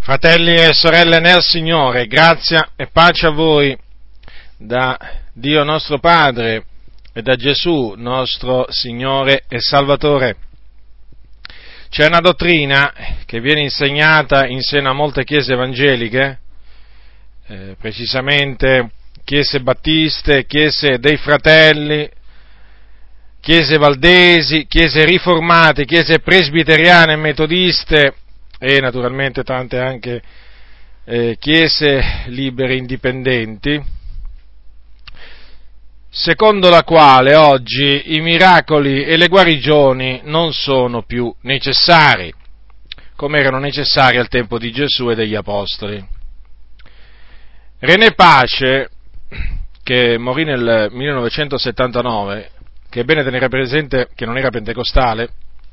Fratelli e sorelle nel Signore, grazia e pace a voi da Dio nostro Padre e da Gesù nostro Signore e Salvatore. C'è una dottrina che viene insegnata in seno a molte chiese evangeliche, precisamente chiese battiste, chiese dei fratelli, chiese valdesi, chiese riformate, chiese presbiteriane e metodiste, e naturalmente tante anche chiese libere indipendenti, secondo la quale oggi i miracoli e le guarigioni non sono più necessari, come erano necessari al tempo di Gesù e degli Apostoli. René Pace, che morì nel 1979, che è bene tenere presente che non era pentecostale,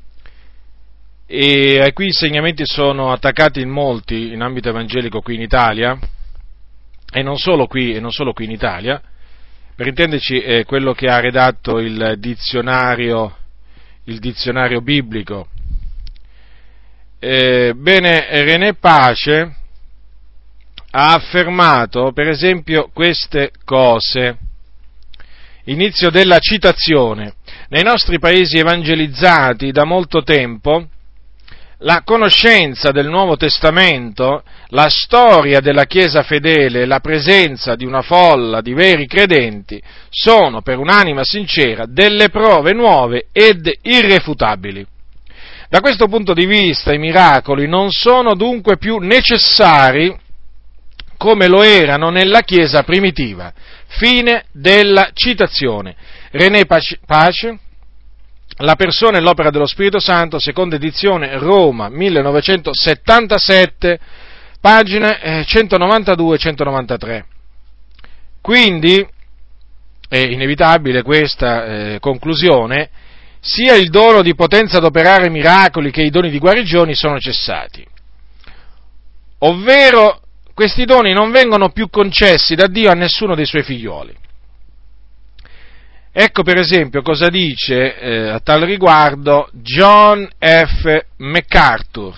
e ai cui insegnamenti sono attaccati in molti in ambito evangelico qui in Italia, e non solo qui in Italia, per intenderci è quello che ha redatto il dizionario biblico. René Pace ha affermato, per esempio, queste cose. Inizio della citazione. Nei nostri paesi evangelizzati da molto tempo, la conoscenza del Nuovo Testamento, la storia della Chiesa fedele e la presenza di una folla di veri credenti sono, per un'anima sincera, delle prove nuove ed irrefutabili. Da questo punto di vista i miracoli non sono dunque più necessari come lo erano nella Chiesa primitiva. Fine della citazione. René Pace, La persona e l'opera dello Spirito Santo, seconda edizione, Roma, 1977, pagine 192 e 193. Quindi è inevitabile questa conclusione: sia il dono di potenza ad operare miracoli che i doni di guarigioni sono cessati. Ovvero, questi doni non vengono più concessi da Dio a nessuno dei suoi figlioli. Ecco per esempio cosa dice a tal riguardo John F. MacArthur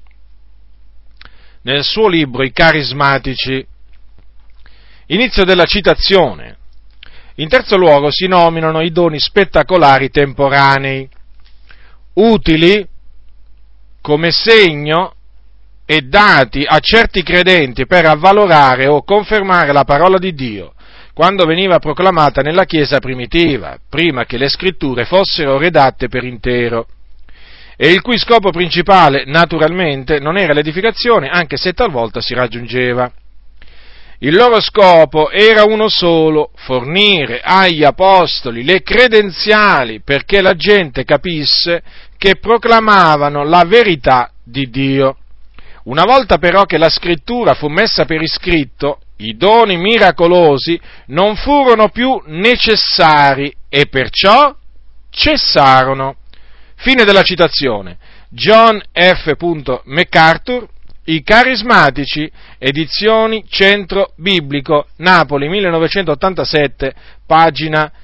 nel suo libro I Carismatici. Inizio della citazione. In terzo luogo si nominano i doni spettacolari temporanei, utili come segno e dati a certi credenti per avvalorare o confermare la parola di Dio, quando veniva proclamata nella Chiesa primitiva, prima che le scritture fossero redatte per intero, e il cui scopo principale, naturalmente, non era l'edificazione, anche se talvolta si raggiungeva. Il loro scopo era uno solo: fornire agli apostoli le credenziali perché la gente capisse che proclamavano la verità di Dio. Una volta però che la scrittura fu messa per iscritto, i doni miracolosi non furono più necessari e perciò cessarono. Fine della citazione. John F. MacArthur, I Carismatici, edizioni Centro Biblico, Napoli, 1987, pagina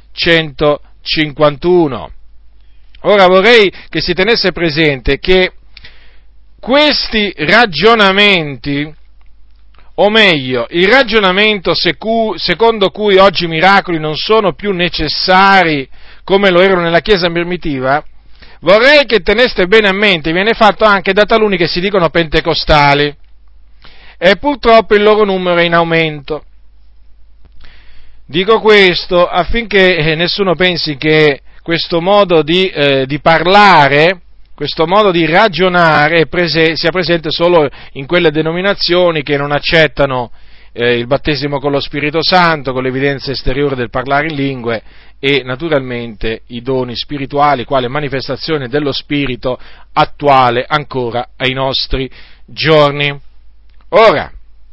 151. Ora vorrei che si tenesse presente che questi ragionamenti, o meglio, il ragionamento secondo cui oggi i miracoli non sono più necessari come lo erano nella Chiesa primitiva, vorrei che teneste bene a mente, viene fatto anche da taluni che si dicono pentecostali, e purtroppo il loro numero è in aumento. Dico questo affinché nessuno pensi che questo modo di parlare, questo modo di ragionare sia presente solo in quelle denominazioni che non accettano il battesimo con lo Spirito Santo, con l'evidenza esteriore del parlare in lingue e naturalmente i doni spirituali quale manifestazione dello Spirito attuale ancora ai nostri giorni. Ora,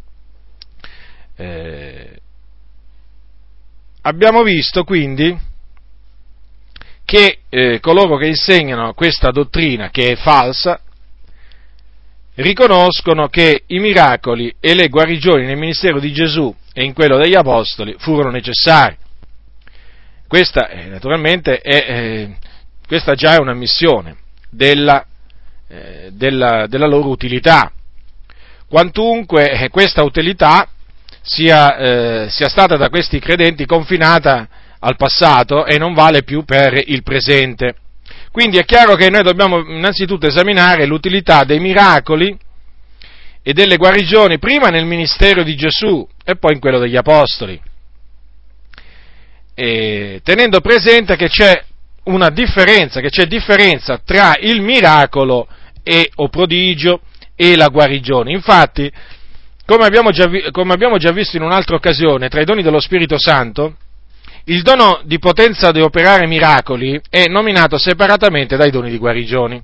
abbiamo visto quindi che coloro che insegnano questa dottrina, che è falsa, riconoscono che i miracoli e le guarigioni nel ministero di Gesù e in quello degli Apostoli furono necessari. Questa naturalmente questa già è un'ammissione della loro utilità. quantunque questa utilità sia stata da questi credenti confinata al passato e non vale più per il presente. Quindi è chiaro che noi dobbiamo innanzitutto esaminare l'utilità dei miracoli e delle guarigioni prima nel ministero di Gesù e poi in quello degli Apostoli, e tenendo presente che c'è differenza tra il miracolo o prodigio e la guarigione. Infatti, come abbiamo già visto in un'altra occasione, tra i doni dello Spirito Santo, il dono di potenza di operare miracoli è nominato separatamente dai doni di guarigioni.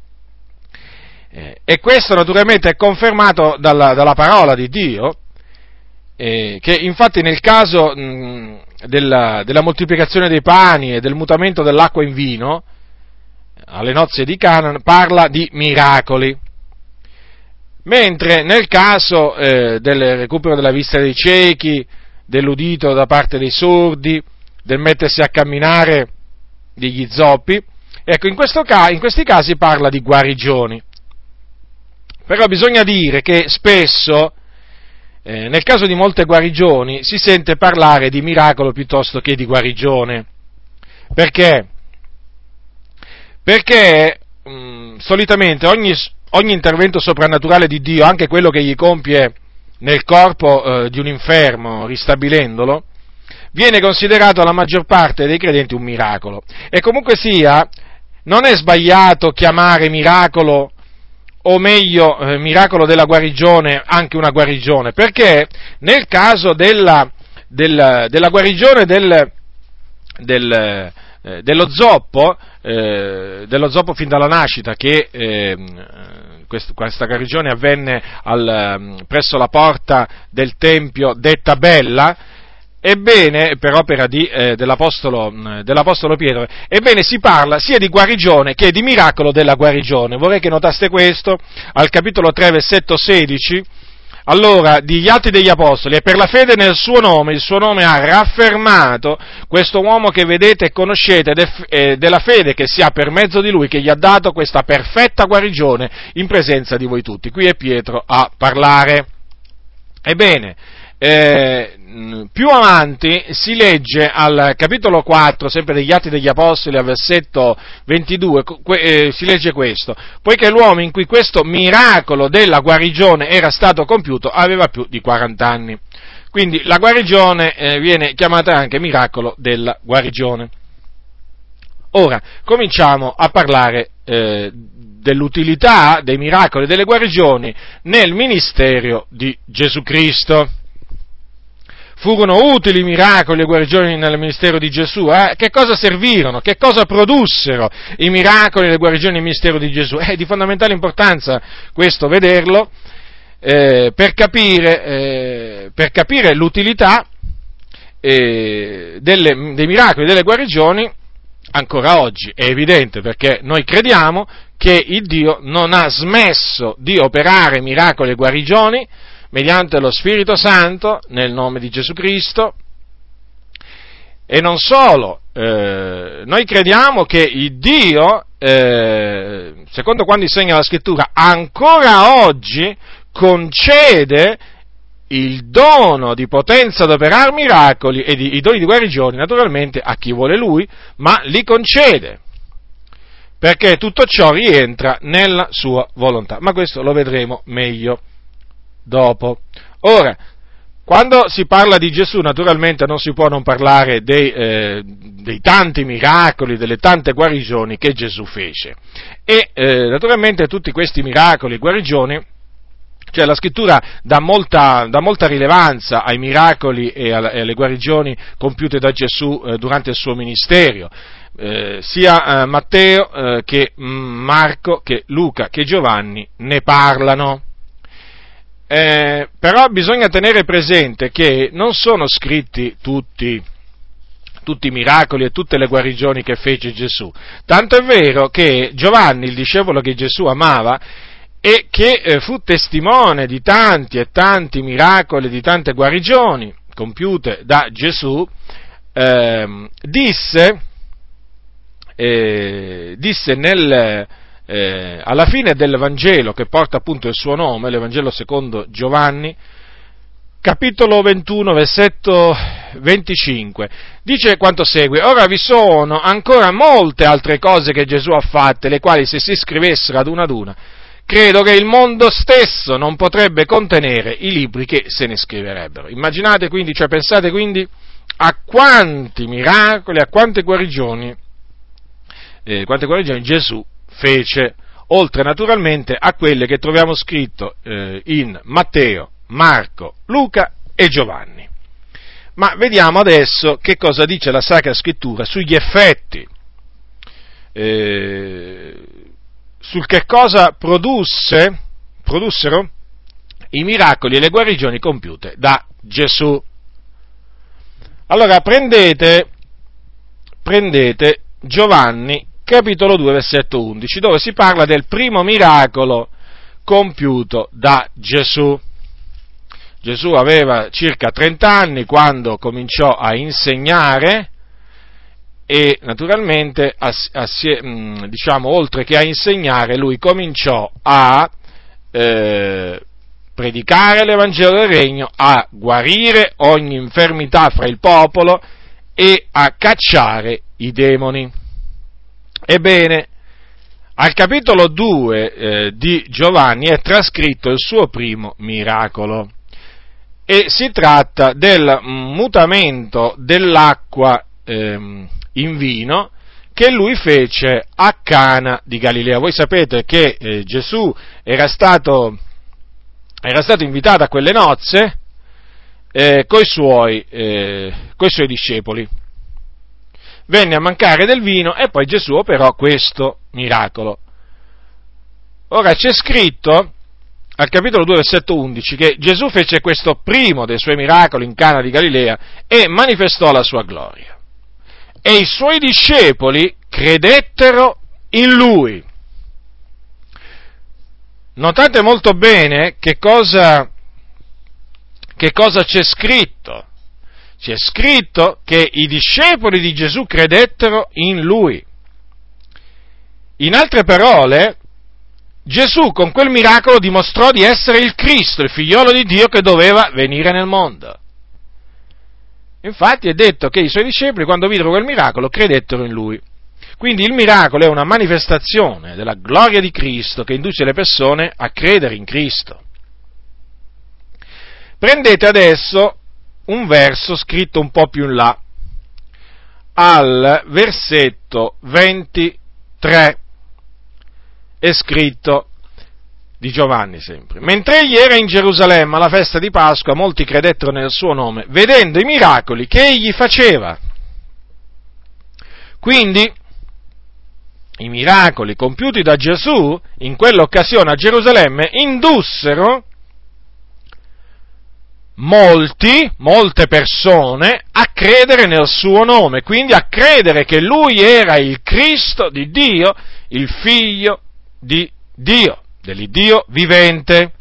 E questo naturalmente è confermato dalla parola di Dio, che infatti nel caso della moltiplicazione dei pani e del mutamento dell'acqua in vino, alle nozze di Cana, parla di miracoli. Mentre nel caso del recupero della vista dei ciechi, dell'udito da parte dei sordi, del mettersi a camminare degli zoppi, ecco, in questi casi parla di guarigioni. Però bisogna dire che spesso, nel caso di molte guarigioni, si sente parlare di miracolo piuttosto che di guarigione. Perché? Perché solitamente ogni intervento soprannaturale di Dio, anche quello che gli compie nel corpo di un infermo, ristabilendolo, viene considerato alla maggior parte dei credenti un miracolo. E comunque sia, non è sbagliato chiamare miracolo, o meglio, miracolo della guarigione, anche una guarigione, perché nel caso della guarigione dello zoppo fin dalla nascita, che questa guarigione avvenne presso la porta del Tempio detta Bella, ebbene, per opera dell'Apostolo Pietro, ebbene si parla sia di guarigione che di miracolo della guarigione. Vorrei che notaste questo al capitolo 3, versetto 16, allora, degli Atti degli Apostoli: e per la fede nel suo nome, il suo nome ha raffermato questo uomo che vedete e conoscete, ed è della fede che si ha per mezzo di lui, che gli ha dato questa perfetta guarigione in presenza di voi tutti. Qui è Pietro a parlare. Ebbene, più avanti si legge al capitolo 4, sempre degli Atti degli Apostoli, al versetto 22, si legge questo: poiché l'uomo in cui questo miracolo della guarigione era stato compiuto aveva più di 40 anni. Quindi la guarigione viene chiamata anche miracolo della guarigione. Ora, cominciamo a parlare dell'utilità dei miracoli e delle guarigioni nel ministero di Gesù Cristo. Furono utili i miracoli e le guarigioni nel ministero di Gesù? Che cosa servirono? Che cosa produssero i miracoli e le guarigioni nel ministero di Gesù? È di fondamentale importanza questo vederlo, per capire l'utilità dei miracoli e delle guarigioni ancora oggi. È evidente, perché noi crediamo che il Dio non ha smesso di operare miracoli e guarigioni mediante lo Spirito Santo, nel nome di Gesù Cristo, e non solo, noi crediamo che il Dio, secondo quanto insegna la Scrittura, ancora oggi concede il dono di potenza ad operare miracoli e i doni di guarigioni, naturalmente, a chi vuole Lui, ma li concede, perché tutto ciò rientra nella sua volontà. Ma questo lo vedremo meglio dopo. Ora, quando si parla di Gesù, naturalmente non si può non parlare dei tanti miracoli, delle tante guarigioni che Gesù fece. E naturalmente tutti questi miracoli e guarigioni, cioè la Scrittura dà molta rilevanza ai miracoli e alle guarigioni compiute da Gesù durante il suo ministero. Sia Matteo che Marco, che Luca, che Giovanni ne parlano. Però bisogna tenere presente che non sono scritti tutti i miracoli e tutte le guarigioni che fece Gesù. Tanto è vero che Giovanni, il discepolo che Gesù amava e che fu testimone di tanti e tanti miracoli, di tante guarigioni compiute da Gesù, disse alla fine del Vangelo che porta appunto il suo nome, l'Evangelo secondo Giovanni, capitolo 21, versetto 25, dice quanto segue: ora vi sono ancora molte altre cose che Gesù ha fatte, le quali se si scrivessero ad una, credo che il mondo stesso non potrebbe contenere i libri che se ne scriverebbero. Immaginate quindi, cioè pensate quindi a quanti miracoli, a quante guarigioni Gesù fece, oltre naturalmente a quelle che troviamo scritto in Matteo, Marco, Luca e Giovanni. Ma vediamo adesso che cosa dice la Sacra Scrittura sugli effetti, sul che cosa produssero i miracoli e le guarigioni compiute da Gesù. Allora prendete Giovanni capitolo 2 versetto 11, dove si parla del primo miracolo compiuto da Gesù. Gesù aveva circa 30 anni quando cominciò a insegnare e naturalmente, oltre che a insegnare, lui cominciò a predicare l'Evangelo del Regno, a guarire ogni infermità fra il popolo e a cacciare i demoni. Ebbene, al capitolo 2 di Giovanni è trascritto il suo primo miracolo e si tratta del mutamento dell'acqua in vino che lui fece a Cana di Galilea. Voi sapete che Gesù era stato invitato a quelle nozze coi suoi discepoli. Venne a mancare del vino e poi Gesù operò questo miracolo. Ora c'è scritto al capitolo 2 versetto 11 che Gesù fece questo primo dei suoi miracoli in Cana di Galilea e manifestò la sua gloria. E i suoi discepoli credettero in lui. Notate molto bene che cosa c'è scritto. C'è scritto che i discepoli di Gesù credettero in lui. In altre parole, Gesù con quel miracolo dimostrò di essere il Cristo, il figliolo di Dio che doveva venire nel mondo. Infatti è detto che i suoi discepoli, quando videro quel miracolo, credettero in lui. Quindi il miracolo è una manifestazione della gloria di Cristo che induce le persone a credere in Cristo. Prendete adesso un verso scritto un po' più in là, al versetto 23, è scritto, di Giovanni sempre: mentre egli era in Gerusalemme alla festa di Pasqua, molti credettero nel suo nome, vedendo i miracoli che egli faceva. Quindi, i miracoli compiuti da Gesù in quell'occasione a Gerusalemme indussero molte persone a credere nel suo nome, quindi a credere che lui era il Cristo di Dio, il Figlio di Dio, dell'Iddio vivente.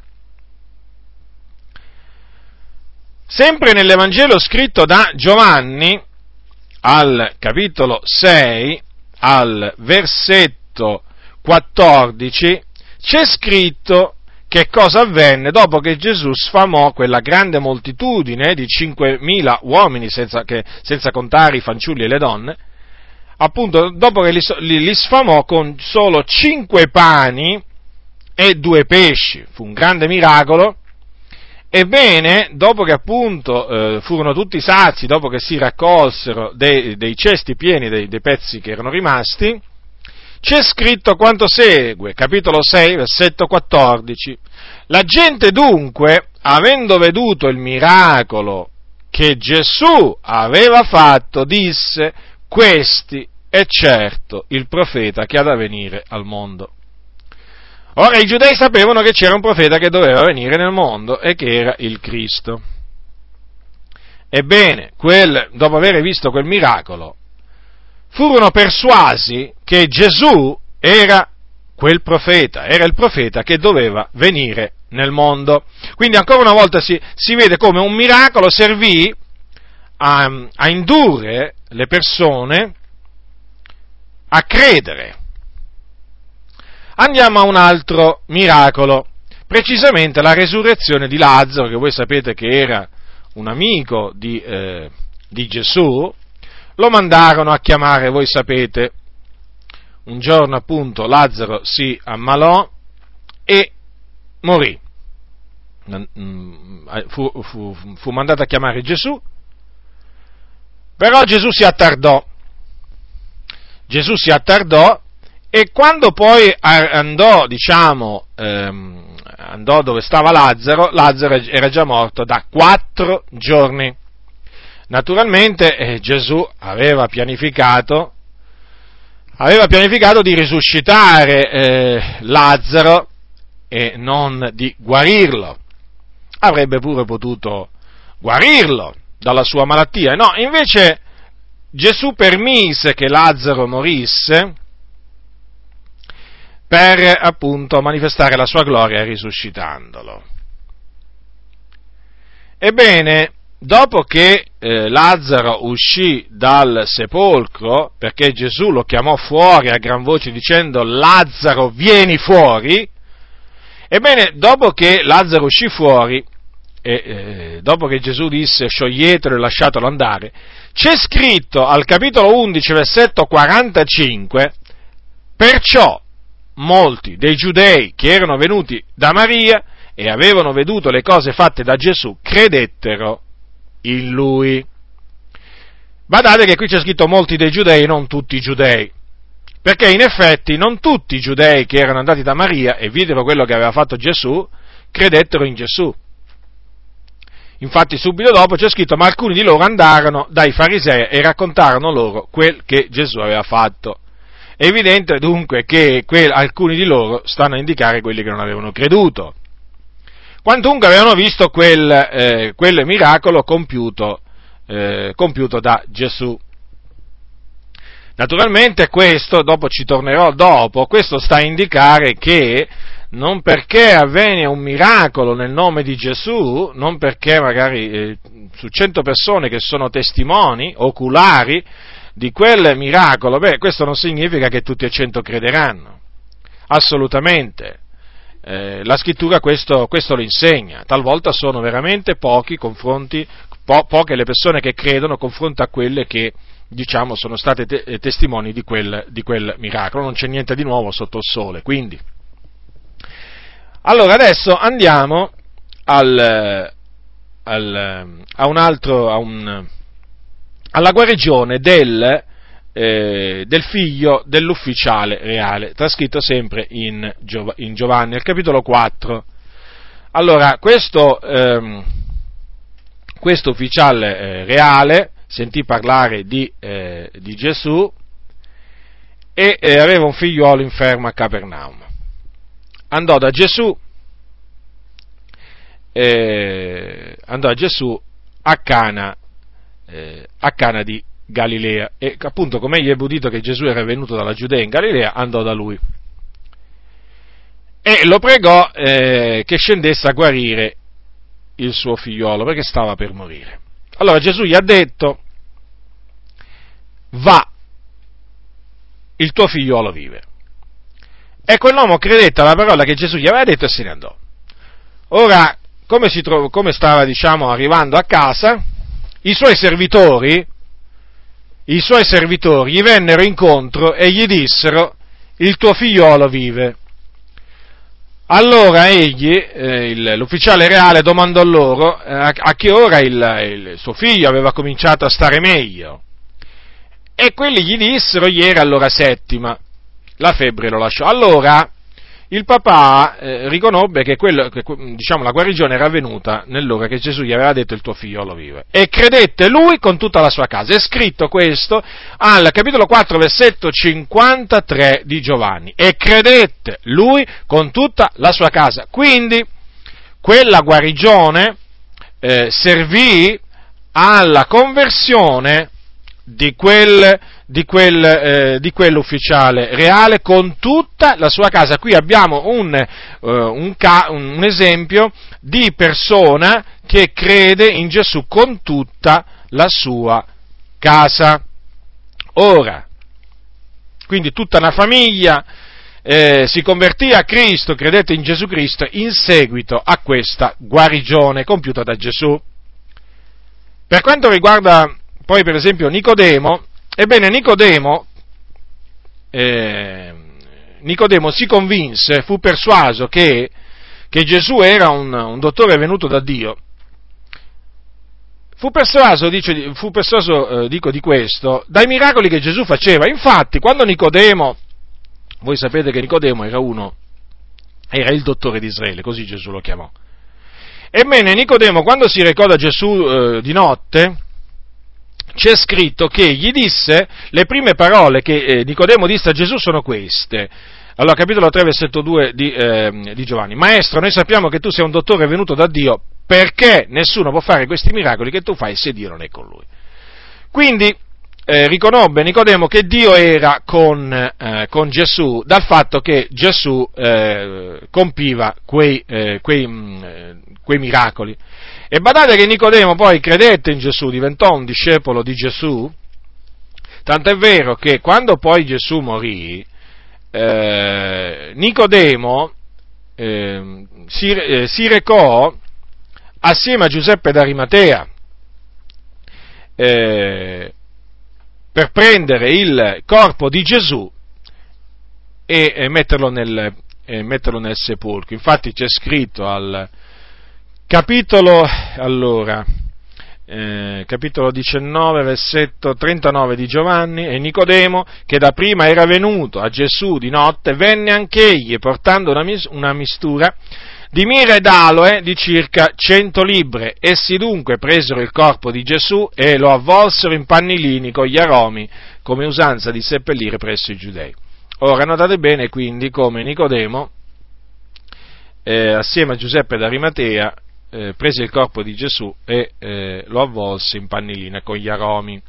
Sempre nell'Evangelo scritto da Giovanni, al capitolo 6, al versetto 14, c'è scritto che cosa avvenne dopo che Gesù sfamò quella grande moltitudine di 5.000 uomini, senza contare i fanciulli e le donne. Appunto, dopo che li sfamò con solo 5 pani e 2 pesci, fu un grande miracolo. Ebbene, dopo che appunto furono tutti sazi, dopo che si raccolsero dei cesti pieni dei pezzi che erano rimasti, c'è scritto quanto segue, capitolo 6, versetto 14. La gente dunque, avendo veduto il miracolo che Gesù aveva fatto, disse: questi è certo il profeta che ha da venire al mondo. Ora i giudei sapevano che c'era un profeta che doveva venire nel mondo e che era il Cristo. Ebbene, dopo aver visto quel miracolo, furono persuasi che Gesù era quel profeta, era il profeta che doveva venire nel mondo. Quindi ancora una volta si vede come un miracolo servì a indurre le persone a credere Andiamo a un altro miracolo, precisamente la resurrezione di Lazzaro, che voi sapete che era un amico di Gesù. Lo mandarono a chiamare, voi sapete. Un giorno appunto Lazzaro si ammalò e morì. Fu mandato a chiamare Gesù, però Gesù si attardò e quando poi andò dove stava Lazzaro era già morto da 4 giorni. Naturalmente Gesù aveva pianificato di risuscitare Lazzaro e non di guarirlo. Avrebbe pure potuto guarirlo dalla sua malattia. No, invece Gesù permise che Lazzaro morisse per appunto manifestare la sua gloria risuscitandolo. Ebbene, dopo che Lazzaro uscì dal sepolcro, perché Gesù lo chiamò fuori a gran voce dicendo: Lazzaro, vieni fuori. Ebbene, dopo che Lazzaro uscì fuori, e dopo che Gesù disse: scioglietelo e lasciatelo andare, c'è scritto al capitolo 11, versetto 45, perciò molti dei giudei che erano venuti da Maria e avevano veduto le cose fatte da Gesù credettero in lui. Badate che qui c'è scritto molti dei giudei, non tutti i giudei, perché in effetti non tutti i giudei che erano andati da Maria e videro quello che aveva fatto Gesù credettero in Gesù. Infatti subito dopo c'è scritto: ma alcuni di loro andarono dai farisei e raccontarono loro quel che Gesù aveva fatto. È evidente dunque che alcuni di loro stanno a indicare quelli che non avevano creduto, quantunque avevano visto quel miracolo compiuto da Gesù. Naturalmente questo, dopo ci tornerò dopo, questo sta a indicare che non perché avvenne un miracolo nel nome di Gesù, non perché magari su 100 persone che sono testimoni oculari di quel miracolo, questo non significa che tutti e 100 crederanno, assolutamente. La scrittura questo lo insegna, talvolta sono veramente poche le persone che credono confronto a quelle che sono state testimoni di quel miracolo. Non c'è niente di nuovo sotto il sole, quindi. Allora adesso andiamo alla guarigione del figlio dell'ufficiale reale, trascritto sempre in Giovanni, al capitolo 4. Allora, questo ufficiale reale sentì parlare di Gesù e aveva un figliuolo infermo a Capernaum. Andò a Gesù a Cana di Galilea, e appunto come egli ebbe udito che Gesù era venuto dalla Giudea in Galilea, andò da lui e lo pregò che scendesse a guarire il suo figliolo, perché stava per morire. Allora Gesù gli ha detto: va, il tuo figliolo vive. E quell'uomo credette alla parola che Gesù gli aveva detto e se ne andò. Ora, come stava arrivando a casa, i suoi servitori gli vennero incontro e gli dissero: il tuo figliolo vive. Allora egli, l'ufficiale reale, domandò loro a che ora il suo figlio aveva cominciato a stare meglio. E quelli gli dissero: ieri all'ora 7, la febbre lo lasciò. Allora il papà riconobbe che la guarigione era avvenuta nell'ora che Gesù gli aveva detto: il tuo figliolo vive, e credette lui con tutta la sua casa. È scritto questo al capitolo 4, versetto 53 di Giovanni: e credette lui con tutta la sua casa. Quindi quella guarigione servì alla conversione di quell'ufficiale reale con tutta la sua casa. Qui abbiamo un esempio di persona che crede in Gesù con tutta la sua casa. Ora, quindi tutta una famiglia si convertì a Cristo, credette in Gesù Cristo in seguito a questa guarigione compiuta da Gesù. Per quanto riguarda poi per esempio Nicodemo, ebbene Nicodemo si convinse, fu persuaso che Gesù era un dottore venuto da Dio. Fu persuaso di questo dai miracoli che Gesù faceva. Infatti, quando Nicodemo, voi sapete che Nicodemo era il dottore di Israele, così Gesù lo chiamò. Ebbene, Nicodemo, quando si recò da Gesù di notte, c'è scritto che gli disse, le prime parole che Nicodemo disse a Gesù sono queste. Allora, capitolo 3, versetto 2 di Giovanni. Maestro, noi sappiamo che tu sei un dottore venuto da Dio, perché nessuno può fare questi miracoli che tu fai se Dio non è con lui. Quindi riconobbe Nicodemo che Dio era con Gesù dal fatto che Gesù compiva quei miracoli. E badate che Nicodemo poi credette in Gesù, diventò un discepolo di Gesù, tant'è vero che quando poi Gesù morì, Nicodemo si recò assieme a Giuseppe d'Arimatea per prendere il corpo di Gesù e metterlo nel sepolcro. Infatti c'è scritto al capitolo 19, versetto 39 di Giovanni, e Nicodemo, che da prima era venuto a Gesù di notte, venne anch'egli portando una mistura di mirra ed aloe di circa 100 libbre. Essi dunque presero il corpo di Gesù e lo avvolsero in pannilini con gli aromi, come usanza di seppellire presso i giudei. Ora notate bene quindi come Nicodemo, assieme a Giuseppe d'Arimatea, prese il corpo di Gesù e lo avvolse in pannilina con gli aromi.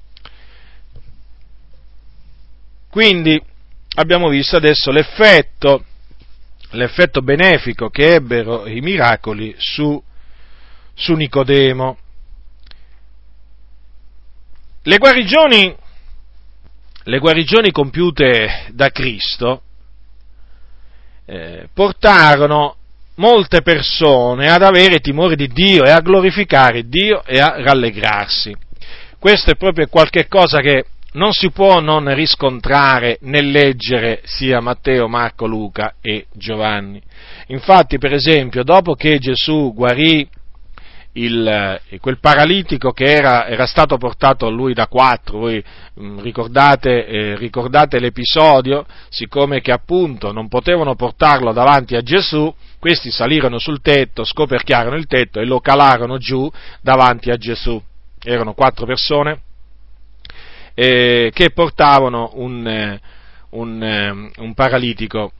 Quindi abbiamo visto adesso l'effetto benefico che ebbero i miracoli su Nicodemo. Le guarigioni compiute da Cristo portarono molte persone ad avere timore di Dio e a glorificare Dio e a rallegrarsi. Questo è proprio qualche cosa che non si può non riscontrare nel leggere sia Matteo, Marco, Luca e Giovanni. Infatti, per esempio, dopo che Gesù guarì quel paralitico che era stato portato a lui da 4, voi ricordate l'episodio, siccome che appunto non potevano portarlo davanti a Gesù, questi salirono sul tetto, scoperchiarono il tetto e lo calarono giù davanti a Gesù. Erano 4 persone che portavano un paralitico.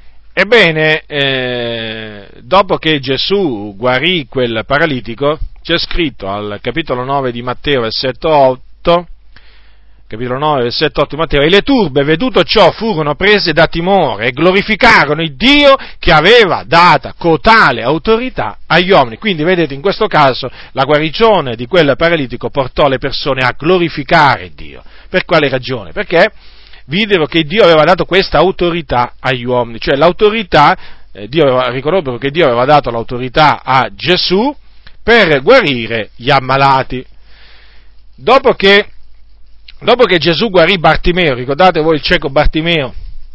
Ebbene, dopo che Gesù guarì quel paralitico, c'è scritto al capitolo 9 di Matteo, versetto 8 di Matteo, e le turbe, veduto ciò, furono prese da timore e glorificarono il Dio che aveva data cotale autorità agli uomini. Quindi, vedete, in questo caso la guarigione di quel paralitico portò le persone a glorificare Dio. Per quale ragione? Perché videro che Dio aveva dato questa autorità agli uomini, cioè l'autorità, riconobbero che Dio aveva dato l'autorità a Gesù per guarire gli ammalati. Dopo che Gesù guarì Bartimeo, ricordate voi il cieco Bartimeo?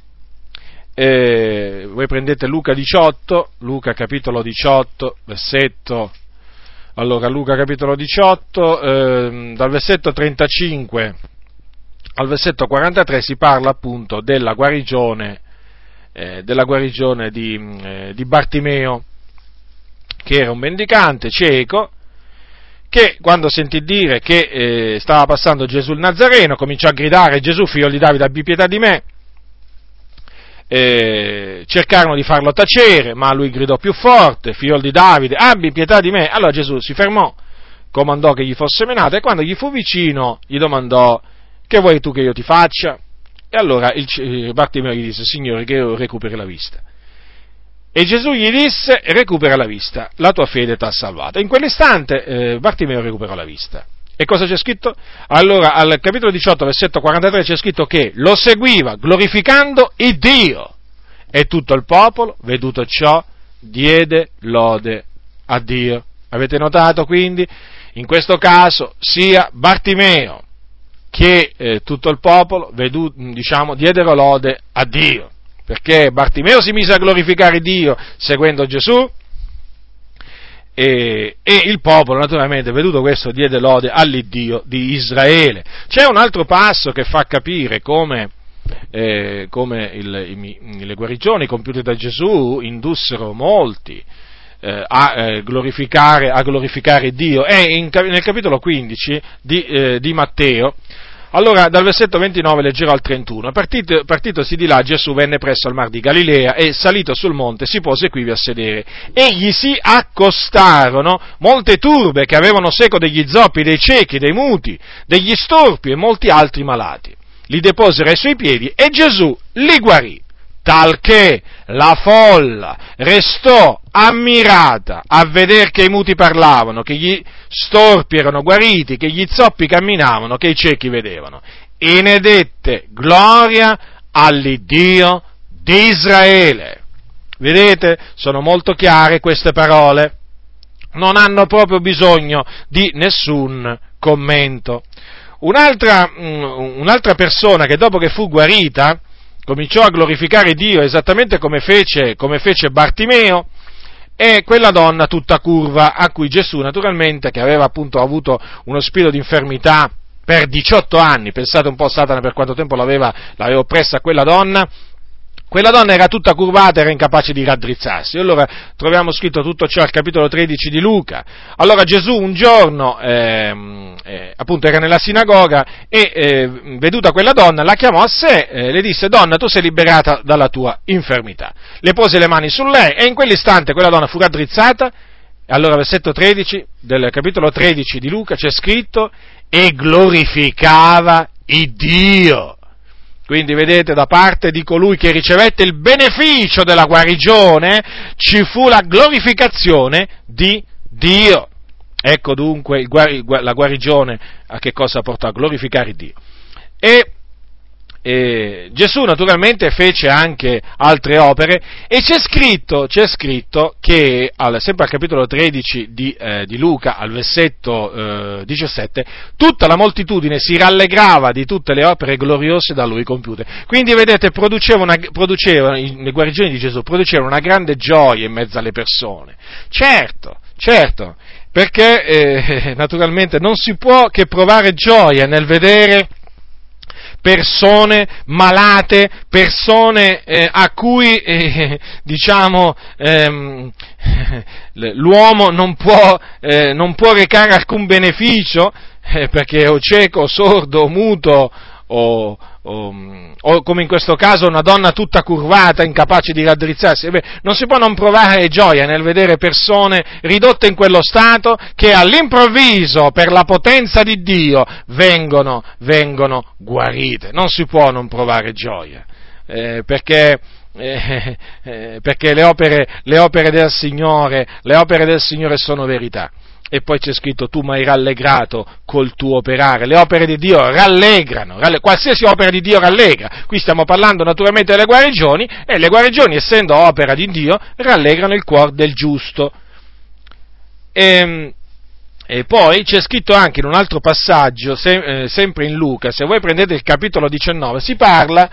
Voi prendete Luca capitolo 18, Luca capitolo 18, dal versetto 35 al versetto 43 si parla appunto della guarigione di Bartimeo, che era un mendicante cieco, che quando sentì dire che stava passando Gesù il Nazareno cominciò a gridare: Gesù, figlio di Davide, abbi pietà di me. Cercarono di farlo tacere, ma lui gridò più forte: figlio di Davide, abbi pietà di me. Allora Gesù si fermò, comandò che gli fosse menato, e quando gli fu vicino gli domandò: che vuoi tu che io ti faccia? E allora Bartimeo gli disse: Signore, che io recuperi la vista. E Gesù gli disse: recupera la vista, la tua fede t'ha salvato. In quell'istante Bartimeo recuperò la vista. E cosa c'è scritto? Allora, al capitolo 18, versetto 43, c'è scritto che lo seguiva glorificando il Dio. E tutto il popolo, veduto ciò, diede lode a Dio. Avete notato quindi? In questo caso sia Bartimeo che tutto il popolo diedero lode a Dio, perché Bartimeo si mise a glorificare Dio seguendo Gesù e il popolo, naturalmente, veduto questo, diede lode all'Iddio di Israele. C'è un altro passo che fa capire come le guarigioni compiute da Gesù indussero molti a glorificare Dio. È nel capitolo 15 di Matteo. Allora, dal versetto 29 leggerò al 31. Partitosi di là, Gesù venne presso al mar di Galilea e, salito sul monte, si pose quivi a sedere. E gli si accostarono molte turbe che avevano seco degli zoppi, dei ciechi, dei muti, degli storpi e molti altri malati. Li deposero ai suoi piedi e Gesù li guarì, talché la folla restò ammirata a veder che i muti parlavano, che gli storpi erano guariti, che gli zoppi camminavano, che i ciechi vedevano. E ne dette gloria all'Iddio di Israele. Vedete? Sono molto chiare queste parole. Non hanno proprio bisogno di nessun commento. Un'altra persona che dopo che fu guarita cominciò a glorificare Dio esattamente come fece Bartimeo, è quella donna tutta curva a cui Gesù, naturalmente, che aveva appunto avuto uno spirito di infermità per 18 anni, pensate un po' Satana per quanto tempo l'aveva oppressa a quella donna era tutta curvata, era incapace di raddrizzarsi. Allora troviamo scritto tutto ciò al capitolo 13 di Luca. Allora Gesù un giorno, appunto era nella sinagoga e veduta quella donna la chiamò a sé, le disse: donna, tu sei liberata dalla tua infermità. Le pose le mani su lei e in quell'istante quella donna fu raddrizzata. Allora versetto 13 del capitolo 13 di Luca c'è scritto: e glorificava il Dio. Quindi vedete, da parte di colui che ricevette il beneficio della guarigione ci fu la glorificazione di Dio. Ecco dunque la guarigione a che cosa portò? A glorificare Dio. E Gesù naturalmente fece anche altre opere e c'è scritto che sempre al capitolo 13 di Luca, al versetto 17, tutta la moltitudine si rallegrava di tutte le opere gloriose da lui compiute. Quindi vedete, le guarigioni di Gesù producevano una grande gioia in mezzo alle persone. Certo, perché naturalmente non si può che provare gioia nel vedere persone malate, persone a cui l'uomo non può recare alcun beneficio, perché o cieco, o sordo, o muto, o come in questo caso una donna tutta curvata, incapace di raddrizzarsi. Non si può non provare gioia nel vedere persone ridotte in quello stato che all'improvviso, per la potenza di Dio, vengono guarite. Non si può non provare gioia, perché le opere del Signore sono verità. E poi c'è scritto: tu mi hai rallegrato col tuo operare. Le opere di Dio rallegrano, qualsiasi opera di Dio rallegra. Qui stiamo parlando naturalmente delle guarigioni, e le guarigioni, essendo opera di Dio, rallegrano il cuore del giusto. E poi c'è scritto anche in un altro passaggio, sempre in Luca, se voi prendete il capitolo 19, si parla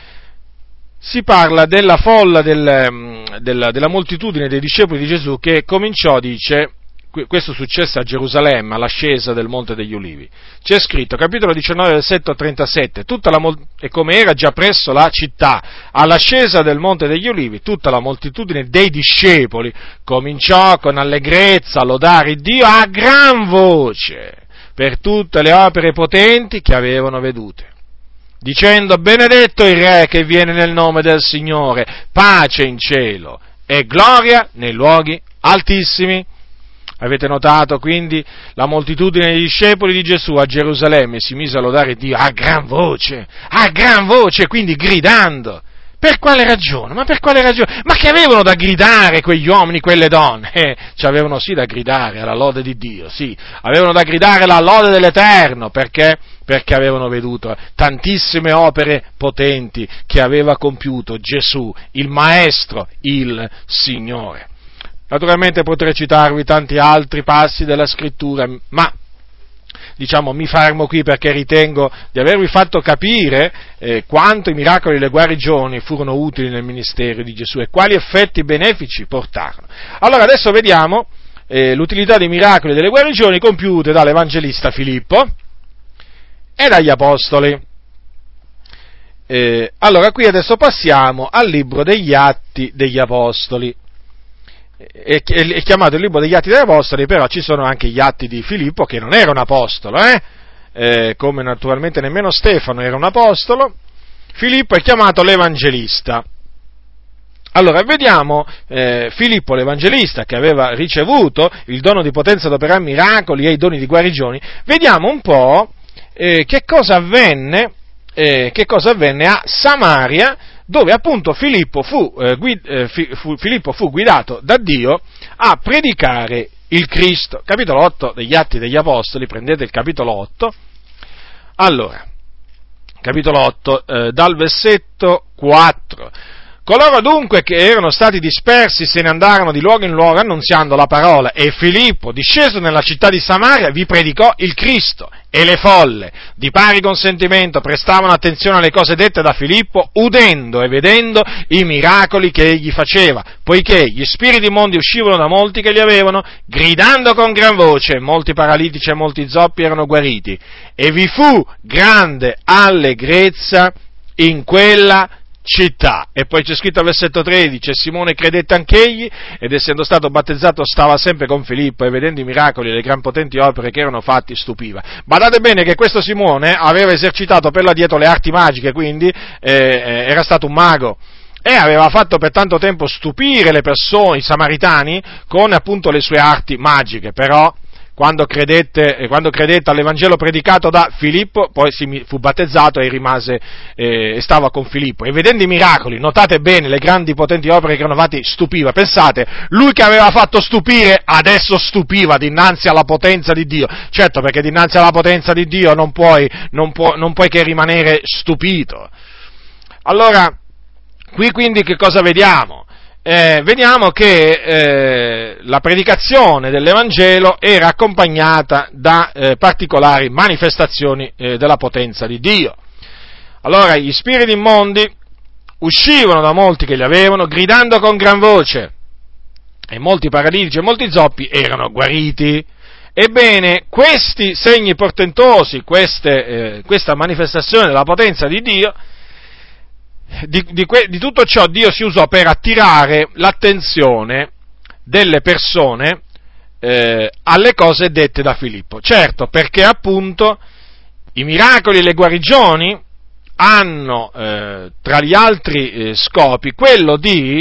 della folla, della moltitudine dei discepoli di Gesù che cominciò, dice. Questo successe a Gerusalemme, all'ascesa del Monte degli Ulivi. C'è scritto, capitolo 19, versetto 37, e come era già presso la città, all'ascesa del Monte degli Ulivi, tutta la moltitudine dei discepoli cominciò con allegrezza a lodare Dio a gran voce per tutte le opere potenti che avevano vedute, dicendo: benedetto il Re che viene nel nome del Signore, pace in cielo e gloria nei luoghi altissimi. Avete notato quindi la moltitudine dei discepoli di Gesù a Gerusalemme si mise a lodare Dio a gran voce, quindi gridando. Per quale ragione? Ma per quale ragione? Ma che avevano da gridare quegli uomini, quelle donne? Ci avevano sì da gridare alla lode di Dio, sì, avevano da gridare la lode dell'Eterno, perché? Perché avevano veduto tantissime opere potenti che aveva compiuto Gesù, il Maestro, il Signore. Naturalmente potrei citarvi tanti altri passi della Scrittura, ma mi fermo qui perché ritengo di avervi fatto capire quanto i miracoli e le guarigioni furono utili nel ministero di Gesù e quali effetti benefici portarono. Allora adesso vediamo l'utilità dei miracoli e delle guarigioni compiute dall'Evangelista Filippo e dagli Apostoli. Allora qui adesso passiamo al libro degli Atti degli Apostoli. È chiamato il libro degli Atti degli Apostoli, però ci sono anche gli Atti di Filippo, che non era un apostolo, come naturalmente nemmeno Stefano era un apostolo. Filippo è chiamato l'Evangelista. Allora, vediamo Filippo l'Evangelista, che aveva ricevuto il dono di potenza ad operare miracoli e i doni di guarigioni. Vediamo un po' che cosa avvenne a Samaria, dove appunto Filippo fu guidato da Dio a predicare il Cristo. Capitolo 8 degli Atti degli Apostoli, prendete il capitolo 8. Allora, capitolo 8, dal versetto 4. Coloro dunque che erano stati dispersi se ne andarono di luogo in luogo annunziando la parola, e Filippo, disceso nella città di Samaria, vi predicò il Cristo, e le folle, di pari consentimento, prestavano attenzione alle cose dette da Filippo, udendo e vedendo i miracoli che egli faceva, poiché gli spiriti immondi uscivano da molti che li avevano, gridando con gran voce, molti paralitici e molti zoppi erano guariti, e vi fu grande allegrezza in quella città. E poi c'è scritto al versetto 13, e Simone credette anch'egli, ed essendo stato battezzato stava sempre con Filippo, e vedendo i miracoli e le gran potenti opere che erano fatti stupiva. Badate bene che questo Simone aveva esercitato per là dietro le arti magiche, quindi era stato un mago, e aveva fatto per tanto tempo stupire le persone, i samaritani, con appunto le sue arti magiche, però quando credette all'Evangelo predicato da Filippo, poi fu battezzato e rimase, stava con Filippo, e vedendo i miracoli, notate bene, le grandi potenti opere che erano fatti, stupiva. Pensate, lui che aveva fatto stupire, adesso stupiva dinanzi alla potenza di Dio. Certo, perché dinanzi alla potenza di Dio non puoi che rimanere stupito. Allora, qui quindi che cosa vediamo? Vediamo che la predicazione dell'Evangelo era accompagnata da particolari manifestazioni della potenza di Dio. Allora, gli spiriti immondi uscivano da molti che li avevano, gridando con gran voce, e molti paralitici e molti zoppi erano guariti. Ebbene, questi segni portentosi, questa manifestazione della potenza di Dio, di tutto ciò Dio si usò per attirare l'attenzione delle persone alle cose dette da Filippo. Certo, perché appunto i miracoli e le guarigioni hanno tra gli altri scopi quello di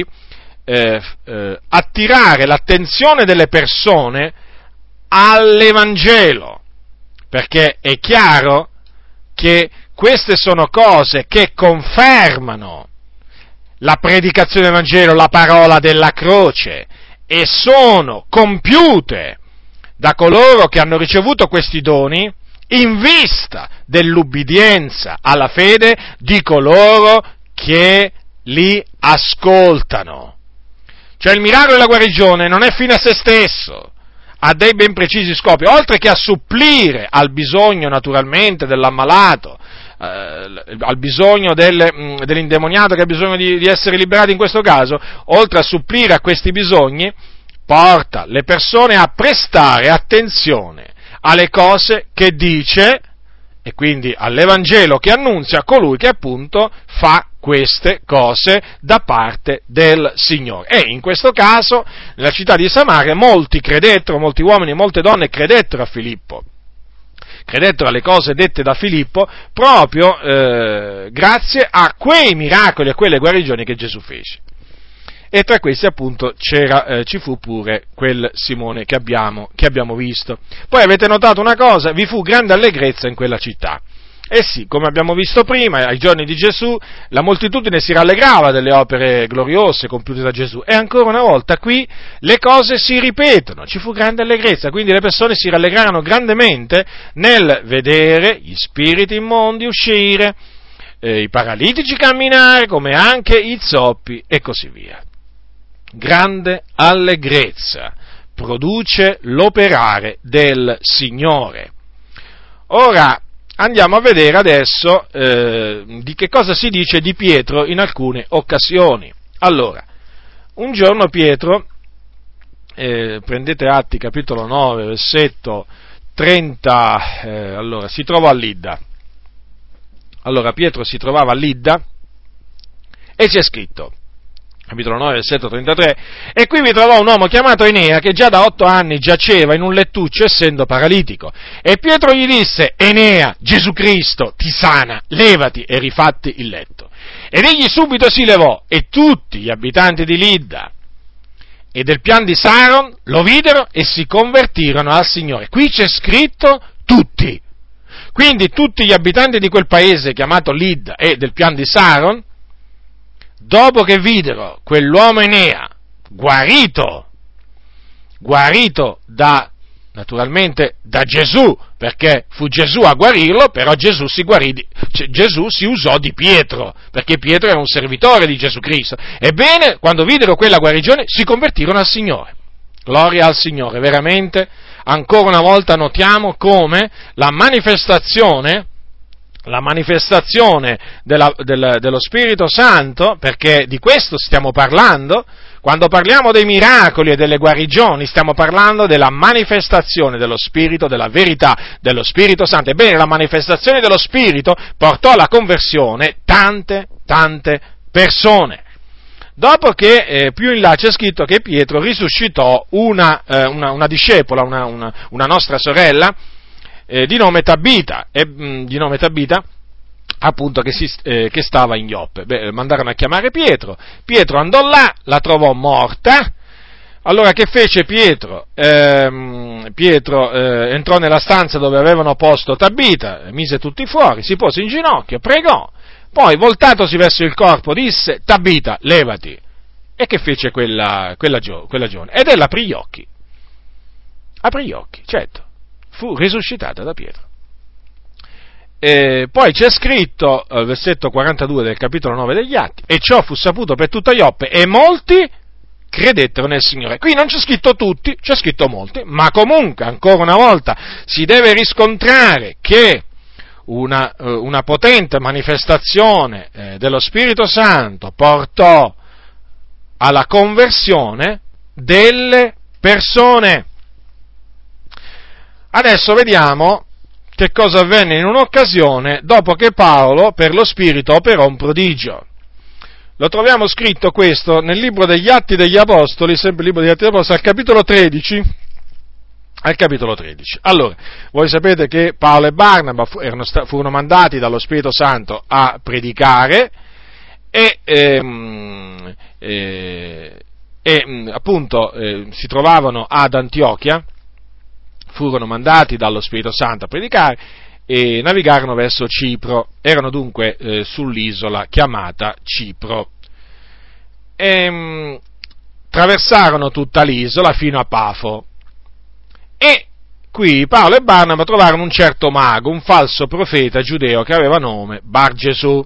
attirare l'attenzione delle persone all'Evangelo, perché è chiaro che queste sono cose che confermano la predicazione del Vangelo, la parola della croce, e sono compiute da coloro che hanno ricevuto questi doni in vista dell'ubbidienza alla fede di coloro che li ascoltano. Cioè il miracolo e la guarigione non è fine a se stesso, ha dei ben precisi scopi, oltre che a supplire al bisogno naturalmente dell'ammalato, al bisogno dell'indemoniato che ha bisogno di essere liberato in questo caso, oltre a supplire a questi bisogni, porta le persone a prestare attenzione alle cose che dice, e quindi all'Evangelo che annunzia colui che appunto fa queste cose da parte del Signore. E in questo caso, nella città di Samaria, molti uomini e molte donne credettero a Filippo, credettero alle cose dette da Filippo proprio grazie a quei miracoli e a quelle guarigioni che Gesù fece. E tra questi appunto ci fu pure quel Simone che abbiamo visto. Poi avete notato una cosa, vi fu grande allegrezza in quella città. Eh sì, come abbiamo visto prima, ai giorni di Gesù, la moltitudine si rallegrava delle opere gloriose compiute da Gesù, e ancora una volta qui le cose si ripetono, ci fu grande allegrezza, quindi le persone si rallegrarono grandemente nel vedere gli spiriti immondi uscire, i paralitici camminare, come anche i zoppi e così via. Grande allegrezza produce l'operare del Signore. Ora, andiamo a vedere adesso di che cosa si dice di Pietro in alcune occasioni. Allora, un giorno Pietro, prendete Atti capitolo 9, versetto 30, si trovò a Lidda. Allora Pietro si trovava a Lidda e c'è scritto, capitolo 9, versetto 33, e qui vi trovò un uomo chiamato Enea che già da 8 anni giaceva in un lettuccio essendo paralitico. E Pietro gli disse: Enea, Gesù Cristo ti sana, levati e rifatti il letto. Ed egli subito si levò, e tutti gli abitanti di Lidda e del pian di Saron lo videro e si convertirono al Signore. Qui c'è scritto tutti. Quindi tutti gli abitanti di quel paese chiamato Lidda e del pian di Saron, dopo che videro quell'uomo Enea guarito naturalmente da Gesù, perché fu Gesù a guarirlo, però Gesù si usò di Pietro, perché Pietro era un servitore di Gesù Cristo. Ebbene, quando videro quella guarigione, si convertirono al Signore. Gloria al Signore, veramente, ancora una volta notiamo come la manifestazione dello Spirito Santo, perché di questo stiamo parlando, quando parliamo dei miracoli e delle guarigioni, stiamo parlando della manifestazione dello Spirito, della verità dello Spirito Santo. Ebbene, la manifestazione dello Spirito portò alla conversione tante persone. Dopo che più in là c'è scritto che Pietro risuscitò una discepola, una nostra sorella, di nome Tabita, appunto che stava in Ioppe. Mandarono a chiamare Pietro andò là, la trovò morta. Allora che fece Pietro? Pietro entrò nella stanza dove avevano posto Tabita, mise tutti fuori, si pose in ginocchio, pregò, poi voltatosi verso il corpo disse: Tabita, levati. E che fece quella giovane? Ed ella aprì gli occhi, certo, fu risuscitata da Pietro. Poi c'è scritto, versetto 42 del capitolo 9 degli Atti, e ciò fu saputo per tutta Ioppe, e molti credettero nel Signore. Qui non c'è scritto tutti, c'è scritto molti, ma comunque, ancora una volta, si deve riscontrare che una potente manifestazione dello Spirito Santo portò alla conversione delle persone. Adesso vediamo che cosa avvenne in un'occasione dopo che Paolo per lo Spirito operò un prodigio. Lo troviamo scritto questo nel libro degli Atti degli Apostoli, sempre il libro degli Atti degli Apostoli, al capitolo 13. Allora, voi sapete che Paolo e Barnaba furono mandati dallo Spirito Santo a predicare e si trovavano ad Antiochia, furono mandati dallo Spirito Santo a predicare e navigarono verso Cipro, erano dunque sull'isola chiamata Cipro. Traversarono tutta l'isola fino a Pafo. E qui Paolo e Barnaba trovarono un certo mago, un falso profeta giudeo che aveva nome Bar Gesù.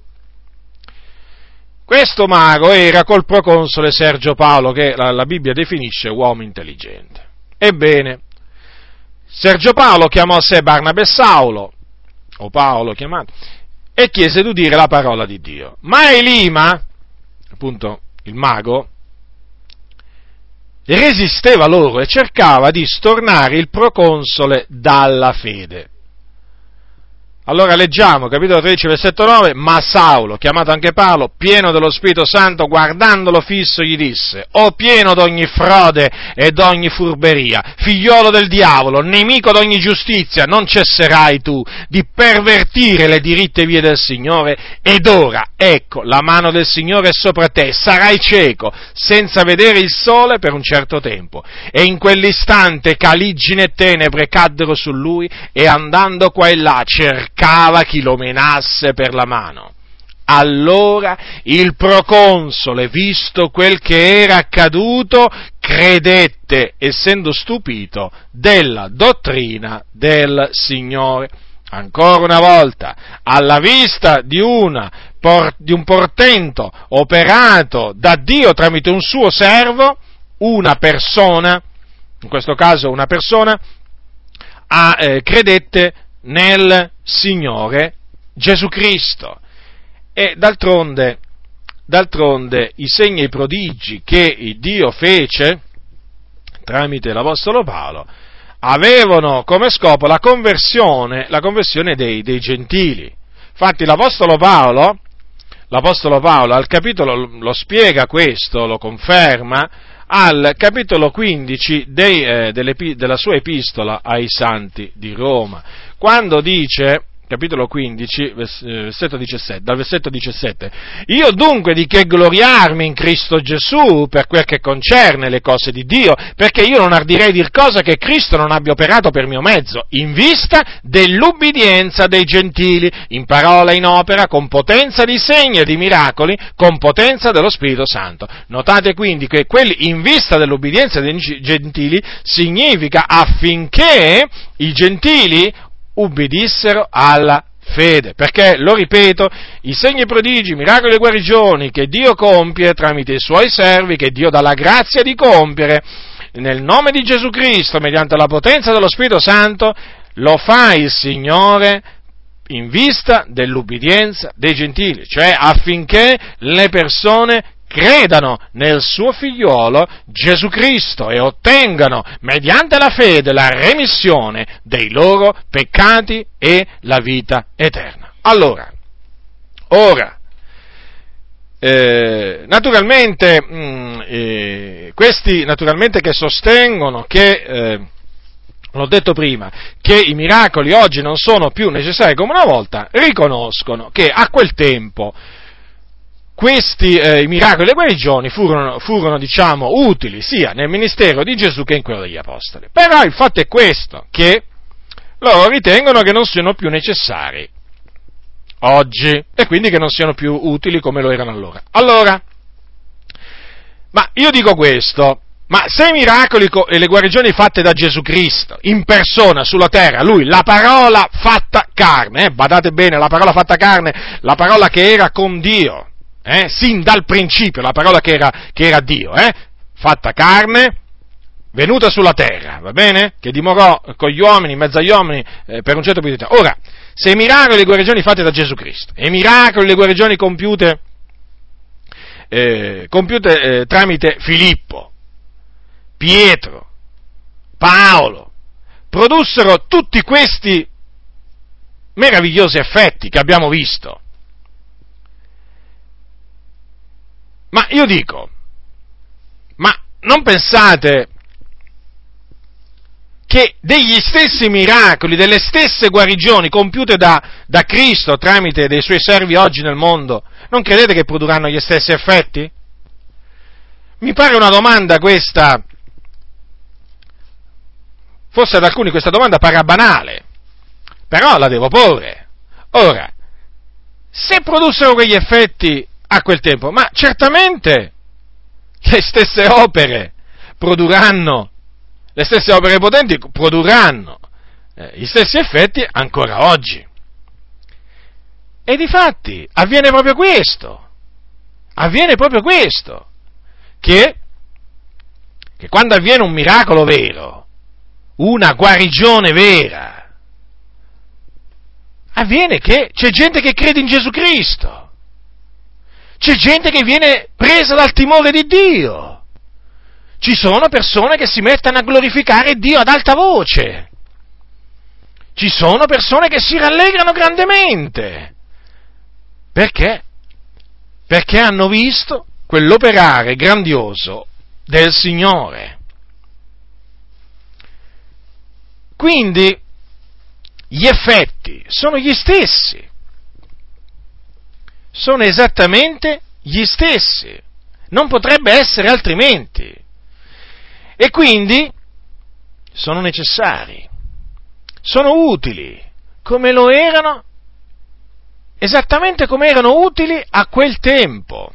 Questo mago era col proconsole Sergio Paulo, che la Bibbia definisce uomo intelligente. Ebbene, Sergio Paulo chiamò a sé Barnaba e Saulo, o Paolo chiamato, e chiese d'udire la parola di Dio. Ma Elima, appunto il mago, resisteva loro e cercava di stornare il proconsole dalla fede. Allora leggiamo, capitolo 13, versetto 9, ma Saulo, chiamato anche Paolo, pieno dello Spirito Santo, guardandolo fisso, gli disse: O pieno d'ogni frode e d'ogni furberia, figliolo del diavolo, nemico d'ogni giustizia, non cesserai tu di pervertire le diritte vie del Signore? Ed ora, ecco, la mano del Signore è sopra te, sarai cieco, senza vedere il sole per un certo tempo. E in quell'istante caligine e tenebre caddero su lui, e andando qua e là cercava cercava chi lo menasse per la mano. Allora il proconsole, visto quel che era accaduto, credette, essendo stupito della dottrina del Signore. Ancora una volta, alla vista di un portento operato da Dio tramite un suo servo, una persona, in questo caso una persona, credette nel Signore Gesù Cristo. E d'altronde i segni e i prodigi che Dio fece tramite l'Apostolo Paolo avevano come scopo la conversione dei gentili. Infatti l'Apostolo Paolo al capitolo, lo spiega questo, lo conferma, al capitolo 15 della sua epistola ai santi di Roma, quando dice, capitolo 15, dal versetto 17, io dunque di che gloriarmi in Cristo Gesù per quel che concerne le cose di Dio, perché io non ardirei dir cosa che Cristo non abbia operato per mio mezzo, in vista dell'ubbidienza dei gentili, in parola e in opera, con potenza di segni e di miracoli, con potenza dello Spirito Santo. Notate quindi che quelli in vista dell'ubbidienza dei gentili significa affinché i gentili ubbidissero alla fede, perché, lo ripeto, i segni, i prodigi, i miracoli e guarigioni che Dio compie tramite i suoi servi, che Dio dà la grazia di compiere nel nome di Gesù Cristo, mediante la potenza dello Spirito Santo, lo fa il Signore in vista dell'ubbidienza dei gentili, cioè affinché le persone credano nel suo figliuolo Gesù Cristo e ottengano, mediante la fede, la remissione dei loro peccati e la vita eterna. Allora, questi naturalmente che sostengono che, l'ho detto prima, che i miracoli oggi non sono più necessari come una volta, riconoscono che a quel tempo i miracoli e le guarigioni furono diciamo, utili sia nel ministero di Gesù che in quello degli Apostoli. Però il fatto è questo, che loro ritengono che non siano più necessari oggi, e quindi che non siano più utili come lo erano allora. Allora, ma io dico questo, ma se i miracoli e le guarigioni fatte da Gesù Cristo, in persona, sulla terra, Lui, la parola fatta carne, badate bene, la parola fatta carne, la parola che era con Dio, sin dal principio, la parola che era Dio, fatta carne, venuta sulla terra, va bene? Che dimorò con gli uomini, in mezzo agli uomini, per un certo periodo di tempo. Ora, se i miracoli e le guarigioni fatte da Gesù Cristo, e i miracoli e le guarigioni compiute tramite Filippo, Pietro, Paolo, produssero tutti questi meravigliosi effetti che abbiamo visto, ma io dico, ma non pensate che degli stessi miracoli, delle stesse guarigioni compiute da Cristo tramite dei suoi servi oggi nel mondo, non credete che produrranno gli stessi effetti? Mi pare una domanda questa, forse ad alcuni questa domanda pare banale, però la devo porre. Ora, se produssero quegli effetti a quel tempo, ma certamente le stesse opere potenti produrranno gli stessi effetti ancora oggi. E difatti avviene proprio questo, che quando avviene un miracolo vero, una guarigione vera, avviene che c'è gente che crede in Gesù Cristo. C'è gente che viene presa dal timore di Dio. Ci sono persone che si mettono a glorificare Dio ad alta voce. Ci sono persone che si rallegrano grandemente. Perché? Perché hanno visto quell'operare grandioso del Signore. Quindi gli effetti sono gli stessi. Sono esattamente gli stessi, non potrebbe essere altrimenti, e quindi sono necessari, sono utili, come lo erano esattamente come erano utili a quel tempo.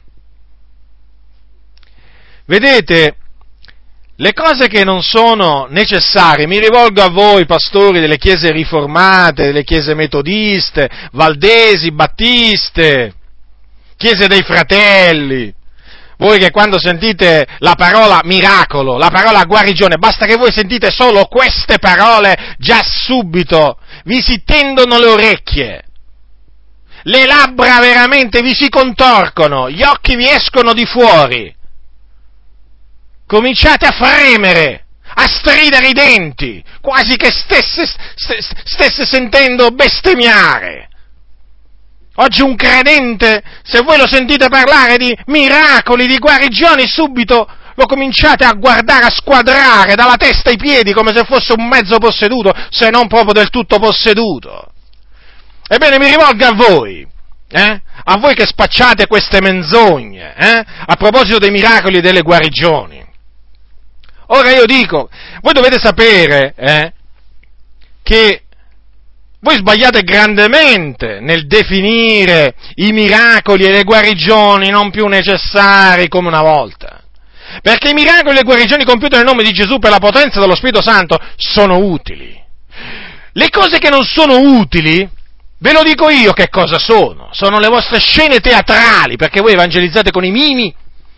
Vedete, le cose che non sono necessarie, mi rivolgo a voi pastori delle chiese riformate, delle chiese metodiste, valdesi, battiste, chiese dei fratelli, voi che quando sentite la parola miracolo, la parola guarigione, basta che voi sentite solo queste parole, già subito vi si tendono le orecchie, le labbra veramente vi si contorcono, gli occhi vi escono di fuori, cominciate a fremere, a stridere i denti, quasi che stesse sentendo bestemmiare. Oggi un credente, se voi lo sentite parlare di miracoli, di guarigioni, subito lo cominciate a guardare, a squadrare dalla testa ai piedi come se fosse un mezzo posseduto, se non proprio del tutto posseduto. Ebbene, mi rivolgo a voi che spacciate queste menzogne, a proposito dei miracoli e delle guarigioni. Ora io dico, voi dovete sapere che voi sbagliate grandemente nel definire i miracoli e le guarigioni non più necessari come una volta. Perché i miracoli e le guarigioni compiute nel nome di Gesù per la potenza dello Spirito Santo sono utili. Le cose che non sono utili, ve lo dico io che cosa sono. Sono le vostre scene teatrali, perché voi evangelizzate con i mimi,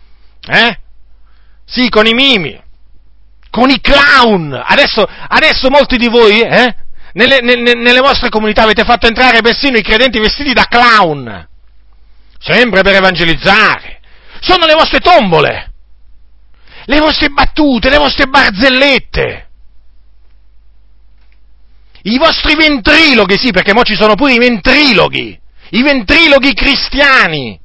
Sì, con i mimi, con i clown. Adesso molti di voi, nelle vostre comunità avete fatto entrare persino i credenti vestiti da clown, sempre per evangelizzare. Sono le vostre tombole, le vostre battute, le vostre barzellette, i vostri ventriloghi, sì, perché mo ci sono pure i ventriloghi cristiani.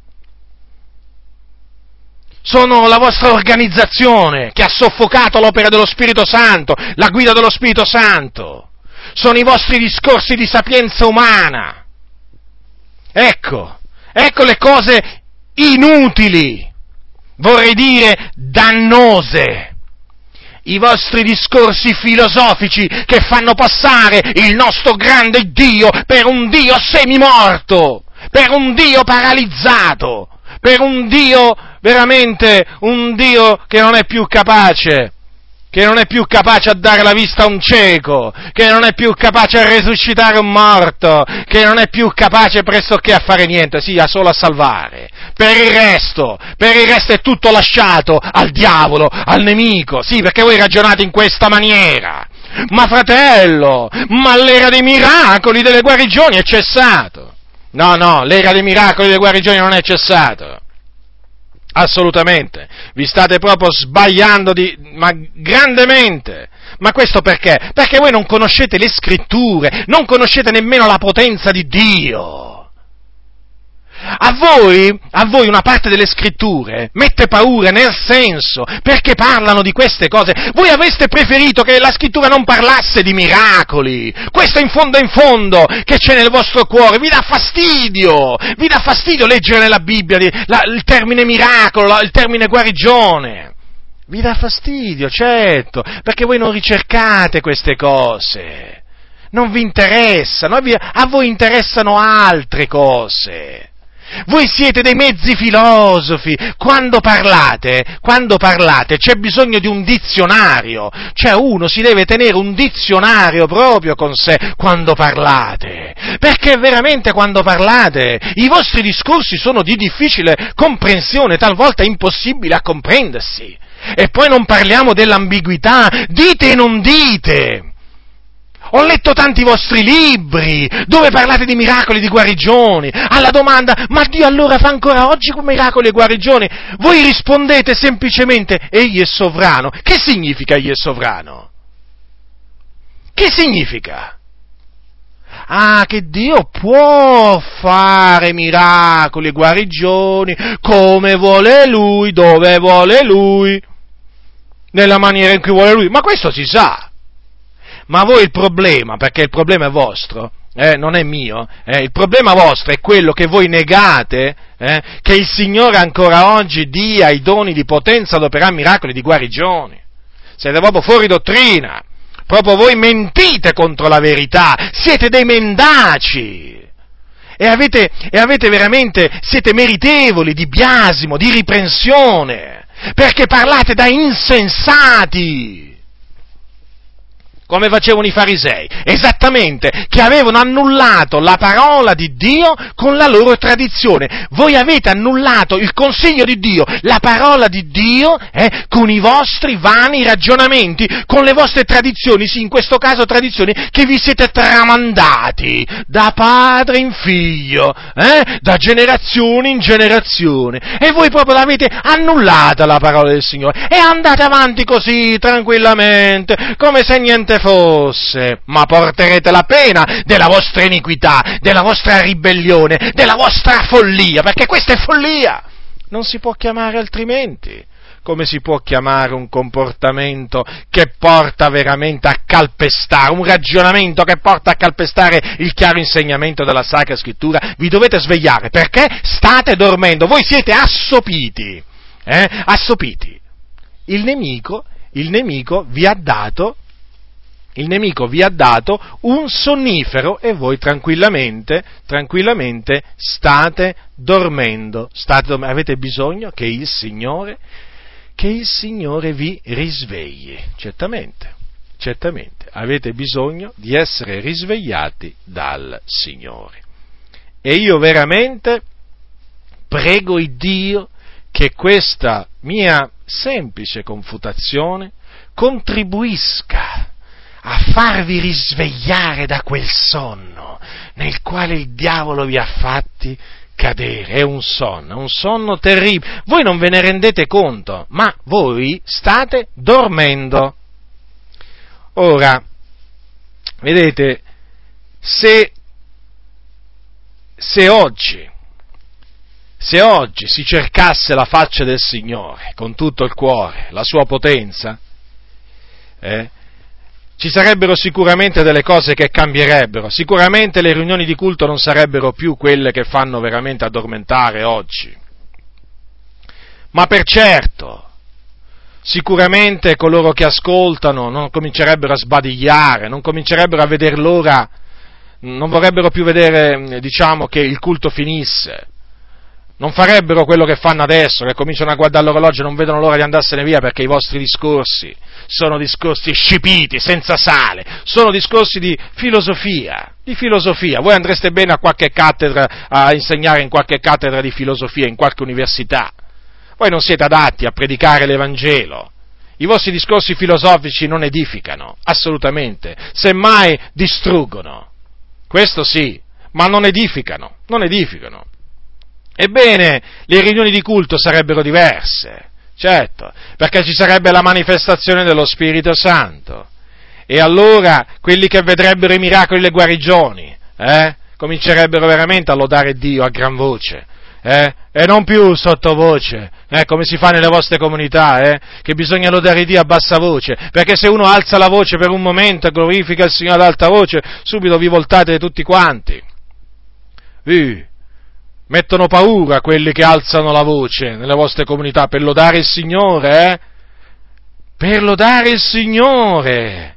Sono la vostra organizzazione che ha soffocato l'opera dello Spirito Santo, la guida dello Spirito Santo. Sono i vostri discorsi di sapienza umana. Ecco le cose inutili, vorrei dire dannose. I vostri discorsi filosofici che fanno passare il nostro grande Dio per un Dio semimorto, per un Dio paralizzato, per un Dio, veramente un Dio che non è più capace a dare la vista a un cieco, che non è più capace a resuscitare un morto, che non è più capace pressoché a fare niente, sì, solo a salvare. Per il resto è tutto lasciato al diavolo, al nemico, sì, perché voi ragionate in questa maniera. Ma fratello, ma l'era dei miracoli, delle guarigioni è cessato. No, l'era dei miracoli e delle guarigioni non è cessato. Assolutamente, vi state proprio sbagliando ma grandemente. Ma questo perché? Perché voi non conoscete le scritture, non conoscete nemmeno la potenza di Dio. A voi una parte delle scritture mette paura, nel senso, perché parlano di queste cose. Voi avreste preferito che la scrittura non parlasse di miracoli. Questo in fondo che c'è nel vostro cuore, vi dà fastidio leggere nella Bibbia il termine miracolo, il termine guarigione. Vi dà fastidio, certo, perché voi non ricercate queste cose. Non vi interessano, a voi interessano altre cose. Voi siete dei mezzi filosofi, quando parlate c'è bisogno di un dizionario, cioè uno si deve tenere un dizionario proprio con sé quando parlate, perché veramente quando parlate i vostri discorsi sono di difficile comprensione, talvolta impossibile a comprendersi, e poi non parliamo dell'ambiguità, dite e non dite. Ho letto tanti vostri libri, dove parlate di miracoli, di guarigioni. Alla domanda, ma Dio allora fa ancora oggi miracoli e guarigioni? Voi rispondete semplicemente, egli è sovrano. Che significa egli è sovrano? Che significa? Ah, che Dio può fare miracoli e guarigioni, come vuole Lui, dove vuole Lui, nella maniera in cui vuole Lui. Ma questo si sa. Ma voi il problema, perché il problema è vostro, non è mio, il problema vostro è quello che voi negate, che il Signore ancora oggi dia i doni di potenza ad operare miracoli di guarigioni. Siete proprio fuori dottrina, proprio voi mentite contro la verità, siete dei mendaci. avete veramente, siete meritevoli di biasimo, di riprensione, perché parlate da insensati, come facevano i farisei, esattamente, che avevano annullato la parola di Dio con la loro tradizione. Voi avete annullato il consiglio di Dio, la parola di Dio, con i vostri vani ragionamenti, con le vostre tradizioni, sì, in questo caso tradizioni che vi siete tramandati da padre in figlio, da generazione in generazione, e voi proprio l'avete annullata la parola del Signore, e andate avanti così, tranquillamente, come se niente fosse, ma porterete la pena della vostra iniquità, della vostra ribellione, della vostra follia, perché questa è follia, non si può chiamare altrimenti. Come si può chiamare un comportamento che porta veramente a calpestare, un ragionamento che porta a calpestare il chiaro insegnamento della Sacra Scrittura? Vi dovete svegliare, perché state dormendo, voi siete assopiti, assopiti. Il nemico vi ha dato un sonnifero e voi tranquillamente state dormendo. Avete bisogno che il Signore vi risvegli. Certamente, avete bisogno di essere risvegliati dal Signore. E io veramente prego il Dio che questa mia semplice confutazione contribuisca a farvi risvegliare da quel sonno nel quale il diavolo vi ha fatti cadere. È un sonno terribile. Voi non ve ne rendete conto, ma voi state dormendo. Ora, vedete, se oggi si cercasse la faccia del Signore con tutto il cuore, la sua potenza, ci sarebbero sicuramente delle cose che cambierebbero, sicuramente le riunioni di culto non sarebbero più quelle che fanno veramente addormentare oggi, ma per certo, sicuramente coloro che ascoltano non comincerebbero a sbadigliare, non comincerebbero a veder l'ora, non vorrebbero più vedere, che il culto finisse. Non farebbero quello che fanno adesso, che cominciano a guardare l'orologio e non vedono l'ora di andarsene via perché i vostri discorsi sono discorsi scipiti, senza sale, sono discorsi di filosofia. Voi andreste bene a qualche cattedra, a insegnare in qualche cattedra di filosofia, in qualche università. Voi non siete adatti a predicare l'Evangelo. I vostri discorsi filosofici non edificano, assolutamente, semmai distruggono. Questo sì, ma non edificano. Ebbene, le riunioni di culto sarebbero diverse, certo, perché ci sarebbe la manifestazione dello Spirito Santo, e allora quelli che vedrebbero i miracoli e le guarigioni, comincerebbero veramente a lodare Dio a gran voce, e non più sottovoce, come si fa nelle vostre comunità, che bisogna lodare Dio a bassa voce, perché se uno alza la voce per un momento e glorifica il Signore ad alta voce, subito vi voltate tutti quanti. Mettono paura quelli che alzano la voce nelle vostre comunità per lodare il Signore, Per lodare il Signore!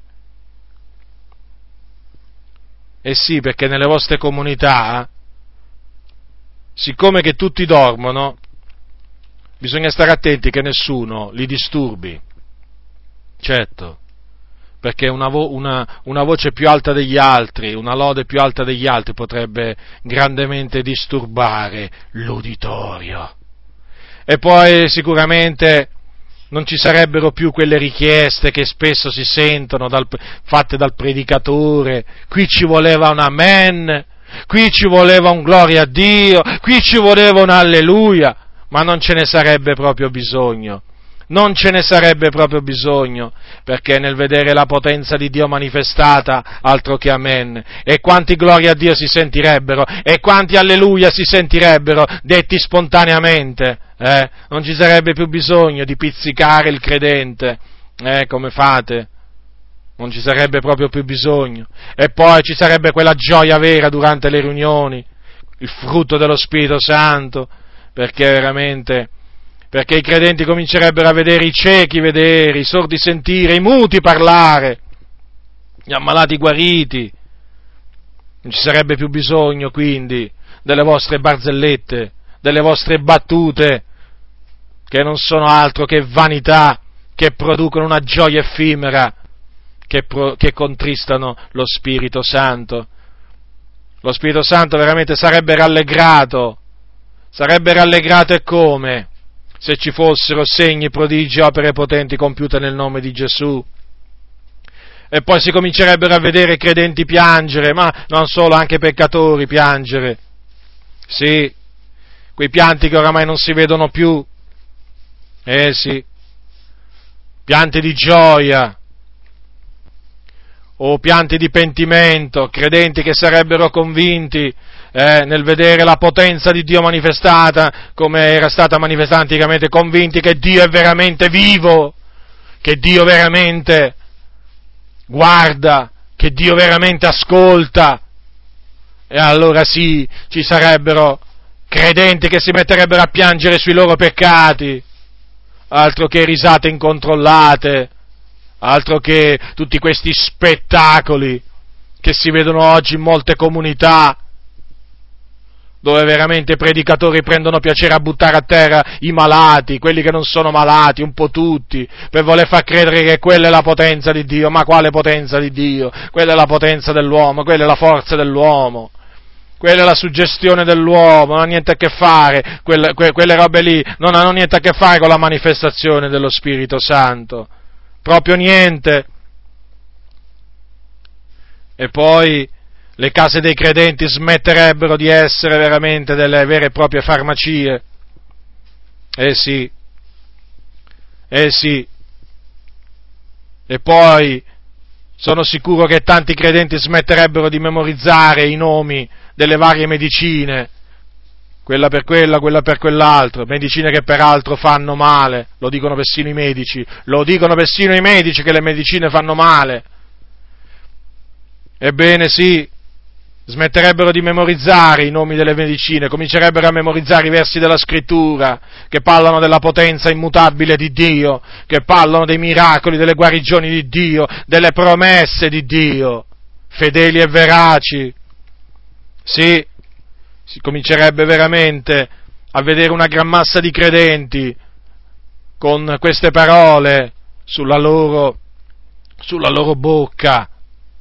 Eh sì, perché nelle vostre comunità, siccome che tutti dormono, bisogna stare attenti che nessuno li disturbi. Certo. Perché una voce più alta degli altri, una lode più alta degli altri potrebbe grandemente disturbare l'uditorio. E poi sicuramente non ci sarebbero più quelle richieste che spesso si sentono fatte dal predicatore: qui ci voleva un amen, qui ci voleva un gloria a Dio, qui ci voleva un alleluia, ma non ce ne sarebbe proprio bisogno. Non ce ne sarebbe proprio bisogno, perché nel vedere la potenza di Dio manifestata, altro che amen, e quanti gloria a Dio si sentirebbero, e quanti alleluia si sentirebbero, detti spontaneamente, non ci sarebbe più bisogno di pizzicare il credente, come fate, non ci sarebbe proprio più bisogno, e poi ci sarebbe quella gioia vera durante le riunioni, il frutto dello Spirito Santo, perché i credenti comincerebbero a vedere i ciechi vedere, i sordi sentire, i muti parlare, gli ammalati guariti. Non ci sarebbe più bisogno, quindi, delle vostre barzellette, delle vostre battute, che non sono altro che vanità, che producono una gioia effimera, che contristano lo Spirito Santo. Lo Spirito Santo veramente sarebbe rallegrato e come? Se ci fossero segni, prodigi, opere potenti compiute nel nome di Gesù. E poi si comincerebbero a vedere credenti piangere, ma non solo, anche peccatori piangere. Sì, quei pianti che oramai non si vedono più. Sì, pianti di gioia, o pianti di pentimento, credenti che sarebbero convinti nel vedere la potenza di Dio manifestata, come era stata manifestata anticamente, convinti che Dio è veramente vivo, che Dio veramente guarda, che Dio veramente ascolta. E allora sì, ci sarebbero credenti che si metterebbero a piangere sui loro peccati, altro che risate incontrollate, altro che tutti questi spettacoli che si vedono oggi in molte comunità, dove veramente i predicatori prendono piacere a buttare a terra i malati, quelli che non sono malati, un po' tutti, per voler far credere che quella è la potenza di Dio. Ma quale potenza di Dio? Quella è la potenza dell'uomo, quella è la forza dell'uomo, quella è la suggestione dell'uomo, non ha niente a che fare, quelle robe lì non hanno niente a che fare con la manifestazione dello Spirito Santo, proprio niente. E poi le case dei credenti smetterebbero di essere veramente delle vere e proprie farmacie. Sì. E poi sono sicuro che tanti credenti smetterebbero di memorizzare i nomi delle varie medicine, quella per quell'altro, medicine che peraltro fanno male, lo dicono persino i medici che le medicine fanno male. Ebbene sì, smetterebbero di memorizzare i nomi delle medicine, comincerebbero a memorizzare i versi della Scrittura, che parlano della potenza immutabile di Dio, che parlano dei miracoli, delle guarigioni di Dio, delle promesse di Dio, fedeli e veraci. Sì, si comincerebbe veramente a vedere una gran massa di credenti con queste parole sulla loro bocca.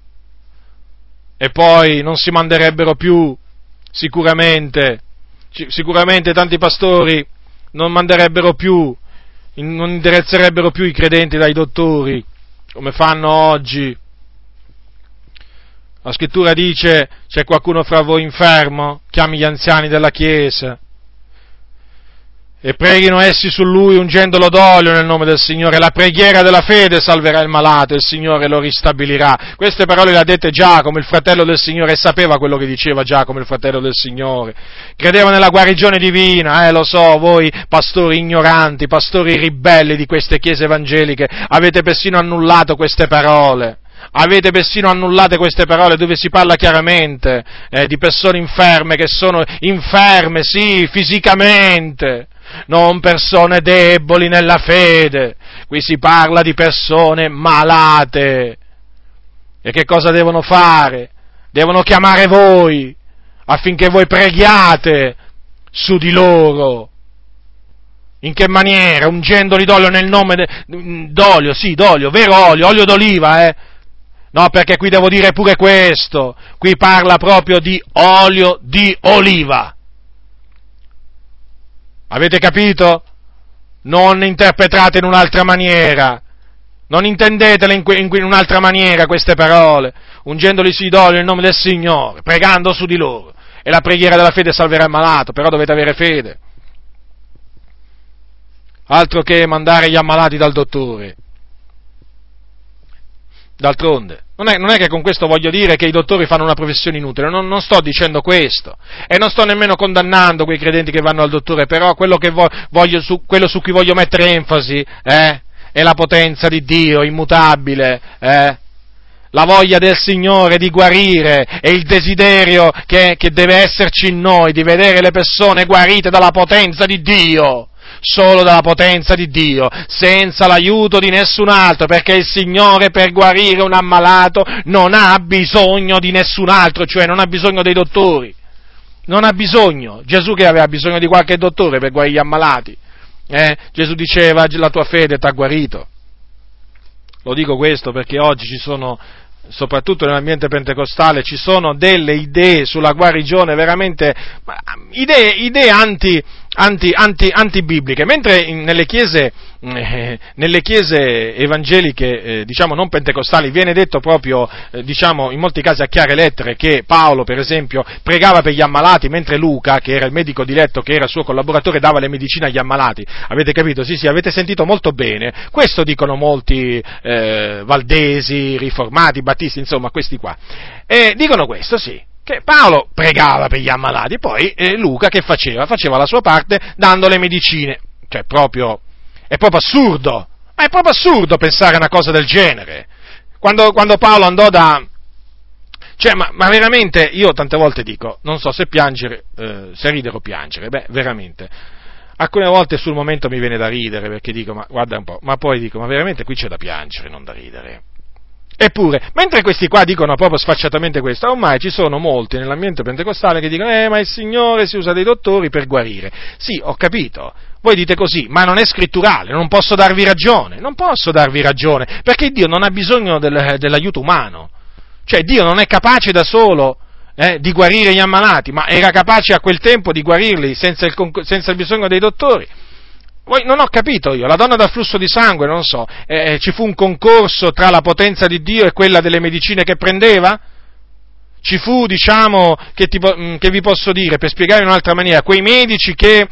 E poi non si manderebbero più, sicuramente tanti pastori non manderebbero più, non indirizzerebbero più i credenti dai dottori, come fanno oggi. La Scrittura dice: c'è qualcuno fra voi infermo? Chiami gli anziani della Chiesa e preghino essi su lui ungendolo d'olio nel nome del Signore. La preghiera della fede salverà il malato e il Signore lo ristabilirà. Queste parole le ha dette Giacomo, il fratello del Signore, e sapeva quello che diceva Giacomo, il fratello del Signore. Credeva nella guarigione divina, lo so, voi pastori ignoranti, pastori ribelli di queste chiese evangeliche, avete persino annullato queste parole. Avete persino annullate queste parole dove si parla chiaramente di persone inferme, che sono inferme, sì, fisicamente, non persone deboli nella fede. Qui si parla di persone malate. E che cosa devono fare? Devono chiamare voi affinché voi preghiate su di loro. In che maniera? Ungendoli d'olio nel nome d'olio, sì, d'olio, vero olio d'oliva, No, perché qui devo dire pure questo, qui parla proprio di olio di oliva. Avete capito? Non interpretate in un'altra maniera, non intendetele in un'altra maniera queste parole, ungendoli sì d'olio nel nome del Signore, pregando su di loro, e la preghiera della fede salverà il malato, però dovete avere fede. Altro che mandare gli ammalati dal dottore. D'altronde, non è che con questo voglio dire che i dottori fanno una professione inutile, non sto dicendo questo, e non sto nemmeno condannando quei credenti che vanno al dottore, però quello su cui voglio mettere enfasi, è la potenza di Dio immutabile, la voglia del Signore di guarire, e il desiderio che deve esserci in noi, di vedere le persone guarite dalla potenza di Dio. Solo dalla potenza di Dio, senza l'aiuto di nessun altro, perché il Signore per guarire un ammalato non ha bisogno di nessun altro, cioè non ha bisogno dei dottori, non ha bisogno. Gesù che aveva bisogno di qualche dottore per guarire gli ammalati? Gesù diceva: la tua fede t'ha guarito. Lo dico questo perché oggi ci sono, soprattutto nell'ambiente pentecostale, ci sono delle idee sulla guarigione veramente, idee antibibliche, mentre nelle chiese evangeliche, non pentecostali, viene detto proprio, in molti casi a chiare lettere, che Paolo, per esempio, pregava per gli ammalati, mentre Luca, che era il medico di letto, che era suo collaboratore, dava le medicine agli ammalati. Avete capito? Sì, avete sentito molto bene. Questo dicono molti valdesi, riformati, battisti, insomma, questi qua. Dicono questo, sì, che Paolo pregava per gli ammalati, poi Luca che faceva? Faceva la sua parte dando le medicine. Cioè, è proprio assurdo, ma è proprio assurdo pensare a una cosa del genere. Quando Paolo andò ma veramente, io tante volte dico, non so se piangere, se ridere o piangere, veramente. Alcune volte sul momento mi viene da ridere, perché dico, ma guarda un po', ma poi dico, ma veramente qui c'è da piangere, non da ridere. Eppure, mentre questi qua dicono proprio sfacciatamente questo, ormai ci sono molti nell'ambiente pentecostale che dicono, ma il Signore si usa dei dottori per guarire. Sì, ho capito, voi dite così, ma non è scritturale, non posso darvi ragione, perché Dio non ha bisogno dell'aiuto umano. Cioè, Dio non è capace da solo di guarire gli ammalati, ma era capace a quel tempo di guarirli senza il bisogno dei dottori. Non ho capito io, la donna dal flusso di sangue, non so, ci fu un concorso tra la potenza di Dio e quella delle medicine che prendeva? Ci fu, che vi posso dire, per spiegare in un'altra maniera, quei medici che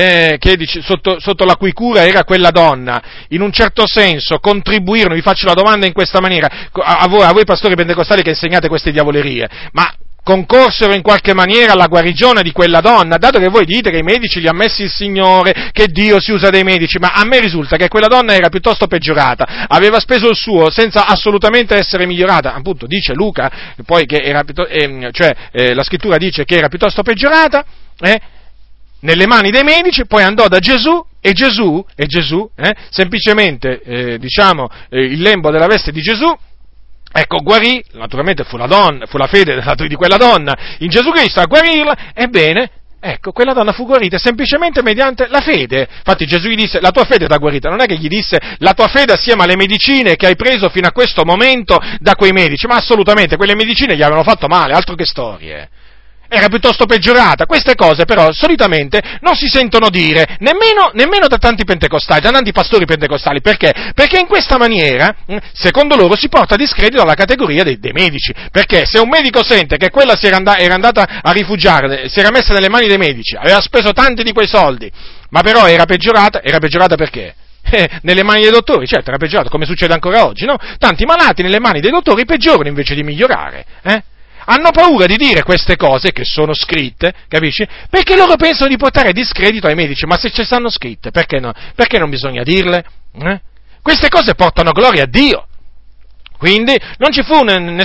sotto la cui cura era quella donna, in un certo senso contribuirono, vi faccio la domanda in questa maniera, a voi pastori pentecostali che insegnate queste diavolerie, ma concorsero in qualche maniera alla guarigione di quella donna, dato che voi dite che i medici li ha messi il Signore, che Dio si usa dei medici, ma a me risulta che quella donna era piuttosto peggiorata, aveva speso il suo senza assolutamente essere migliorata, appunto dice Luca, poi che era la scrittura dice che era piuttosto peggiorata, nelle mani dei medici, poi andò da Gesù, e Gesù, semplicemente, il lembo della veste di Gesù, guarì, naturalmente fu la fede di quella donna in Gesù Cristo a guarirla, ebbene, quella donna fu guarita semplicemente mediante la fede. Infatti Gesù gli disse, la tua fede t'ha guarita, non è che gli disse, la tua fede assieme alle medicine che hai preso fino a questo momento da quei medici, ma assolutamente, quelle medicine gli avevano fatto male, altro che storie. Era piuttosto peggiorata. Queste cose però solitamente non si sentono dire nemmeno da tanti pentecostali, da tanti pastori pentecostali. Perché? Perché in questa maniera, secondo loro, si porta a discredito alla categoria dei medici. Perché se un medico sente che quella era andata a rifugiare, si era messa nelle mani dei medici, aveva speso tanti di quei soldi, ma però era peggiorata perché? Nelle mani dei dottori, certo, era peggiorata, come succede ancora oggi, no? Tanti malati nelle mani dei dottori peggiorano invece di migliorare, Hanno paura di dire queste cose che sono scritte, capisci? Perché loro pensano di portare discredito ai medici, ma se ci stanno scritte, perché no? Perché non bisogna dirle? Queste cose portano gloria a Dio. Quindi non ci fu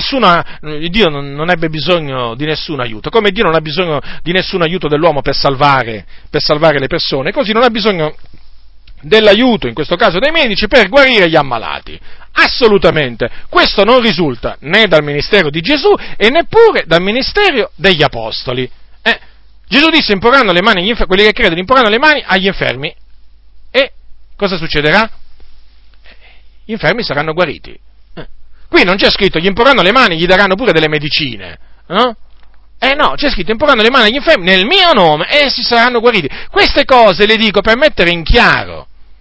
Dio non ebbe bisogno di nessun aiuto, come Dio non ha bisogno di nessun aiuto dell'uomo per salvare le persone, così non ha bisogno dell'aiuto, in questo caso dei medici, per guarire gli ammalati. Assolutamente. Questo non risulta né dal ministero di Gesù e neppure dal ministero degli apostoli. Gesù disse, imporranno le mani agli infermi, quelli che credono imporranno le mani agli infermi, e cosa succederà? Gli infermi saranno guariti. Qui non c'è scritto, gli imporranno le mani, gli daranno pure delle medicine, no? No, c'è scritto, imporranno le mani agli infermi nel mio nome e si saranno guariti. Queste cose le dico per mettere in chiaro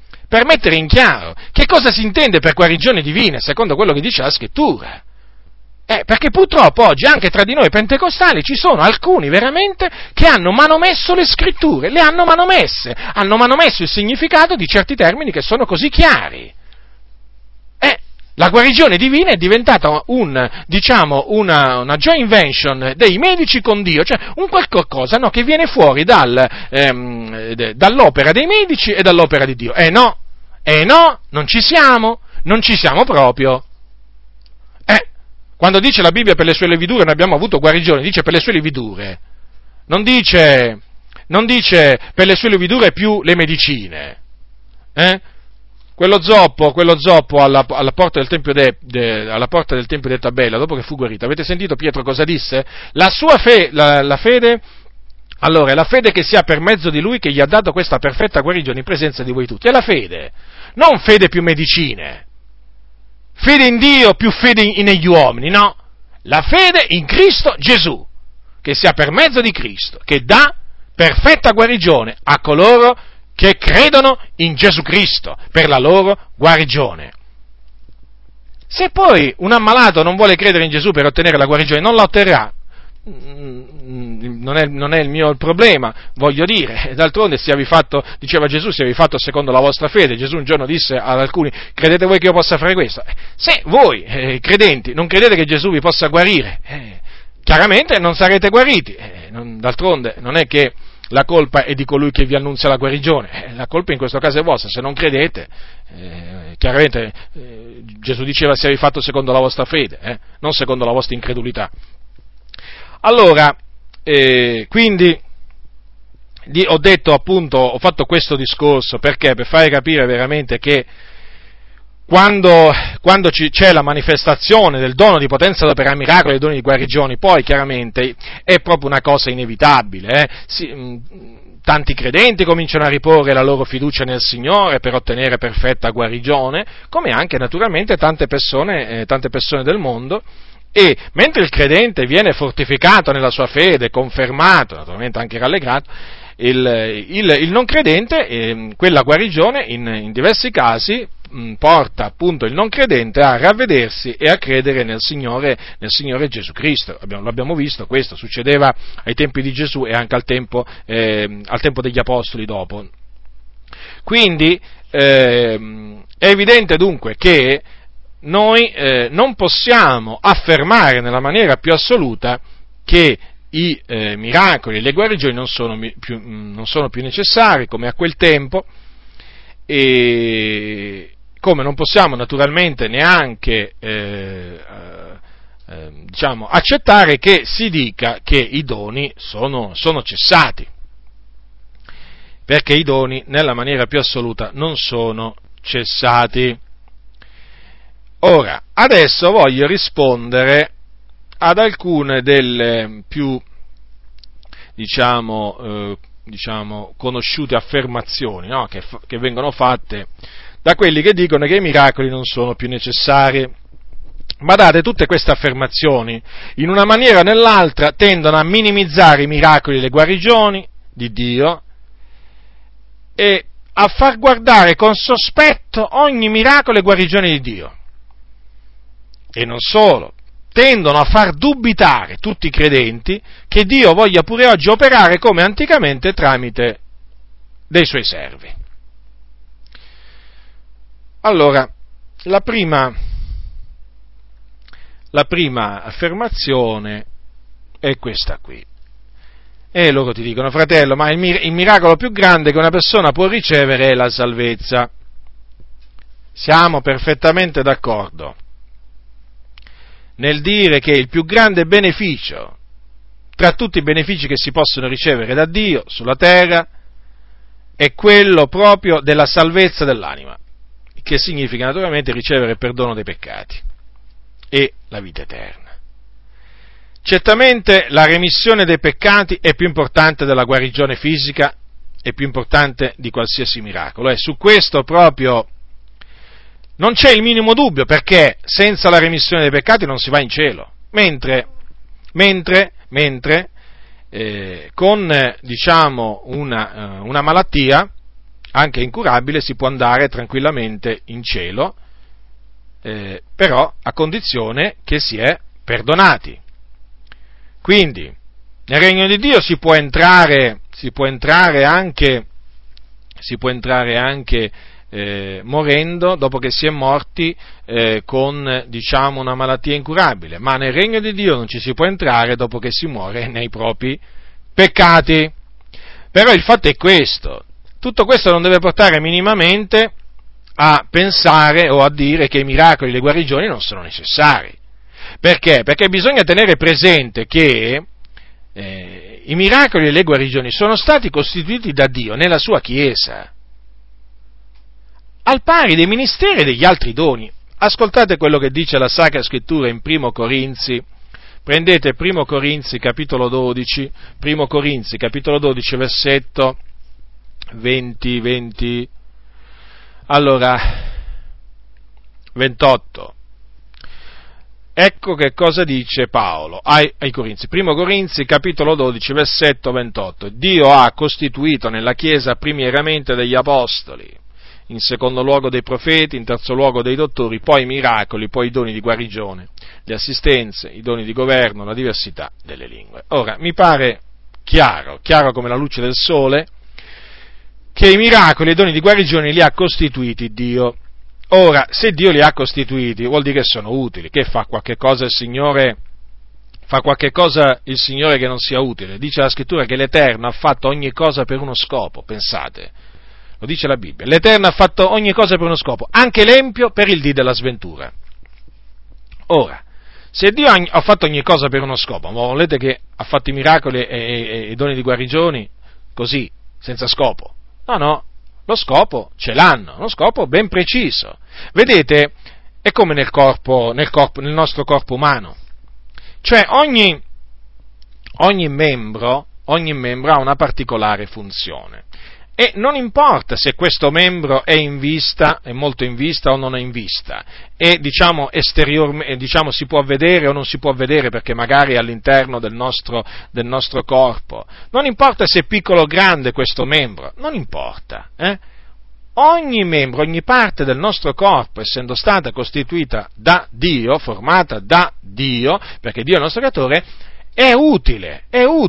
che cosa si intende per guarigione divina, secondo quello che dice la Scrittura. Perché purtroppo oggi anche tra di noi pentecostali ci sono alcuni veramente che hanno manomesso le Scritture, le hanno manomesse, hanno manomesso il significato di certi termini che sono così chiari. La guarigione divina è diventata una joint vention dei medici con Dio, cioè un qualcosa che viene fuori dall'opera dei medici e dall'opera di Dio. No, non ci siamo proprio. Quando dice la Bibbia per le sue levidure noi abbiamo avuto guarigione, dice per le sue levidure, non dice per le sue levidure più le medicine. Quello zoppo alla porta del tempio di Tabella, dopo che fu guarito, avete sentito Pietro cosa disse? La sua la fede Allora, è la fede che sia per mezzo di Lui che gli ha dato questa perfetta guarigione in presenza di voi tutti. È la fede, non fede più medicine, fede in Dio più fede negli uomini, no. La fede in Cristo Gesù, che sia per mezzo di Cristo, che dà perfetta guarigione a coloro che credono in Gesù Cristo per la loro guarigione. Se poi un ammalato non vuole credere in Gesù per ottenere la guarigione, non la otterrà. Non è il mio problema, voglio dire, d'altronde diceva Gesù, siavi fatto secondo la vostra fede. Gesù un giorno disse ad alcuni: credete voi che io possa fare questo? Se voi, credenti, non credete che Gesù vi possa guarire, chiaramente non sarete guariti, d'altronde non è che la colpa è di colui che vi annunzia la guarigione, la colpa in questo caso è vostra, se non credete, chiaramente Gesù diceva siavi fatto secondo la vostra fede, non secondo la vostra incredulità. Allora, quindi ho detto appunto, ho fatto questo discorso perché? Per fare capire veramente che quando c'è la manifestazione del dono di potenza ad operare miracoli e doni di guarigioni, poi chiaramente è proprio una cosa inevitabile. Tanti credenti cominciano a riporre la loro fiducia nel Signore per ottenere perfetta guarigione, come anche naturalmente tante persone del mondo. E mentre il credente viene fortificato nella sua fede, confermato, naturalmente anche rallegrato, il non credente, quella guarigione in diversi casi porta appunto il non credente a ravvedersi e a credere nel Signore Gesù Cristo. Lo abbiamo visto, questo succedeva ai tempi di Gesù e anche al tempo degli Apostoli dopo. Quindi è evidente dunque che noi non possiamo affermare nella maniera più assoluta che i miracoli e le guarigioni non sono più necessari come a quel tempo, e come non possiamo naturalmente neanche accettare che si dica che i doni sono cessati, perché i doni nella maniera più assoluta non sono cessati. Ora, adesso voglio rispondere ad alcune delle più, conosciute affermazioni, no? che vengono fatte da quelli che dicono che i miracoli non sono più necessari. Badate, tutte queste affermazioni, in una maniera o nell'altra, tendono a minimizzare i miracoli e le guarigioni di Dio e a far guardare con sospetto ogni miracolo e guarigione di Dio. E non solo, tendono a far dubitare tutti i credenti che Dio voglia pure oggi operare come anticamente tramite dei suoi servi. Allora, la prima affermazione è questa qui. E loro ti dicono: fratello, ma il miracolo più grande che una persona può ricevere è la salvezza. Siamo perfettamente d'accordo nel dire che il più grande beneficio, tra tutti i benefici che si possono ricevere da Dio sulla terra, è quello proprio della salvezza dell'anima, che significa naturalmente ricevere il perdono dei peccati e la vita eterna. Certamente la remissione dei peccati è più importante della guarigione fisica, è più importante di qualsiasi miracolo, e su questo proprio non c'è il minimo dubbio, perché senza la remissione dei peccati non si va in cielo, mentre con una malattia anche incurabile si può andare tranquillamente in cielo, però a condizione che si è perdonati. Quindi nel regno di Dio si può entrare anche morendo, dopo che si è morti con una malattia incurabile, ma nel regno di Dio non ci si può entrare dopo che si muore nei propri peccati. Però il fatto è questo: tutto questo non deve portare minimamente a pensare o a dire che i miracoli e le guarigioni non sono necessari. Perché? Perché bisogna tenere presente che i miracoli e le guarigioni sono stati costituiti da Dio nella sua Chiesa, al pari dei ministeri e degli altri doni. Ascoltate quello che dice la Sacra Scrittura in 1 Corinzi, Prendete Primo Corinzi capitolo 12, versetto 20, allora, 28. Ecco che cosa dice Paolo ai Corinzi. Primo Corinzi capitolo 12, versetto 28. Dio ha costituito nella Chiesa primieramente degli apostoli, in secondo luogo dei profeti, in terzo luogo dei dottori, poi i miracoli, poi i doni di guarigione, le assistenze, i doni di governo, la diversità delle lingue. Ora, mi pare chiaro come la luce del sole, che i miracoli e i doni di guarigione li ha costituiti Dio. Ora, se Dio li ha costituiti, vuol dire che sono utili. Che fa qualche cosa il Signore? Fa qualche cosa il Signore che non sia utile? Dice la Scrittura che l'Eterno ha fatto ogni cosa per uno scopo, pensate. Lo dice la Bibbia. L'Eterno ha fatto ogni cosa per uno scopo, anche l'empio per il dì della sventura. Ora, se Dio ha fatto ogni cosa per uno scopo, ma volete che ha fatto i miracoli e i doni di guarigioni così, senza scopo? No, lo scopo ce l'hanno, uno scopo ben preciso. Vedete, è come nel nostro corpo umano. Cioè ogni membro ha una particolare funzione. E non importa se questo membro è molto in vista o non è in vista, e si può vedere o non si può vedere perché magari è all'interno del nostro corpo. Non importa se è piccolo o grande questo membro, non importa. Ogni membro, ogni parte del nostro corpo, essendo stata costituita da Dio, formata da Dio, perché Dio è il nostro creatore, è utile.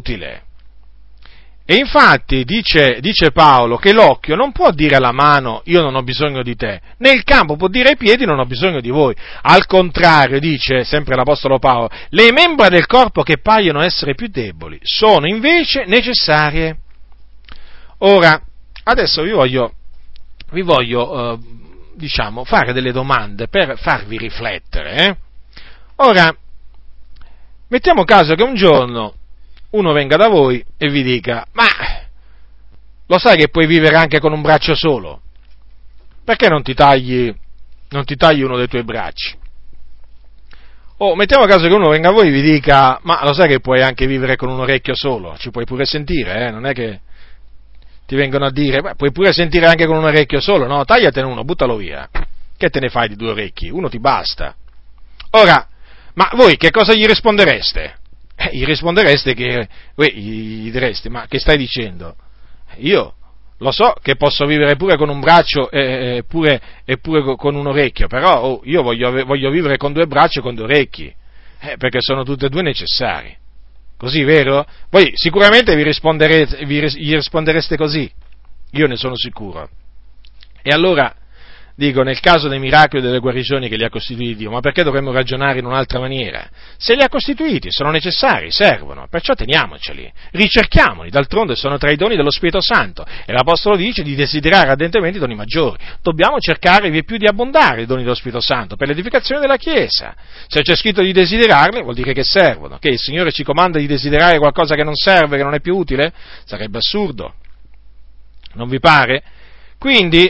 E infatti dice Paolo che l'occhio non può dire alla mano io non ho bisogno di te, né il campo può dire ai piedi non ho bisogno di voi. Al contrario, dice sempre l'Apostolo Paolo, le membra del corpo che paiono essere più deboli sono invece necessarie. Ora, adesso vi voglio fare delle domande per farvi riflettere. Ora, mettiamo caso che un giorno uno venga da voi e vi dica, ma lo sai che puoi vivere anche con un braccio solo? Perché non ti tagli uno dei tuoi bracci? O mettiamo caso che uno venga a voi e vi dica, ma lo sai che puoi anche vivere con un orecchio solo? Ci puoi pure sentire, non è che ti vengono a dire, beh, puoi pure sentire anche con un orecchio solo, no? Tagliatene uno, buttalo via. Che te ne fai di due orecchi? Uno ti basta. Ora, ma voi che cosa gli rispondereste? Gli rispondereste gli direste, ma che stai dicendo? Io lo so che posso vivere pure con un braccio e pure con un orecchio, però io voglio vivere con due braccia e con due orecchi, perché sono tutte e due necessari. Così, vero? Voi sicuramente gli rispondereste così, io ne sono sicuro. E allora, dico, nel caso dei miracoli e delle guarigioni che li ha costituiti Dio, ma perché dovremmo ragionare in un'altra maniera? Se li ha costituiti, sono necessari, servono, perciò teniamoceli, ricerchiamoli, d'altronde sono tra i doni dello Spirito Santo, e l'Apostolo dice di desiderare ardentemente i doni maggiori. Dobbiamo cercare vieppiù di abbondare i doni dello Spirito Santo per l'edificazione della Chiesa. Se c'è scritto di desiderarli, vuol dire che servono. Che il Signore ci comanda di desiderare qualcosa che non serve, che non è più utile? Sarebbe assurdo. Non vi pare? Quindi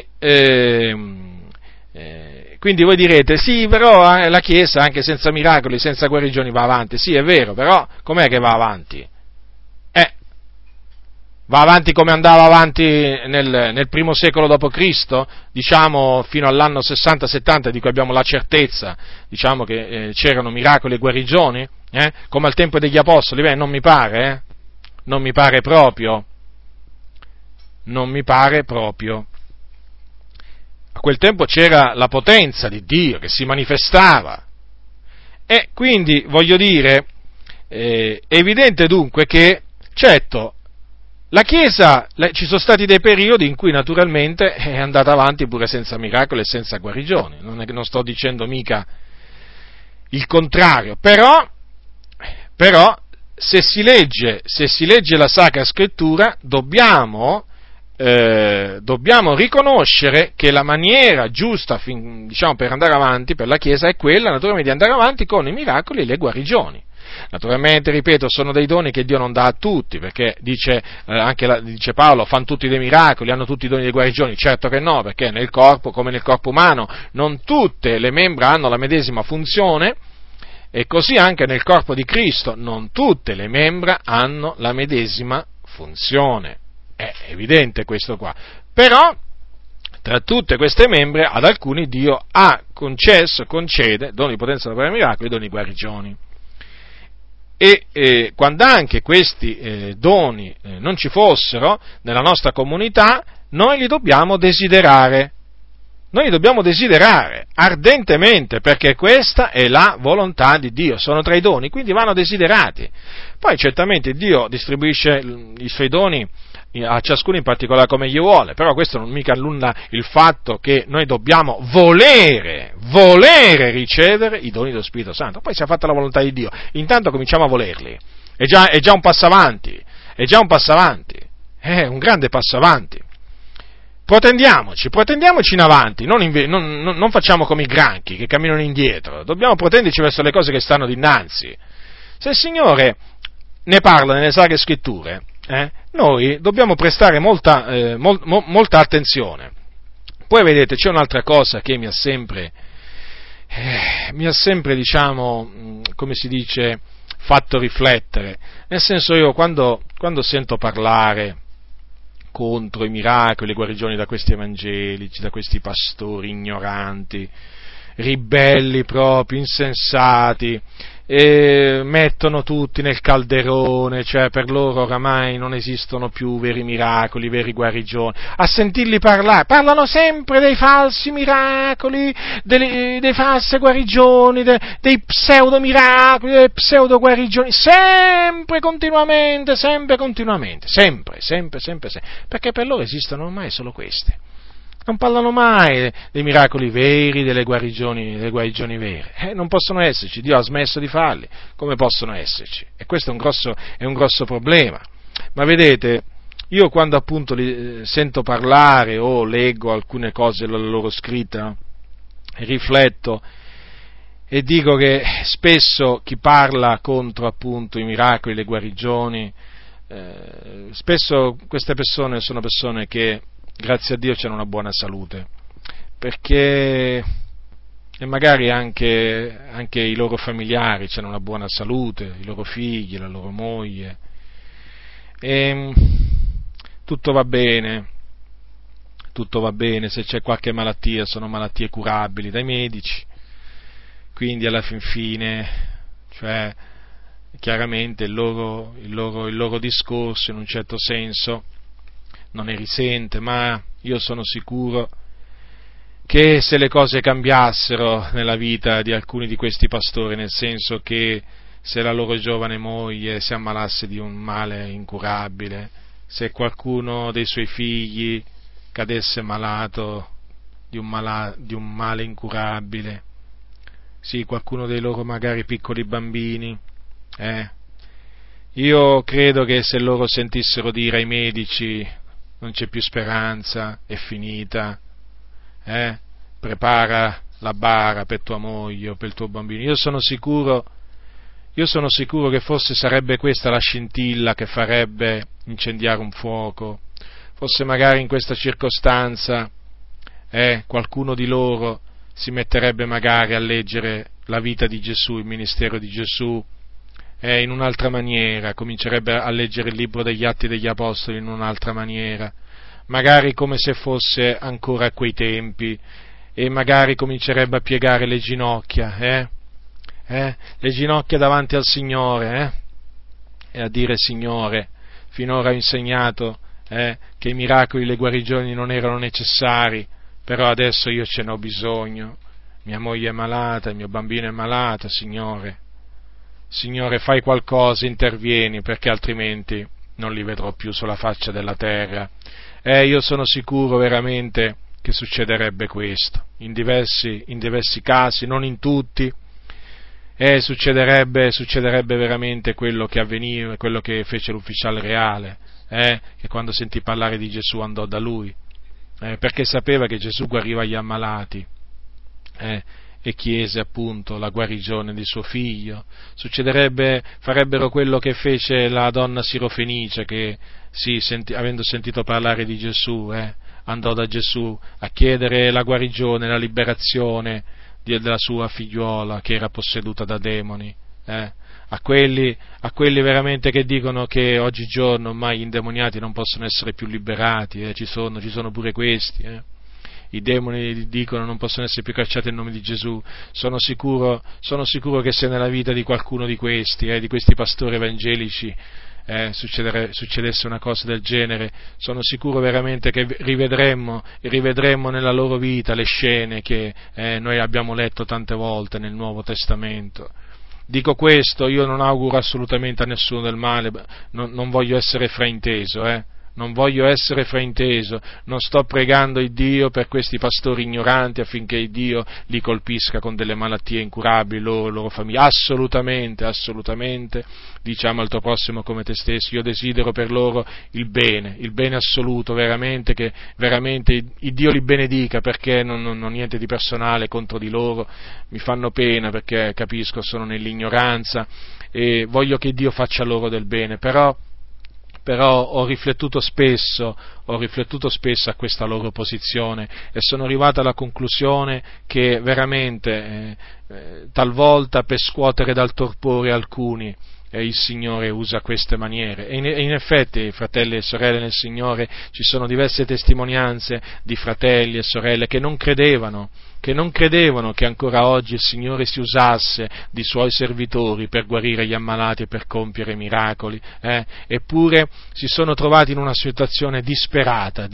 voi direte, sì, però la Chiesa anche senza miracoli, senza guarigioni va avanti. Sì, è vero, però com'è che va avanti? Va avanti come andava avanti nel primo secolo d.C., diciamo fino all'anno 60-70, di cui abbiamo la certezza, diciamo che c'erano miracoli e guarigioni, come al tempo degli Apostoli. Beh, non mi pare proprio. A quel tempo c'era la potenza di Dio che si manifestava. E quindi, voglio dire, è evidente dunque che, certo, la Chiesa, ci sono stati dei periodi in cui naturalmente è andata avanti pure senza miracoli e senza guarigioni, non sto dicendo mica il contrario, però se si legge la Sacra Scrittura dobbiamo riconoscere che la maniera giusta per andare avanti per la Chiesa è quella naturalmente di andare avanti con i miracoli e le guarigioni. Naturalmente, ripeto, sono dei doni che Dio non dà a tutti, perché dice Paolo, fanno tutti dei miracoli, hanno tutti i doni delle guarigioni. Certo che no, perché nel corpo, come nel corpo umano, non tutte le membra hanno la medesima funzione, E così anche nel corpo di Cristo, non tutte le membra hanno la medesima funzione. È evidente questo qua. Però, tra tutte queste membre, ad alcuni Dio ha concede, doni di potenza da operare miracoli, doni di guarigioni. E quando anche questi doni non ci fossero nella nostra comunità, noi li dobbiamo desiderare. Noi li dobbiamo desiderare ardentemente, perché questa è la volontà di Dio, sono tra i doni, quindi vanno desiderati. Poi certamente Dio distribuisce i suoi doni a ciascuno in particolare come gli vuole, però questo non mica annulla il fatto che noi dobbiamo volere ricevere i doni dello Spirito Santo. Poi sia fatta la volontà di Dio, intanto cominciamo a volerli, è già un passo avanti, è un grande passo avanti. Protendiamoci in avanti, non facciamo come i granchi che camminano indietro, dobbiamo protenderci verso le cose che stanno dinanzi. Se il Signore ne parla nelle Sacre Scritture, noi dobbiamo prestare molta attenzione. Poi vedete, c'è un'altra cosa che mi ha sempre, diciamo, come si dice, fatto riflettere, nel senso, io quando sento parlare contro i miracoli, le guarigioni da questi evangelici, da questi pastori ignoranti, ribelli proprio, insensati, e mettono tutti nel calderone, cioè per loro oramai non esistono più veri miracoli, veri guarigioni. A sentirli parlare, parlano sempre dei falsi miracoli, dei false guarigioni, dei pseudo miracoli, delle pseudo guarigioni, sempre continuamente, perché per loro esistono ormai solo queste. Non parlano mai dei miracoli veri, delle guarigioni vere. Non possono esserci, Dio ha smesso di farli, come possono esserci? E questo è un grosso problema. Ma vedete, io quando appunto li sento parlare o leggo alcune cose della loro scritta, rifletto e dico che spesso chi parla contro appunto i miracoli, le guarigioni, spesso queste persone sono persone che grazie a Dio c'hanno una buona salute, perché e magari anche i loro familiari c'hanno una buona salute, i loro figli, la loro moglie, e tutto va bene, se c'è qualche malattia sono malattie curabili dai medici, quindi alla fin fine, cioè chiaramente il loro discorso in un certo senso non ne risente, ma io sono sicuro che se le cose cambiassero nella vita di alcuni di questi pastori, nel senso che se la loro giovane moglie si ammalasse di un male incurabile, se qualcuno dei suoi figli cadesse malato di un male incurabile, sì, qualcuno dei loro magari piccoli bambini, io credo che se loro sentissero dire ai medici non c'è più speranza, è finita, prepara la bara per tua moglie o per il tuo bambino, io sono sicuro che forse sarebbe questa la scintilla che farebbe incendiare un fuoco, forse magari in questa circostanza qualcuno di loro si metterebbe magari a leggere la vita di Gesù, il ministero di Gesù, in un'altra maniera, comincerebbe a leggere il libro degli Atti degli Apostoli in un'altra maniera, magari come se fosse ancora a quei tempi, e magari comincerebbe a piegare le ginocchia davanti al Signore, e a dire: Signore, finora ho insegnato che i miracoli e le guarigioni non erano necessari, però adesso io ce n'ho bisogno, mia moglie è malata, il mio bambino è malato, Signore, fai qualcosa, intervieni, perché altrimenti non li vedrò più sulla faccia della terra. Io sono sicuro veramente che succederebbe questo, in diversi casi, non in tutti, succederebbe veramente quello che avveniva, quello che fece l'ufficiale reale, che quando sentì parlare di Gesù andò da lui, perché sapeva che Gesù guariva gli ammalati, e chiese appunto la guarigione di suo figlio. Farebbero quello che fece la donna sirofenice, che avendo sentito parlare di Gesù, andò da Gesù a chiedere la guarigione, la liberazione della sua figliuola che era posseduta da demoni. A quelli veramente che dicono che oggigiorno ormai gli indemoniati non possono essere più liberati, ci sono pure questi. I demoni dicono non possono essere più cacciati in nome di Gesù. Sono sicuro che se nella vita di qualcuno di questi pastori evangelici, succedesse una cosa del genere, sono sicuro veramente che rivedremmo nella loro vita le scene che noi abbiamo letto tante volte nel Nuovo Testamento. Dico questo, io non auguro assolutamente a nessuno del male, non voglio essere frainteso, non voglio essere frainteso, non sto pregando il Dio per questi pastori ignoranti affinché il Dio li colpisca con delle malattie incurabili, loro famiglie, assolutamente, diciamo al tuo prossimo come te stesso, io desidero per loro il bene assoluto, veramente, che veramente il Dio li benedica, perché non ho niente di personale contro di loro, mi fanno pena perché capisco, sono nell'ignoranza e voglio che Dio faccia loro del bene, però ho riflettuto spesso a questa loro posizione e sono arrivato alla conclusione che veramente talvolta per scuotere dal torpore alcuni il Signore usa queste maniere. E in effetti, fratelli e sorelle nel Signore, ci sono diverse testimonianze di fratelli e sorelle che non credevano che ancora oggi il Signore si usasse di Suoi servitori per guarire gli ammalati e per compiere miracoli, eppure si sono trovati in una situazione disperata,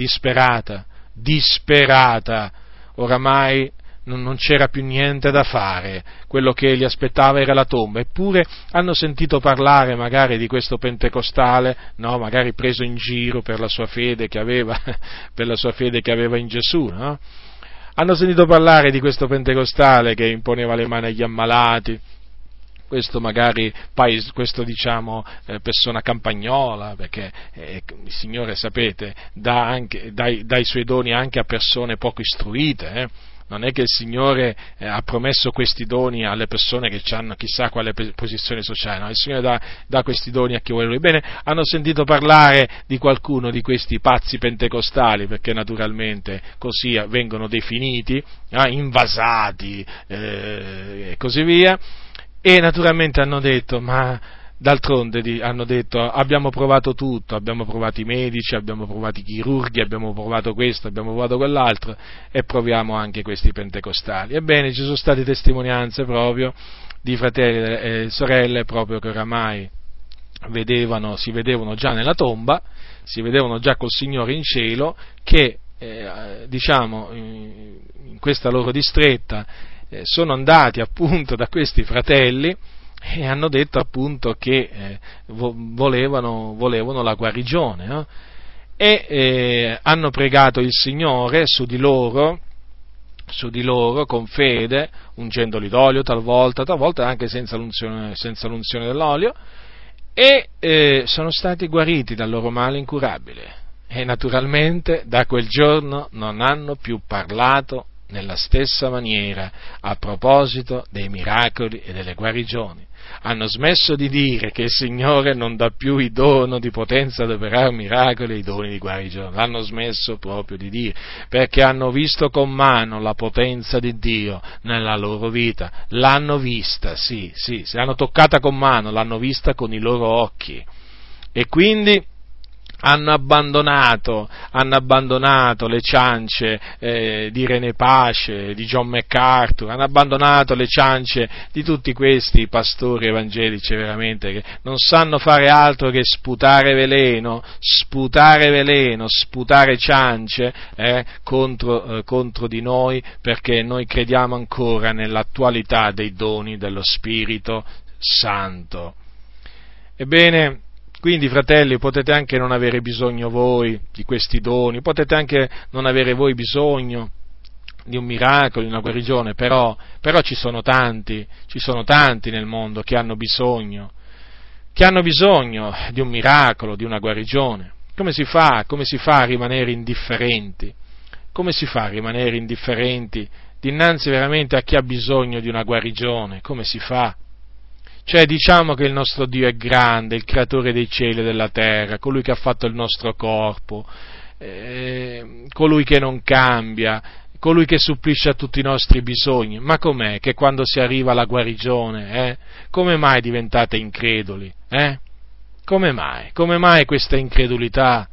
oramai non c'era più niente da fare, quello che li aspettava era la tomba, eppure hanno sentito parlare magari di questo pentecostale, no? Magari preso in giro per la sua fede che aveva, in Gesù, no? Hanno sentito parlare di questo pentecostale che imponeva le mani agli ammalati, questo persona campagnola, perché il Signore, sapete, dà i suoi doni anche a persone poco istruite, Non è che il Signore ha promesso questi doni alle persone che hanno chissà quale posizione sociale, no? Il Signore dà questi doni a chi vuole Lui. Bene, hanno sentito parlare di qualcuno di questi pazzi pentecostali, perché naturalmente così vengono definiti, invasati e così via, e naturalmente hanno detto, hanno detto, abbiamo provato tutto, abbiamo provato i medici, abbiamo provato i chirurghi, abbiamo provato questo, abbiamo provato quell'altro, e proviamo anche questi pentecostali. Ebbene, ci sono state testimonianze proprio di fratelli e sorelle proprio che oramai si vedevano già nella tomba, si vedevano già col Signore in cielo, che in questa loro distretta sono andati appunto da questi fratelli e hanno detto appunto che volevano la guarigione, no? E hanno pregato il Signore su di loro con fede, ungendoli d'olio talvolta anche senza l'unzione dell'olio, e sono stati guariti dal loro male incurabile. E naturalmente da quel giorno non hanno più parlato nella stessa maniera a proposito dei miracoli e delle guarigioni. Hanno smesso di dire che il Signore non dà più il dono di potenza ad operare miracoli e i doni di guarigione. L'hanno smesso proprio di dire, perché hanno visto con mano la potenza di Dio nella loro vita. L'hanno vista, sì, se l'hanno toccata con mano, l'hanno vista con i loro occhi. E quindi hanno abbandonato le ciance di René Pace, di John MacArthur, hanno abbandonato le ciance di tutti questi pastori evangelici veramente che non sanno fare altro che sputare veleno, sputare ciance contro di noi, perché noi crediamo ancora nell'attualità dei doni dello Spirito Santo. Ebbene, quindi, fratelli, potete anche non avere bisogno voi di questi doni, potete anche non avere voi bisogno di un miracolo, di una guarigione, però ci sono tanti nel mondo che hanno bisogno di un miracolo, di una guarigione. Come si fa a rimanere indifferenti? Come si fa a rimanere indifferenti dinanzi veramente a chi ha bisogno di una guarigione? Come si fa? Cioè, diciamo che il nostro Dio è grande, il creatore dei cieli e della terra, colui che ha fatto il nostro corpo, colui che non cambia, colui che supplisce a tutti i nostri bisogni. Ma com'è che quando si arriva alla guarigione, come mai diventate increduli? Come mai? Come mai questa incredulità?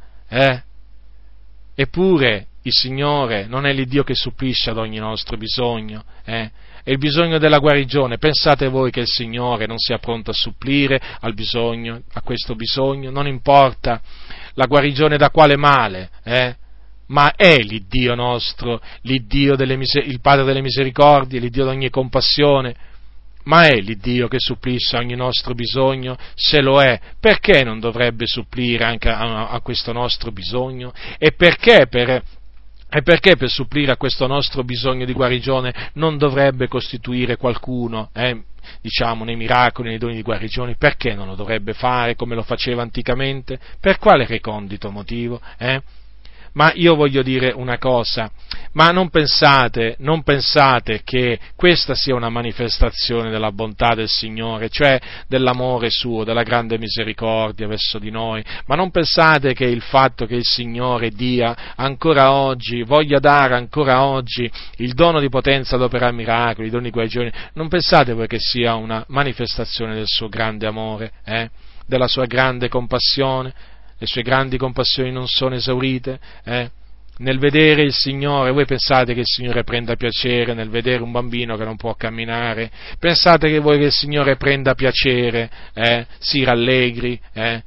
Eppure il Signore non è l'Iddio che supplisce ad ogni nostro bisogno, È il bisogno della guarigione. Pensate voi che il Signore non sia pronto a supplire al bisogno, a questo bisogno? Non importa la guarigione da quale male, ma è l'Iddio nostro, l'Iddio il Padre delle misericordie, l'Iddio di ogni compassione, ma è l'Iddio che supplisce a ogni nostro bisogno? Se lo è, perché non dovrebbe supplire anche a questo nostro bisogno? E perché per supplire a questo nostro bisogno di guarigione non dovrebbe costituire qualcuno, nei miracoli, nei doni di guarigione? Perché non lo dovrebbe fare come lo faceva anticamente? Per quale recondito motivo? Ma io voglio dire una cosa, ma non pensate che questa sia una manifestazione della bontà del Signore, cioè dell'amore suo, della grande misericordia verso di noi? Ma non pensate che il fatto che il Signore voglia dare ancora oggi il dono di potenza ad operare miracoli, i doni di guarigione, non pensate voi che sia una manifestazione del suo grande amore, della sua grande compassione? Le sue grandi compassioni non sono esaurite, Nel vedere il Signore, voi pensate che il Signore prenda piacere nel vedere un bambino che non può camminare? Pensate che voi che il Signore prenda piacere, si rallegri,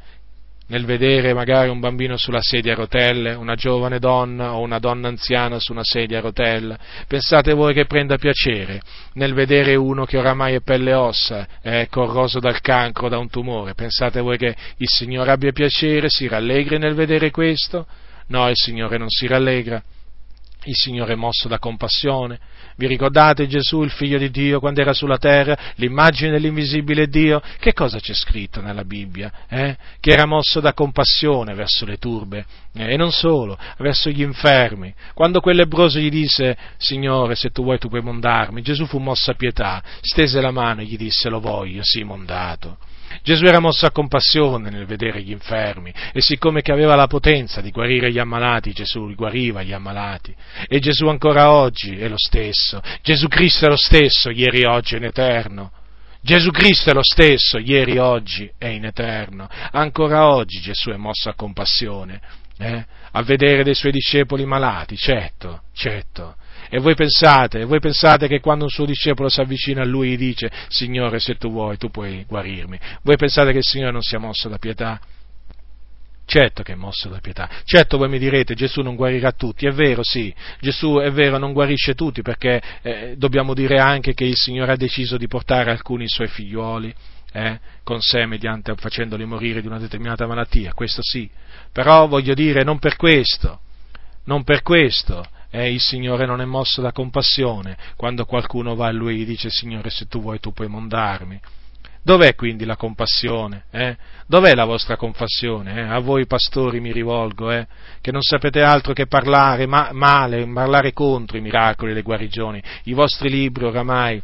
nel vedere magari un bambino sulla sedia a rotelle, una giovane donna o una donna anziana su una sedia a rotelle? Pensate voi che prenda piacere nel vedere uno che oramai è pelle e ossa, corroso dal cancro, da un tumore? Pensate voi che il Signore abbia piacere, si rallegri nel vedere questo? No, il Signore non si rallegra. Il Signore è mosso da compassione. Vi ricordate Gesù, il Figlio di Dio, quando era sulla terra, l'immagine dell'invisibile Dio? Che cosa c'è scritto nella Bibbia? Che era mosso da compassione verso le turbe, e non solo, verso gli infermi. Quando quel lebbroso gli disse: Signore, se tu vuoi tu puoi mondarmi, Gesù fu mosso a pietà, stese la mano e gli disse: lo voglio, sii mondato. Gesù era mosso a compassione nel vedere gli infermi, e siccome che aveva la potenza di guarire gli ammalati, Gesù li guariva gli ammalati. E Gesù ancora oggi è lo stesso. Gesù Cristo è lo stesso, ieri, oggi e in eterno. Gesù Cristo è lo stesso, ieri, oggi e in eterno. Ancora oggi Gesù è mosso a compassione, a vedere dei suoi discepoli malati, certo. E voi pensate che quando un suo discepolo si avvicina a lui e dice: Signore, se tu vuoi, tu puoi guarirmi, voi pensate che il Signore non sia mosso da pietà? Certo che è mosso da pietà. Certo, voi mi direte: Gesù non guarirà tutti. È vero, sì, Gesù, è vero, non guarisce tutti, perché dobbiamo dire anche che il Signore ha deciso di portare alcuni suoi figliuoli con sé, facendoli morire di una determinata malattia, questo sì. Però voglio dire, non per questo, il Signore non è mosso da compassione quando qualcuno va a Lui e gli dice: Signore, se tu vuoi tu puoi mondarmi. Dov'è quindi la compassione? Dov'è la vostra compassione? A voi pastori mi rivolgo, che non sapete altro che parlare male, parlare contro i miracoli e le guarigioni. I vostri libri oramai,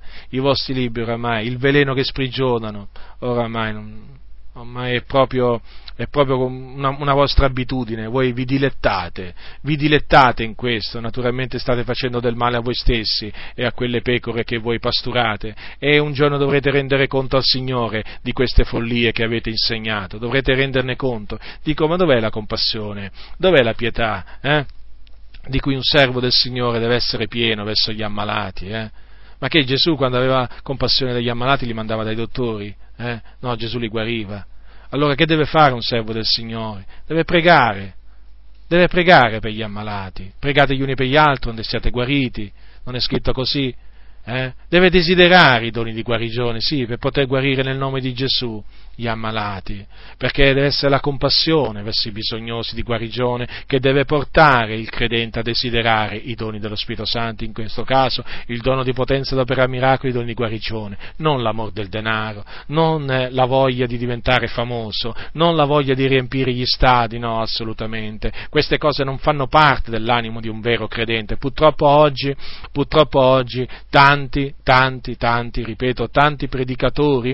il veleno che sprigionano, ormai è proprio una vostra abitudine. Voi vi dilettate in questo, naturalmente state facendo del male a voi stessi e a quelle pecore che voi pasturate, e un giorno dovrete rendere conto al Signore di queste follie che avete insegnato, dovrete renderne conto. Dico, ma dov'è la compassione? Dov'è la pietà, di cui un servo del Signore deve essere pieno verso gli ammalati, Ma che Gesù, quando aveva compassione degli ammalati, li mandava dai dottori? No, Gesù li guariva. Allora che deve fare un servo del Signore? Deve pregare per gli ammalati. Pregate gli uni per gli altri onde siate guariti. Non è scritto così? Deve desiderare i doni di guarigione, sì, per poter guarire nel nome di Gesù gli ammalati, perché deve essere la compassione verso i bisognosi di guarigione che deve portare il credente a desiderare i doni dello Spirito Santo, in questo caso il dono di potenza ad operare miracoli, i doni di guarigione, non l'amor del denaro, non la voglia di diventare famoso, non la voglia di riempire gli stadi, no, assolutamente. Queste cose non fanno parte dell'animo di un vero credente. Purtroppo oggi tanti predicatori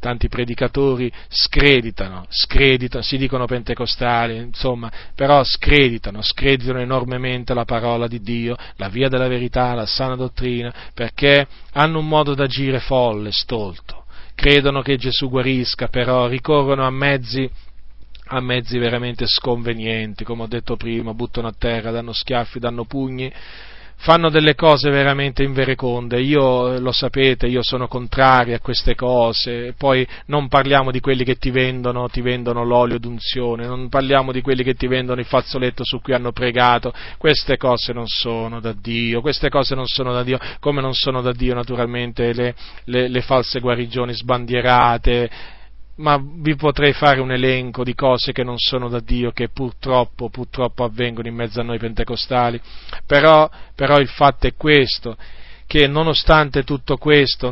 tanti predicatori screditano, si dicono pentecostali, insomma, però screditano enormemente la parola di Dio, la via della verità, la sana dottrina, perché hanno un modo d'agire folle, stolto. Credono che Gesù guarisca, però ricorrono a mezzi veramente sconvenienti, come ho detto prima, buttano a terra, danno schiaffi, danno pugni, fanno delle cose veramente invereconde. Io, lo sapete, io sono contrario a queste cose. Poi non parliamo di quelli che ti vendono l'olio d'unzione, non parliamo di quelli che ti vendono il fazzoletto su cui hanno pregato. Queste cose non sono da Dio, come non sono da Dio naturalmente le false guarigioni sbandierate. Ma vi potrei fare un elenco di cose che non sono da Dio, che purtroppo avvengono in mezzo a noi pentecostali, però il fatto è questo, che nonostante tutto questo,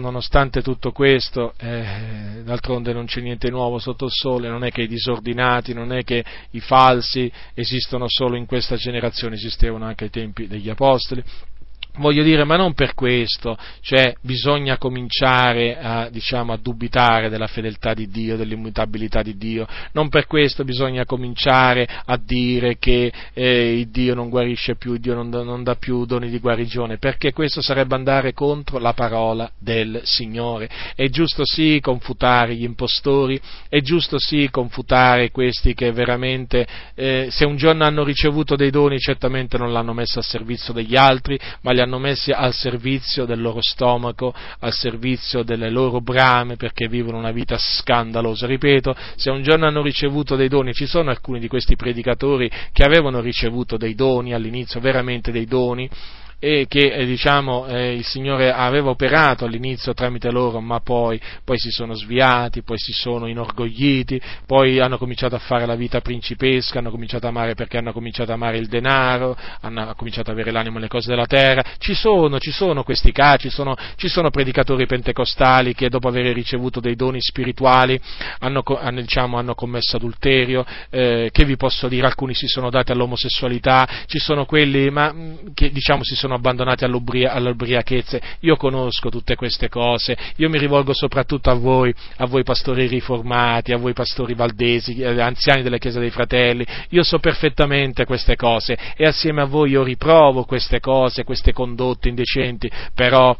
d'altronde non c'è niente nuovo sotto il sole, non è che i disordinati, non è che i falsi esistono solo in questa generazione, esistevano anche ai tempi degli apostoli. Voglio dire, ma non per questo, cioè bisogna cominciare a dubitare della fedeltà di Dio, dell'immutabilità di Dio, non per questo bisogna cominciare a dire che il Dio non guarisce più, il Dio non dà più doni di guarigione, perché questo sarebbe andare contro la parola del Signore. È giusto sì confutare gli impostori, è giusto sì confutare questi che veramente, se un giorno hanno ricevuto dei doni, certamente non l'hanno messo a servizio degli altri, ma li hanno messi al servizio del loro stomaco, al servizio delle loro brame, perché vivono una vita scandalosa. Ripeto, se un giorno hanno ricevuto dei doni, ci sono alcuni di questi predicatori che avevano ricevuto dei doni all'inizio, veramente dei doni, e che il Signore aveva operato all'inizio tramite loro, ma poi si sono sviati, poi si sono inorgogliti, poi hanno cominciato a fare la vita principesca, hanno cominciato a amare perché hanno cominciato a amare il denaro, hanno cominciato ad avere l'animo nelle cose della terra. Ci sono questi casi, ci sono predicatori pentecostali che dopo aver ricevuto dei doni spirituali hanno commesso adulterio, che vi posso dire, alcuni si sono dati all'omosessualità, ci sono quelli che si sono abbandonati all'ubriachezze. Io conosco tutte queste cose, io mi rivolgo soprattutto a voi pastori riformati, a voi pastori valdesi, anziani della Chiesa dei Fratelli. Io so perfettamente queste cose e assieme a voi io riprovo queste cose, queste condotte indecenti, però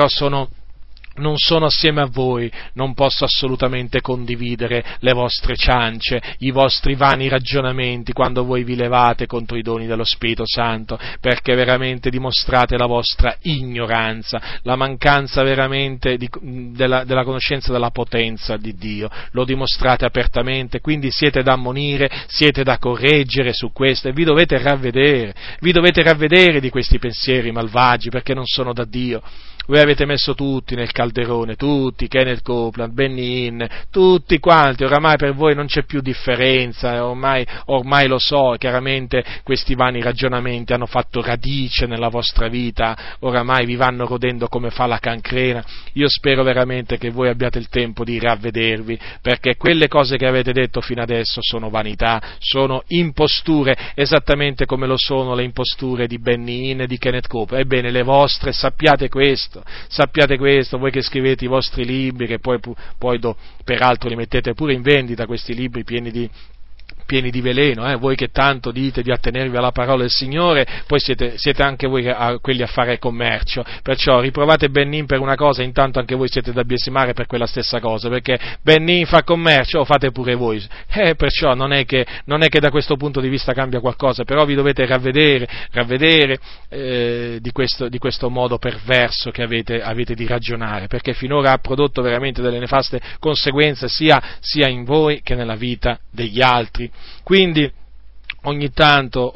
non sono assieme a voi, non posso assolutamente condividere le vostre ciance, i vostri vani ragionamenti quando voi vi levate contro i doni dello Spirito Santo, perché veramente dimostrate la vostra ignoranza, la mancanza veramente della conoscenza della potenza di Dio, lo dimostrate apertamente, quindi siete da ammonire, siete da correggere su questo e vi dovete ravvedere di questi pensieri malvagi, perché non sono da Dio. Voi avete messo tutti nel calderone, tutti, Kenneth Copeland, Benny Hinn, tutti quanti, oramai per voi non c'è più differenza, ormai lo so, chiaramente questi vani ragionamenti hanno fatto radice nella vostra vita, oramai vi vanno rodendo come fa la cancrena. Io spero veramente che voi abbiate il tempo di ravvedervi, perché quelle cose che avete detto fino adesso sono vanità, sono imposture, esattamente come lo sono le imposture di Benny Hinn e di Kenneth Copeland. Ebbene, le vostre, sappiate questo, voi che scrivete i vostri libri, che poi peraltro li mettete pure in vendita, questi libri pieni di veleno, voi che tanto dite di attenervi alla parola del Signore, poi siete anche voi quelli a fare commercio, perciò riprovate Benny Hinn per una cosa, intanto anche voi siete da biesimare per quella stessa cosa, perché Benny Hinn fa commercio, lo fate pure voi, perciò non è che da questo punto di vista cambia qualcosa, però vi dovete ravvedere di questo modo perverso che avete di ragionare, perché finora ha prodotto veramente delle nefaste conseguenze sia in voi che nella vita degli altri. Quindi ogni tanto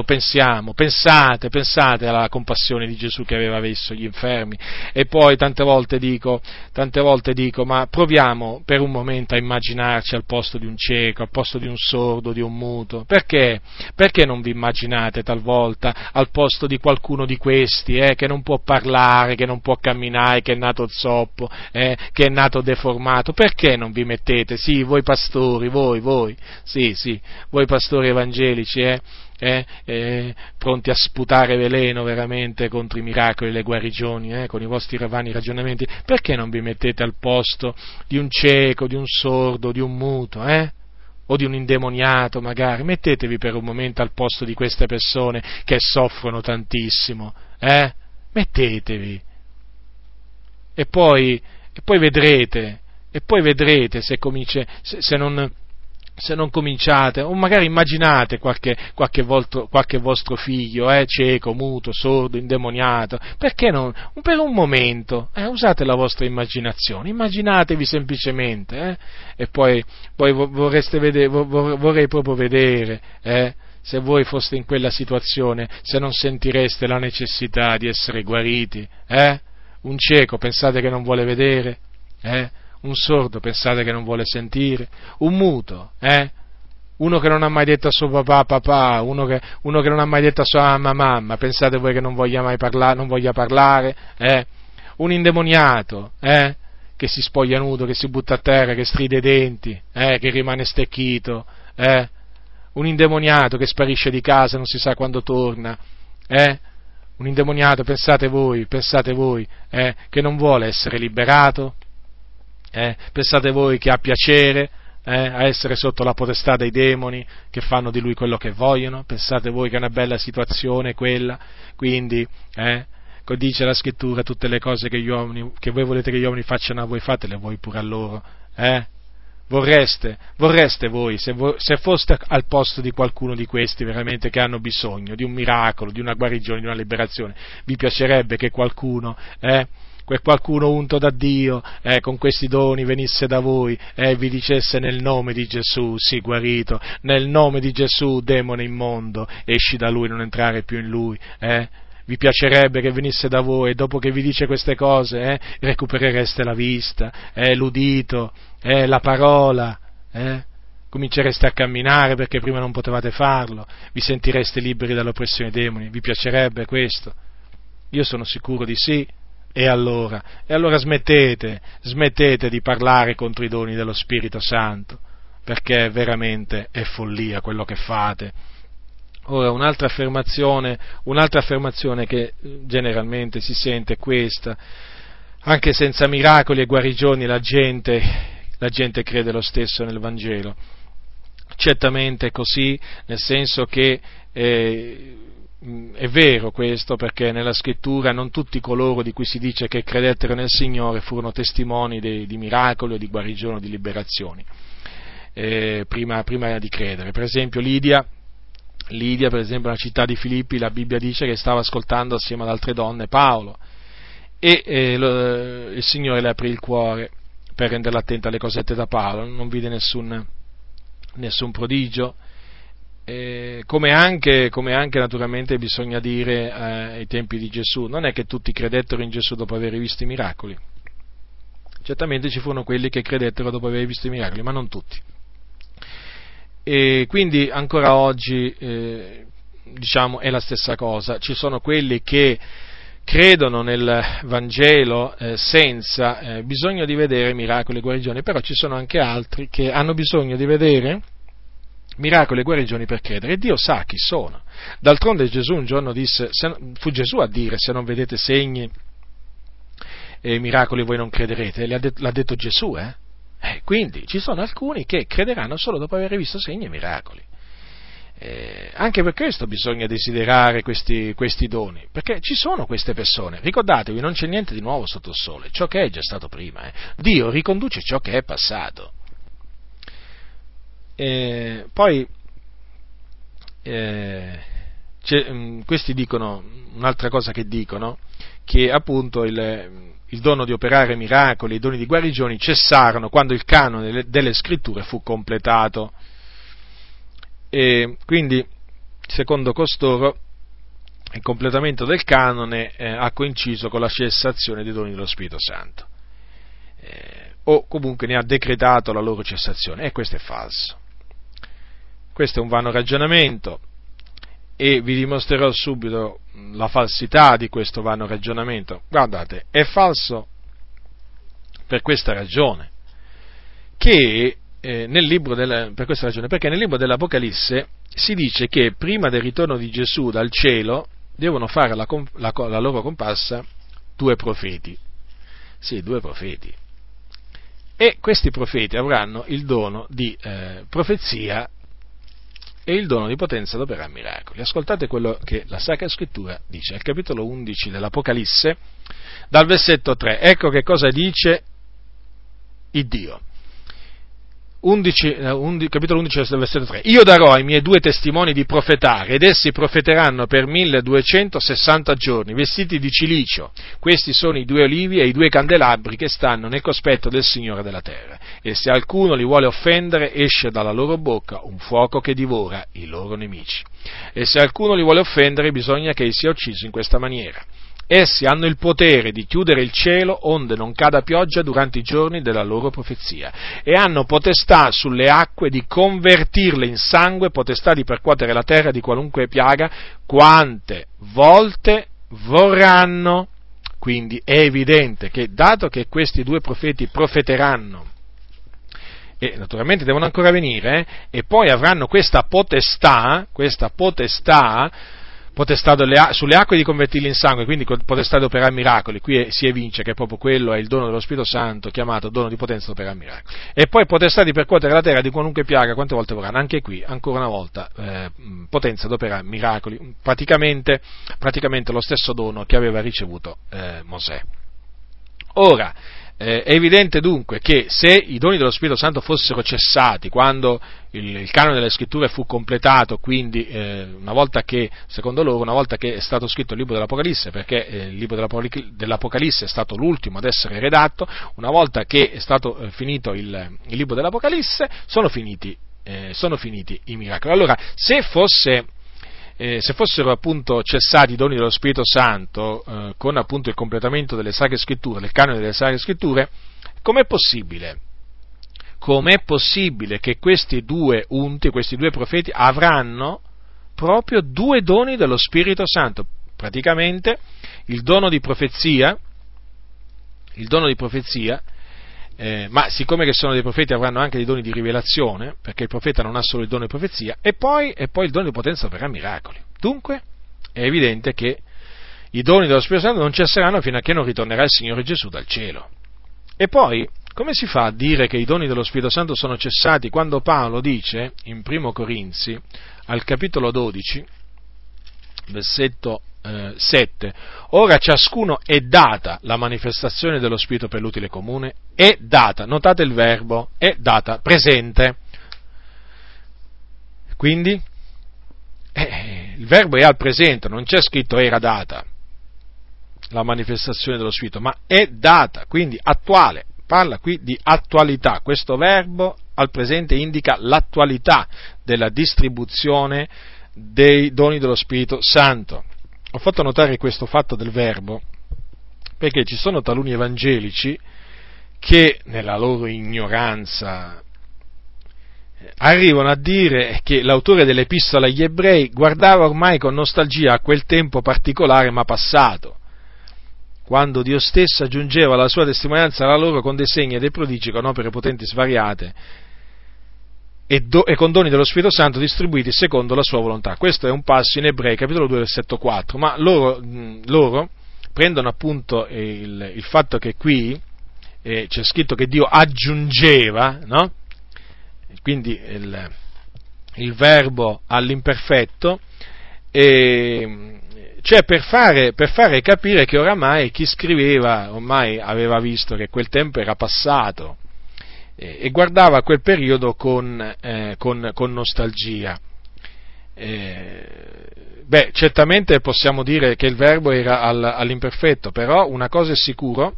pensate alla compassione di Gesù che aveva verso gli infermi, e poi tante volte dico, ma proviamo per un momento a immaginarci al posto di un cieco, al posto di un sordo, di un muto. Perché non vi immaginate talvolta al posto di qualcuno di questi, che non può parlare, che non può camminare, che è nato zoppo, che è nato deformato? Perché non vi mettete, sì, voi pastori, voi pastori evangelici, pronti a sputare veleno veramente contro i miracoli e le guarigioni, con i vostri vani ragionamenti, perché non vi mettete al posto di un cieco, di un sordo, di un muto, o di un indemoniato magari? Mettetevi per un momento al posto di queste persone che soffrono tantissimo, mettetevi, e poi vedrete, se non cominciate, o magari immaginate qualche vostro figlio, cieco, muto, sordo, indemoniato, perché non, per un momento, usate la vostra immaginazione, immaginatevi semplicemente, e poi vorrei proprio vedere, se voi foste in quella situazione, se non sentireste la necessità di essere guariti, Un cieco pensate che non vuole vedere? Un sordo pensate che non vuole sentire? Un muto? Uno che non ha mai detto a suo papà papà, uno che non ha mai detto a sua mamma mamma, pensate voi che non voglia mai parlare, non voglia parlare? Un indemoniato, che si spoglia nudo, che si butta a terra, che stride i denti, che rimane stecchito, un indemoniato che sparisce di casa, non si sa quando torna, un indemoniato, pensate voi, che non vuole essere liberato? Pensate voi che ha piacere a essere sotto la potestà dei demoni che fanno di lui quello che vogliono? Pensate voi che è una bella situazione quella? Quindi, dice la scrittura, tutte le cose che voi volete che gli uomini facciano a voi, fatele voi pure a loro, Vorreste voi, se foste al posto di qualcuno di questi veramente che hanno bisogno di un miracolo, di una guarigione, di una liberazione, vi piacerebbe che quel qualcuno unto da Dio, con questi doni venisse da voi e vi dicesse nel nome di Gesù, sii guarito, nel nome di Gesù, demone immondo, esci da lui, non entrare più in lui, Vi piacerebbe che venisse da voi e dopo che vi dice queste cose, recuperereste la vista, l'udito, la parola, comincereste a camminare perché prima non potevate farlo, vi sentireste liberi dall'oppressione dei demoni, vi piacerebbe questo? Io sono sicuro di sì. E allora smettete di parlare contro i doni dello Spirito Santo, perché veramente è follia quello che fate. Ora, un'altra affermazione che generalmente si sente è questa: anche senza miracoli e guarigioni la gente crede lo stesso nel Vangelo. Certamente è così, nel senso che è vero questo, perché nella Scrittura non tutti coloro di cui si dice che credettero nel Signore furono testimoni di miracoli o di guarigioni o di liberazioni prima di credere. Per esempio Lidia, per esempio, nella città di Filippi, la Bibbia dice che stava ascoltando assieme ad altre donne Paolo e il Signore le aprì il cuore per renderla attenta alle cosette da Paolo, non vide nessun prodigio. Come anche naturalmente bisogna dire ai tempi di Gesù, non è che tutti credettero in Gesù dopo aver visto i miracoli. Certamente ci furono quelli che credettero dopo aver visto i miracoli, ma non tutti. E quindi ancora oggi è la stessa cosa. Ci sono quelli che credono nel Vangelo senza bisogno di vedere miracoli e guarigioni, però ci sono anche altri che hanno bisogno di vedere miracoli e guarigioni per credere, e Dio sa chi sono. D'altronde Gesù un giorno fu Gesù a dire: se non vedete segni e miracoli voi non crederete, l'ha detto Gesù, quindi ci sono alcuni che crederanno solo dopo aver visto segni e miracoli. Anche per questo bisogna desiderare questi doni, perché ci sono queste persone. Ricordatevi, non c'è niente di nuovo sotto il sole, ciò che è già stato prima. Dio riconduce ciò che è passato. Questi dicono un'altra cosa, che appunto il dono di operare miracoli, i doni di guarigioni cessarono quando il canone delle scritture fu completato. E quindi, secondo costoro, il completamento del canone ha coinciso con la cessazione dei doni dello Spirito Santo, o comunque ne ha decretato la loro cessazione, e questo è falso. Questo è un vano ragionamento, e vi dimostrerò subito la falsità di questo vano ragionamento. Guardate, è falso per questa ragione, che per questa ragione, perché nel libro dell'Apocalisse si dice che prima del ritorno di Gesù dal cielo devono fare la loro comparsa due profeti. Sì, due profeti. E questi profeti avranno il dono di profezia e il dono di potenza ad operare miracoli. Ascoltate quello che la Sacra Scrittura dice, al capitolo 11 dell'Apocalisse, dal versetto 3. Ecco che cosa dice Iddio. Capitolo 11, versetto 3. Io darò ai miei due testimoni di profetare, ed essi profeteranno per 1260 giorni, vestiti di cilicio. Questi sono i due olivi e i due candelabri che stanno nel cospetto del Signore della terra. E se qualcuno li vuole offendere, esce dalla loro bocca un fuoco che divora i loro nemici. E se qualcuno li vuole offendere, bisogna che sia ucciso in questa maniera. Essi hanno il potere di chiudere il cielo onde non cada pioggia durante i giorni della loro profezia, e hanno potestà sulle acque di convertirle in sangue, potestà di percuotere la terra di qualunque piaga, quante volte vorranno. Quindi è evidente che, dato che questi due profeti profeteranno, e naturalmente devono ancora venire, e poi avranno questa potestà sulle acque di convertirli in sangue, quindi potestà di operare miracoli. Qui si evince che proprio quello è il dono dello Spirito Santo, chiamato dono di potenza di operare miracoli. E poi potestà di percuotere la terra di qualunque piaga, quante volte vorranno. Anche qui, ancora una volta, potenza di operare miracoli, praticamente lo stesso dono che aveva ricevuto Mosè. Ora, è evidente dunque che se i doni dello Spirito Santo fossero cessati quando il canone delle Scritture fu completato, quindi una volta che è stato scritto il libro dell'Apocalisse, perché il libro dell'Apocalisse è stato l'ultimo ad essere redatto, una volta che è stato finito il libro dell'Apocalisse, sono finiti i miracoli. Allora, se fossero appunto cessati i doni dello Spirito Santo con appunto il completamento delle Sacre Scritture, del canone delle Sacre Scritture, com'è possibile? Com'è possibile che questi due profeti avranno proprio due doni dello Spirito Santo? Praticamente il dono di profezia, ma siccome che sono dei profeti avranno anche dei doni di rivelazione, perché il profeta non ha solo il dono di profezia, e poi il dono di potenza per operare miracoli. Dunque è evidente che i doni dello Spirito Santo non cesseranno fino a che non ritornerà il Signore Gesù dal cielo. E poi, come si fa a dire che i doni dello Spirito Santo sono cessati quando Paolo dice in 1 Corinzi, al capitolo 12, versetto 7, ora ciascuno è data la manifestazione dello Spirito per l'utile comune, è data, notate il verbo, è data, presente. Quindi il verbo è al presente, non c'è scritto era data la manifestazione dello Spirito, ma è data, quindi attuale, parla qui di attualità. Questo verbo al presente indica l'attualità della distribuzione dei doni dello Spirito Santo. Ho fatto notare questo fatto del verbo perché ci sono taluni evangelici che nella loro ignoranza arrivano a dire che l'autore dell'Epistola agli Ebrei guardava ormai con nostalgia a quel tempo particolare ma passato, quando Dio stesso aggiungeva la sua testimonianza alla loro con dei segni e dei prodigi, con opere potenti svariate e con doni dello Spirito Santo distribuiti secondo la sua volontà. Questo è un passo in Ebrei, capitolo 2, versetto 4, ma loro prendono appunto il fatto che qui c'è scritto che Dio aggiungeva, no? Quindi il verbo all'imperfetto, cioè per fare capire che oramai chi scriveva ormai aveva visto che quel tempo era passato e guardava quel periodo con nostalgia. Certamente possiamo dire che il verbo era all'imperfetto, però una cosa è sicura,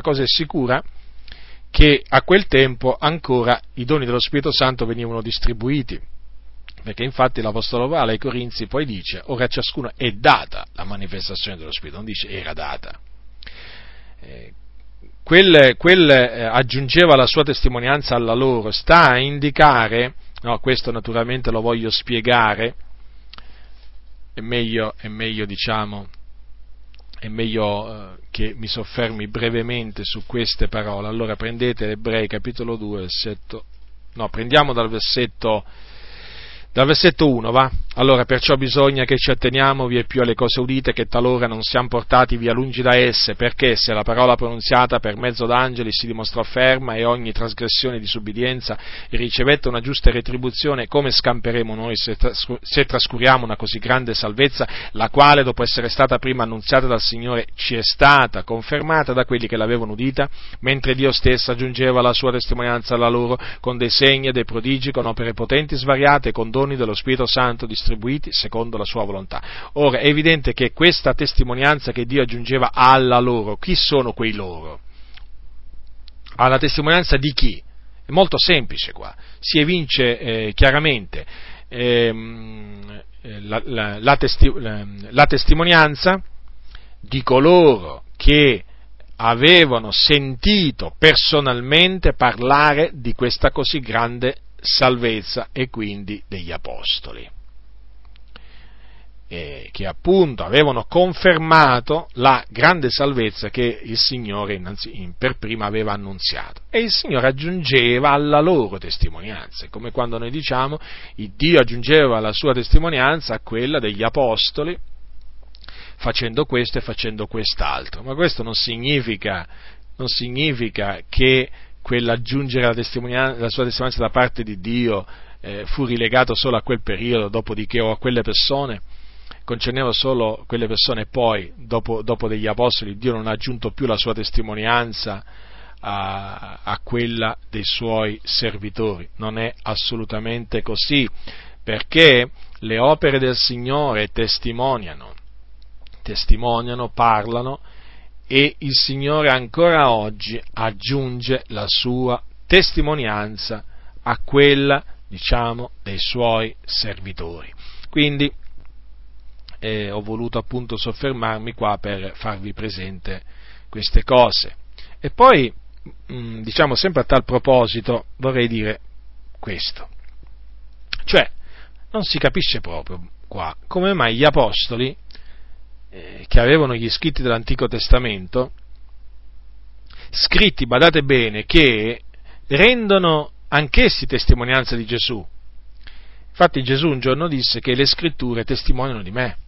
che a quel tempo ancora i doni dello Spirito Santo venivano distribuiti, perché infatti l'Apostolo Paolo ai Corinzi poi dice, ora a ciascuno è data la manifestazione dello Spirito, non dice era data. Quel aggiungeva la sua testimonianza alla loro, sta a indicare, no, questo naturalmente lo voglio spiegare, è meglio che mi soffermi brevemente su queste parole. Allora prendete Ebrei capitolo 2, versetto No, prendiamo dal versetto 1, va? Allora, perciò bisogna che ci atteniamo vie più alle cose udite, che talora non siamo portati via lungi da esse, perché se la parola pronunziata per mezzo d'angeli si dimostrò ferma e ogni trasgressione di disobbedienza ricevette una giusta retribuzione, come scamperemo noi se trascuriamo una così grande salvezza, la quale, dopo essere stata prima annunziata dal Signore, ci è stata confermata da quelli che l'avevano udita, mentre Dio stesso aggiungeva la sua testimonianza alla loro con dei segni e dei prodigi, con opere potenti svariate, con doni dello Spirito Santo distribuiti secondo la sua volontà. Ora è evidente che questa testimonianza che Dio aggiungeva alla loro, chi sono quei loro? Alla testimonianza di chi? È molto semplice qua, si evince chiaramente la testimonianza di coloro che avevano sentito personalmente parlare di questa così grande salvezza, e quindi degli apostoli, che appunto avevano confermato la grande salvezza che il Signore per prima aveva annunziato, e il Signore aggiungeva alla loro testimonianza, come quando noi diciamo il Dio aggiungeva la sua testimonianza a quella degli apostoli, facendo questo e facendo quest'altro. Ma questo non significa che quell'aggiungere la sua testimonianza da parte di Dio fu rilegato solo a quel periodo, dopodiché, o a quelle persone, concerneva solo quelle persone, e poi dopo degli apostoli Dio non ha aggiunto più la sua testimonianza a quella dei suoi servitori. Non è assolutamente così, perché le opere del Signore testimoniano, parlano, e il Signore ancora oggi aggiunge la sua testimonianza a quella, dei suoi servitori. Quindi ho voluto appunto soffermarmi qua per farvi presente queste cose. E poi, sempre a tal proposito, vorrei dire questo. Cioè, non si capisce proprio qua come mai gli apostoli, che avevano gli scritti dell'Antico Testamento, scritti, badate bene, che rendono anch'essi testimonianza di Gesù. Infatti Gesù un giorno disse che le scritture testimoniano di me,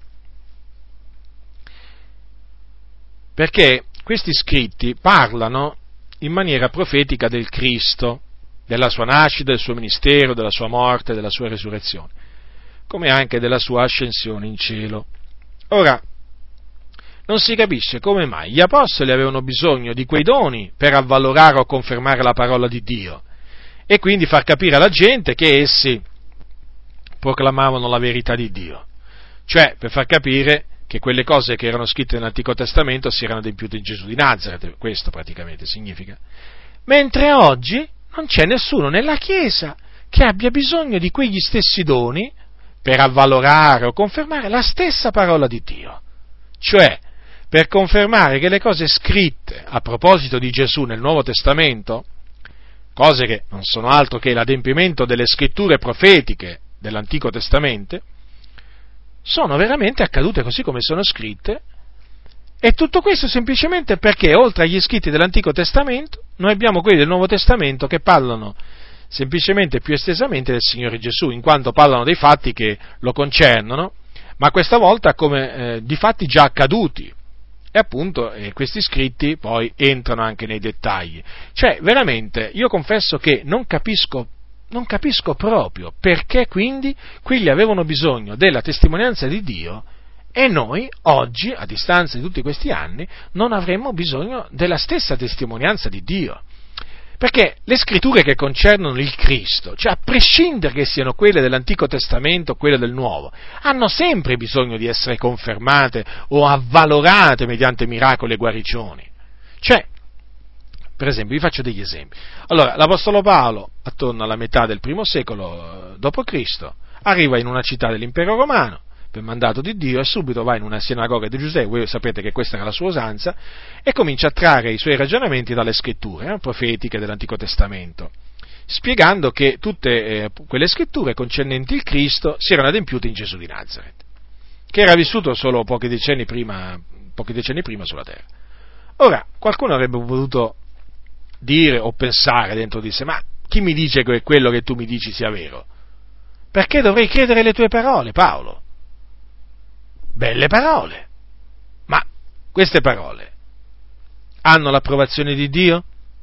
perché questi scritti parlano in maniera profetica del Cristo, della sua nascita, del suo ministero, della sua morte, della sua resurrezione, come anche della sua ascensione in cielo. Ora, non si capisce come mai gli apostoli avevano bisogno di quei doni per avvalorare o confermare la parola di Dio, e quindi far capire alla gente che essi proclamavano la verità di Dio, cioè per far capire che quelle cose che erano scritte nell'Antico Testamento si erano adempiute in Gesù di Nazaret. Questo praticamente significa. Mentre oggi non c'è nessuno nella Chiesa che abbia bisogno di quegli stessi doni per avvalorare o confermare la stessa parola di Dio, cioè per confermare che le cose scritte a proposito di Gesù nel Nuovo Testamento, cose che non sono altro che l'adempimento delle scritture profetiche dell'Antico Testamento, sono veramente accadute così come sono scritte, e tutto questo semplicemente perché, oltre agli scritti dell'Antico Testamento, noi abbiamo quelli del Nuovo Testamento che parlano semplicemente più estesamente del Signore Gesù, in quanto parlano dei fatti che lo concernono, ma questa volta come di fatti già accaduti. E appunto questi scritti poi entrano anche nei dettagli. Cioè, veramente, io confesso che non capisco proprio perché quindi quelli avevano bisogno della testimonianza di Dio e noi oggi, a distanza di tutti questi anni, non avremmo bisogno della stessa testimonianza di Dio. Perché le scritture che concernono il Cristo, cioè a prescindere che siano quelle dell'Antico Testamento o quelle del Nuovo, hanno sempre bisogno di essere confermate o avvalorate mediante miracoli e guarigioni. Cioè, per esempio, vi faccio degli esempi. Allora, l'Apostolo Paolo, attorno alla metà del I secolo d.C., arriva in una città dell'Impero Romano, per mandato di Dio, e subito va in una sinagoga dei Giudei, voi sapete che questa era la sua usanza, e comincia a trarre i suoi ragionamenti dalle scritture profetiche dell'Antico Testamento, spiegando che tutte quelle scritture concernenti il Cristo si erano adempiute in Gesù di Nazaret, che era vissuto solo pochi decenni prima sulla terra. Ora, qualcuno avrebbe potuto dire o pensare dentro di sé, ma Chi mi dice che quello che tu mi dici sia vero? Perché dovrei credere le tue parole, Paolo? Belle parole. Ma queste parole hanno l'approvazione di Dio?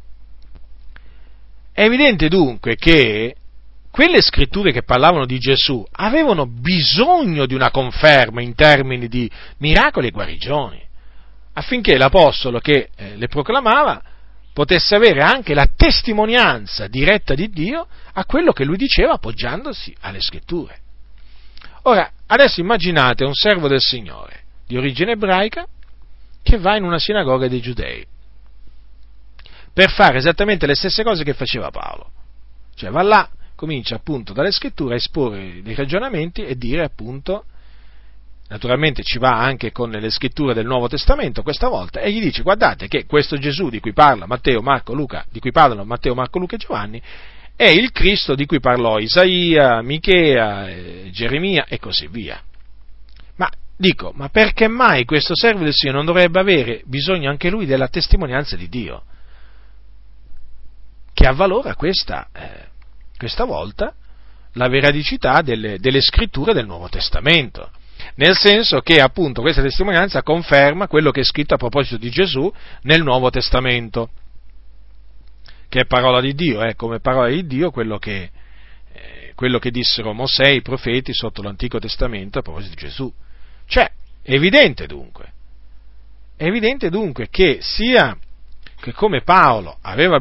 È evidente dunque che quelle scritture che parlavano di Gesù avevano bisogno di una conferma in termini di miracoli e guarigioni, affinché l'apostolo che le proclamava potesse avere anche la testimonianza diretta di Dio a quello che lui diceva appoggiandosi alle scritture. Ora, adesso immaginate un servo del Signore di origine ebraica che va in una sinagoga dei giudei per fare esattamente le stesse cose che faceva Paolo. Cioè va là, comincia appunto dalle scritture a esporre dei ragionamenti e dire appunto, naturalmente ci va anche con le scritture del Nuovo Testamento questa volta, e gli dice: guardate che questo Gesù di cui parla Matteo, Marco, Luca, di cui parlano Matteo, Marco, Luca e Giovanni, è il Cristo di cui parlò Isaia, Michea, Geremia e così via. Ma perché mai questo servo del Signore non dovrebbe avere bisogno anche lui della testimonianza di Dio, che avvalora questa volta la veridicità delle scritture del Nuovo Testamento, nel senso che appunto questa testimonianza conferma quello che è scritto a proposito di Gesù nel Nuovo Testamento, che è parola di Dio, come parola di Dio quello che dissero Mosè e i profeti sotto l'Antico Testamento a proposito di Gesù. Cioè, è evidente dunque che sia che come Paolo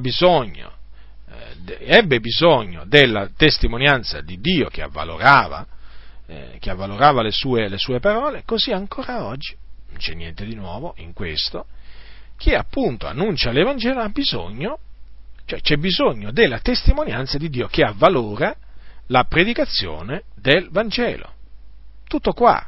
ebbe bisogno della testimonianza di Dio che avvalorava le sue parole, così ancora oggi, non c'è niente di nuovo in questo, chi appunto annuncia l'Evangelo ha bisogno, cioè c'è bisogno della testimonianza di Dio che avvalora la predicazione del Vangelo. Tutto qua.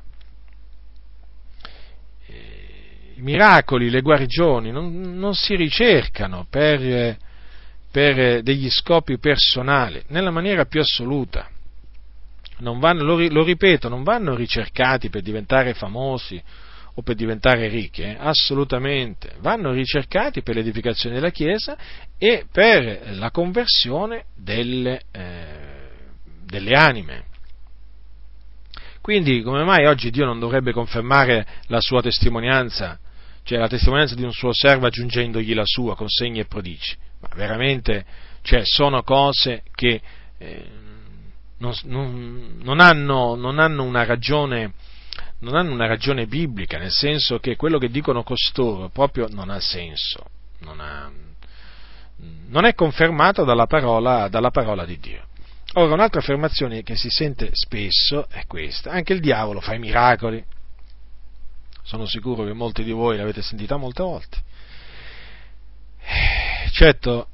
I miracoli, le guarigioni non si ricercano per degli scopi personali, nella maniera più assoluta. Non vanno, lo ripeto, non vanno ricercati per diventare famosi o per diventare ricchi, assolutamente. Vanno ricercati per l'edificazione della Chiesa e per la conversione delle anime. Quindi, come mai oggi Dio non dovrebbe confermare la sua testimonianza, cioè la testimonianza di un suo servo aggiungendogli la sua con segni e prodigi? Ma veramente, cioè, sono cose che non hanno una ragione biblica, nel senso che quello che dicono costoro proprio non ha senso, non è confermato dalla parola di Dio. Ora, un'altra affermazione che si sente spesso è questa: anche il diavolo fa i miracoli. Sono sicuro che molti di voi l'avete sentita molte volte. Certo,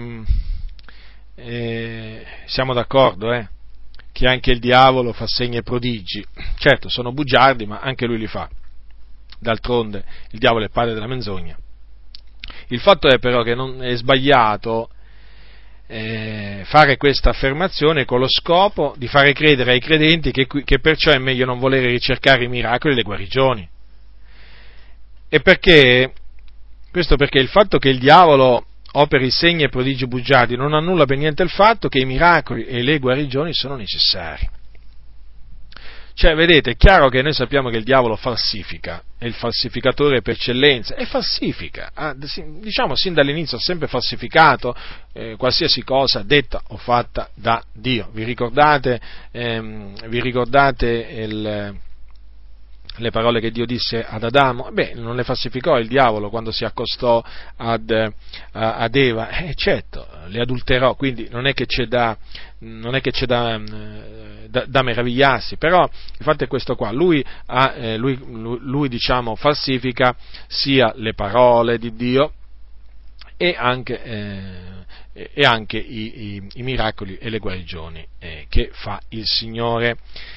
siamo d'accordo, che anche il diavolo fa segni e prodigi. Certo, sono bugiardi, ma anche lui li fa. D'altronde, il diavolo è il padre della menzogna. Il fatto è però che non è sbagliato fare questa affermazione con lo scopo di fare credere ai credenti che perciò è meglio non volere ricercare i miracoli e le guarigioni. E perché? Questo perché il fatto che il diavolo operi segni e prodigi bugiardi non annulla per niente il fatto che i miracoli e le guarigioni sono necessari. Cioè, vedete, è chiaro che noi sappiamo che il diavolo falsifica, è il falsificatore per eccellenza, e falsifica, diciamo sin dall'inizio ha sempre falsificato qualsiasi cosa detta o fatta da Dio. Vi ricordate le parole che Dio disse ad Adamo? Non le falsificò il diavolo quando si accostò ad Eva, certo, le adulterò, quindi non è che c'è da meravigliarsi, però il fatto è questo qua: lui diciamo falsifica sia le parole di Dio e anche i miracoli e le guarigioni che fa il Signore.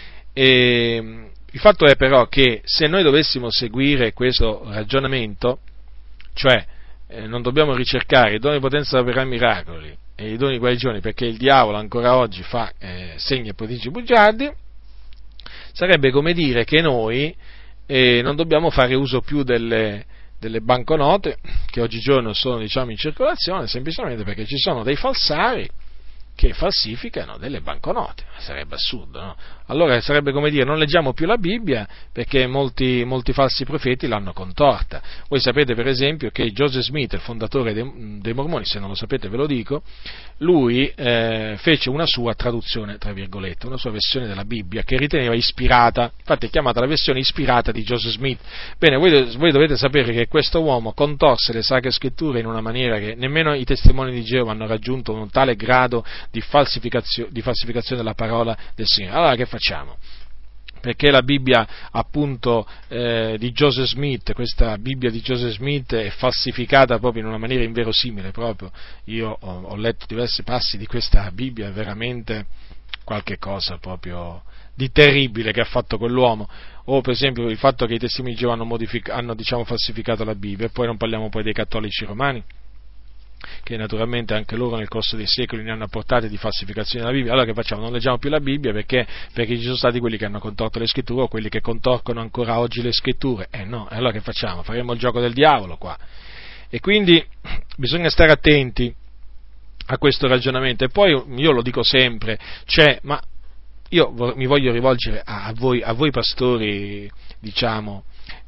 Il fatto è però che se noi dovessimo seguire questo ragionamento, cioè non dobbiamo ricercare i doni di potenza da operare miracoli e i doni di guarigioni perché il diavolo ancora oggi fa segni e prodigi bugiardi, sarebbe come dire che noi non dobbiamo fare uso più delle banconote che oggigiorno sono, diciamo, in circolazione, semplicemente perché ci sono dei falsari che falsificano delle banconote. Sarebbe assurdo, no? Allora sarebbe come dire, non leggiamo più la Bibbia perché molti falsi profeti l'hanno contorta. Voi sapete per esempio che Joseph Smith, il fondatore dei Mormoni, se non lo sapete ve lo dico, lui fece una sua traduzione, tra virgolette, una sua versione della Bibbia che riteneva ispirata, infatti è chiamata la versione ispirata di Joseph Smith. Bene, voi dovete sapere che questo uomo contorse le Sacre Scritture in una maniera che nemmeno i testimoni di Geova hanno raggiunto un tale grado di falsificazione della parola del Signore. Allora che facciamo? Perché la Bibbia appunto di Joseph Smith, questa Bibbia di Joseph Smith è falsificata proprio in una maniera inverosimile, proprio. Io ho letto diversi passi di questa Bibbia, è veramente qualche cosa proprio di terribile che ha fatto quell'uomo. O per esempio il fatto che i testimoni di Geova hanno falsificato la Bibbia, e poi non parliamo poi dei cattolici romani, che naturalmente anche loro nel corso dei secoli ne hanno apportate di falsificazione della Bibbia. Allora che facciamo? Non leggiamo più la Bibbia perché ci sono stati quelli che hanno contorto le scritture o quelli che contorcono ancora oggi le scritture. No, e allora che facciamo? Faremo il gioco del diavolo qua. E quindi bisogna stare attenti a questo ragionamento. E poi io lo dico sempre, ma io mi voglio rivolgere a voi pastori, diciamo,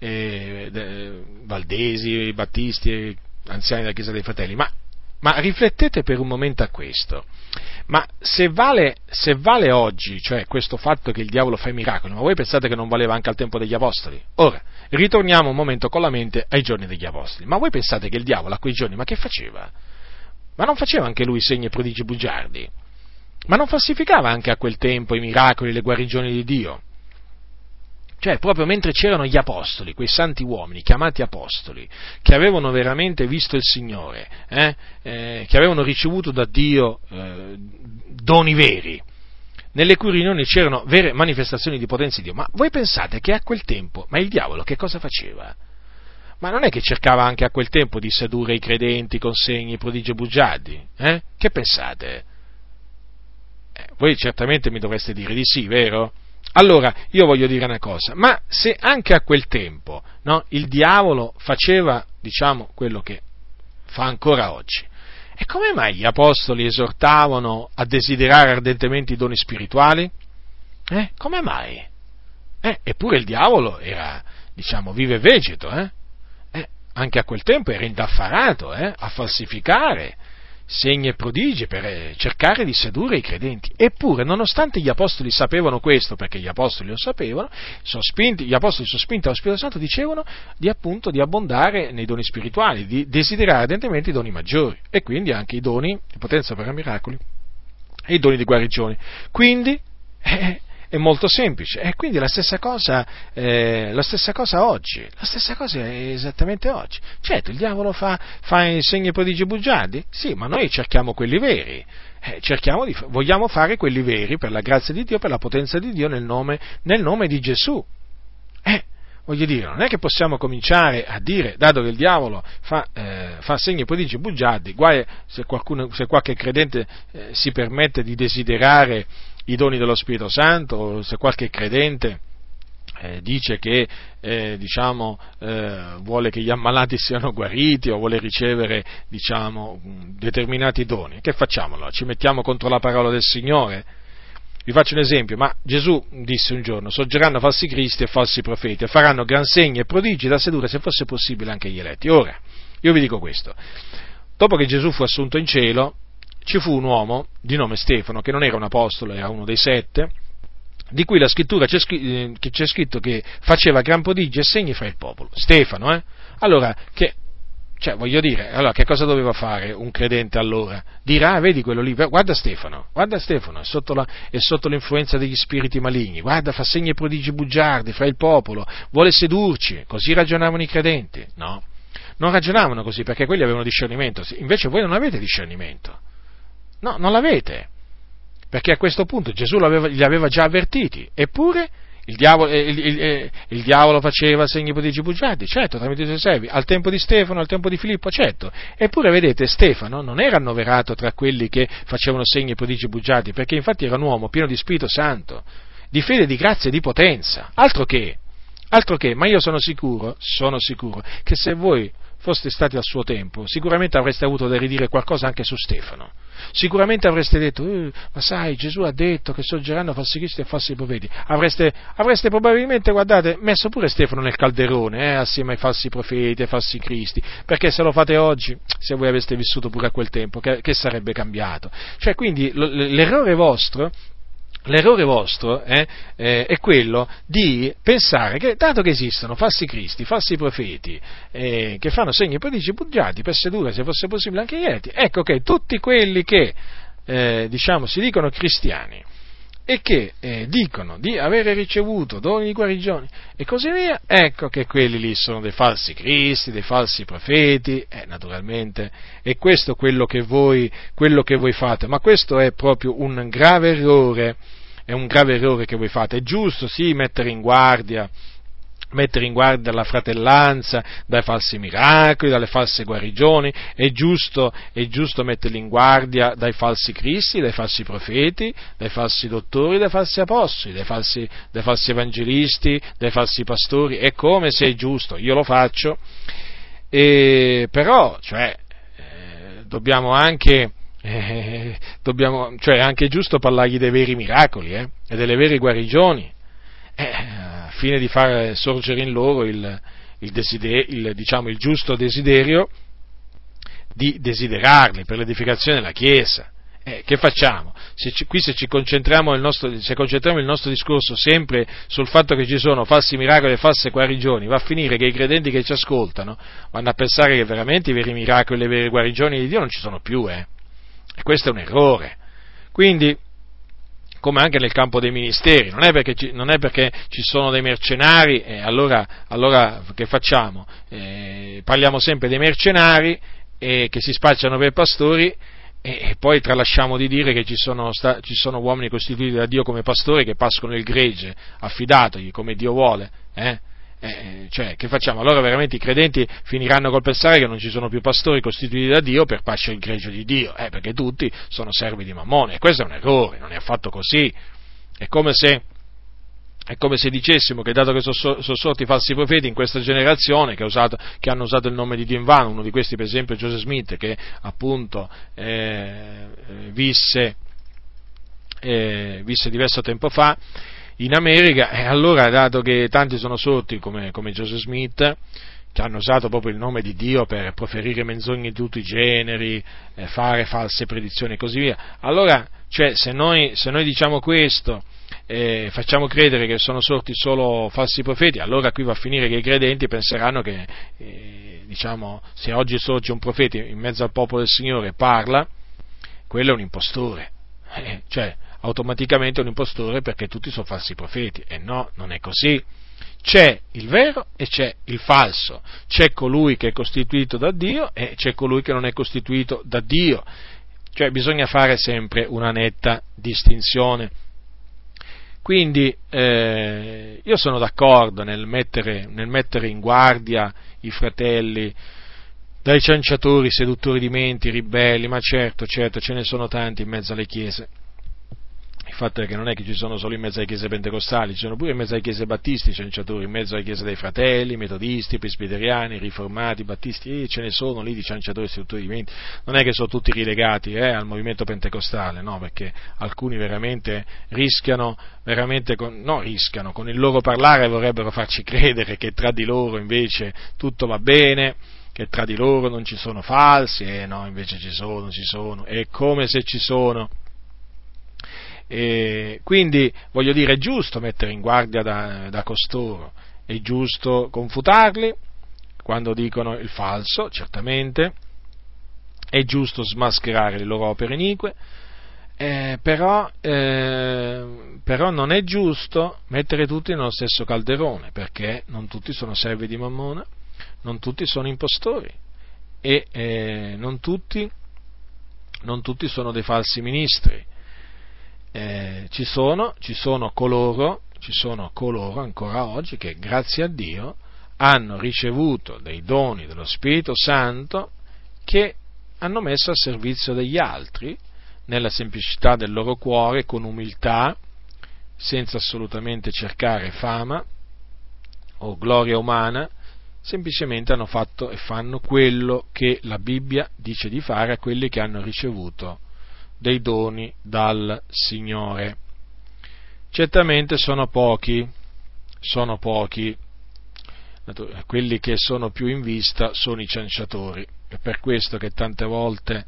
valdesi, battisti, anziani della Chiesa dei Fratelli, ma riflettete per un momento a questo. Ma se vale oggi, cioè questo fatto che il diavolo fa i miracoli, ma voi pensate che non valeva anche al tempo degli Apostoli? Ora, ritorniamo un momento con la mente ai giorni degli Apostoli. Ma voi pensate che il diavolo a quei giorni, ma che faceva? Ma non faceva anche lui segni e prodigi bugiardi? Ma non falsificava anche a quel tempo i miracoli, le guarigioni di Dio? Cioè, proprio mentre c'erano gli apostoli, quei santi uomini, chiamati apostoli, che avevano veramente visto il Signore, che avevano ricevuto da Dio doni veri, nelle cui riunioni c'erano vere manifestazioni di potenza di Dio. Ma voi pensate che a quel tempo, ma il diavolo che cosa faceva? Ma non è che cercava anche a quel tempo di sedurre i credenti con segni, prodigi e bugiardi? Che pensate? Voi certamente mi dovreste dire di sì, vero? Allora, io voglio dire una cosa, ma se anche a quel tempo, no, il diavolo faceva, diciamo, quello che fa ancora oggi, e come mai gli apostoli esortavano a desiderare ardentemente i doni spirituali? Come mai? Eppure il diavolo era, diciamo, vive e vegeto, anche a quel tempo era indaffarato, a falsificare segni e prodigi per cercare di sedurre i credenti. Eppure, nonostante gli apostoli sapevano questo, perché gli apostoli lo sapevano, gli apostoli sospinti dallo Spirito Santo dicevano di abbondare nei doni spirituali, di desiderare ardentemente i doni maggiori, e quindi anche i doni di potenza per miracoli e i doni di guarigione. Quindi è molto semplice, e quindi la stessa cosa oggi, la stessa cosa è esattamente oggi. Certo, il diavolo fa i segni, prodigi e bugiardi? Sì, ma noi cerchiamo quelli veri, vogliamo fare quelli veri per la grazia di Dio, per la potenza di Dio nel nome di Gesù. Voglio dire, non è che possiamo cominciare a dire, dato che il diavolo fa segni, prodigi e bugiardi, guai se qualche credente si permette di desiderare i doni dello Spirito Santo, o se qualche credente dice che vuole che gli ammalati siano guariti o vuole ricevere determinati doni. Che facciamo allora? Ci mettiamo contro la parola del Signore? Vi faccio un esempio, ma Gesù disse un giorno: sorgeranno falsi cristi e falsi profeti e faranno gran segni e prodigi da sedurre, se fosse possibile, anche gli eletti. Ora, io vi dico questo: dopo che Gesù fu assunto in cielo, ci fu un uomo di nome Stefano, che non era un apostolo, era uno dei 7, di cui la scrittura c'è scritto che faceva gran prodigi e segni fra il popolo. Stefano, Allora, voglio dire, allora che cosa doveva fare un credente allora? Dirà, vedi quello lì, guarda Stefano, è sotto l'influenza degli spiriti maligni, guarda, fa segni e prodigi bugiardi fra il popolo, vuole sedurci. Così ragionavano i credenti? No, non ragionavano così, perché quelli avevano discernimento, invece voi non avete discernimento. No, non l'avete, perché a questo punto Gesù li aveva già avvertiti, eppure il diavolo faceva segni, prodigi, bugiardi, certo, tramite i suoi servi, al tempo di Stefano, al tempo di Filippo, certo, eppure vedete, Stefano non era annoverato tra quelli che facevano segni, prodigi, bugiardi, perché infatti era un uomo pieno di Spirito Santo, di fede, di grazia e di potenza, altro che, ma io sono sicuro che se voi foste stati al suo tempo, sicuramente avreste avuto da ridire qualcosa anche su Stefano. Sicuramente avreste detto, ma sai, Gesù ha detto che sorgeranno falsi cristi e falsi profeti. Avreste probabilmente, guardate, messo pure Stefano nel calderone, assieme ai falsi profeti, ai falsi cristi, perché se lo fate oggi, se voi aveste vissuto pure a quel tempo, che sarebbe cambiato? Cioè, quindi, l'errore vostro è quello di pensare che, dato che esistono falsi cristi, falsi profeti, che fanno segni e prodigi bugiardi per sedurre, se fosse possibile, anche gli eletti, ecco che tutti quelli che, si dicono cristiani e che dicono di avere ricevuto doni di guarigione e così via, ecco che quelli lì sono dei falsi cristi, dei falsi profeti, naturalmente, e questo è quello che voi fate, ma questo è proprio un grave errore, che voi fate. È giusto, sì, mettere in guardia la fratellanza dai falsi miracoli, dalle false guarigioni, è giusto metterli in guardia dai falsi cristi, dai falsi profeti, dai falsi dottori, dai falsi apostoli, dai falsi evangelisti, dai falsi pastori, è come se è giusto, io lo faccio, però, dobbiamo anche, è anche giusto parlargli dei veri miracoli, e delle vere guarigioni, al fine di far sorgere in loro il giusto desiderio di desiderarli per l'edificazione della Chiesa. Che facciamo? Se ci concentriamo il nostro discorso sempre sul fatto che ci sono falsi miracoli e false guarigioni, va a finire che i credenti che ci ascoltano vanno a pensare che veramente i veri miracoli e le vere guarigioni di Dio non ci sono più, E questo è un errore. Quindi, come anche nel campo dei ministeri, non è perché ci sono dei mercenari, allora che facciamo? Parliamo sempre dei mercenari che si spacciano per pastori e poi tralasciamo di dire che ci sono uomini costituiti da Dio come pastori che pascono il gregge affidatogli come Dio vuole, che facciamo? Allora veramente i credenti finiranno col pensare che non ci sono più pastori costituiti da Dio per pascere il gregge di Dio, perché tutti sono servi di Mammone, e questo è un errore, non è affatto così. È come se dicessimo che dato che sono sorti falsi profeti in questa generazione che hanno usato il nome di Dio in vano, uno di questi per esempio è Joseph Smith, che appunto visse diverso tempo fa in America, e allora, dato che tanti sono sorti come Joseph Smith, che hanno usato proprio il nome di Dio per proferire menzogne di tutti i generi, fare false predizioni e così via, allora, se noi diciamo questo, facciamo credere che sono sorti solo falsi profeti, allora qui va a finire che i credenti penseranno che, se oggi sorge un profeta in mezzo al popolo del Signore e parla, quello è un impostore, automaticamente è un impostore perché tutti sono falsi profeti, e no, non è così. C'è il vero e c'è il falso, c'è colui che è costituito da Dio e c'è colui che non è costituito da Dio, bisogna fare sempre una netta distinzione. Quindi io sono d'accordo nel mettere in guardia i fratelli dai cianciatori, seduttori di menti, ribelli, ma certo, ce ne sono tanti in mezzo alle chiese. Il fatto è che non è che ci sono solo in mezzo alle chiese pentecostali, ci sono pure in mezzo alle chiese battisti cianciatori, in mezzo alle chiese dei fratelli, metodisti, presbiteriani, riformati, battisti, ce ne sono lì di cianciatori e seduttori di menti. Non è che sono tutti rilegati al movimento pentecostale, no, perché alcuni veramente con il loro parlare vorrebbero farci credere che tra di loro invece tutto va bene, che tra di loro non ci sono falsi, no, invece ci sono, è come se ci sono. Quindi, voglio dire, è giusto mettere in guardia da costoro, è giusto confutarli quando dicono il falso, certamente, è giusto smascherare le loro opere inique, però non è giusto mettere tutti nello stesso calderone, perché non tutti sono servi di Mammona, non tutti sono impostori e non tutti sono dei falsi ministri. Ci sono coloro ancora oggi che grazie a Dio hanno ricevuto dei doni dello Spirito Santo che hanno messo al servizio degli altri nella semplicità del loro cuore, con umiltà, senza assolutamente cercare fama o gloria umana, semplicemente hanno fatto e fanno quello che la Bibbia dice di fare a quelli che hanno ricevuto dei doni dal Signore. Certamente sono pochi, quelli che sono più in vista sono i cianciatori, è per questo che tante volte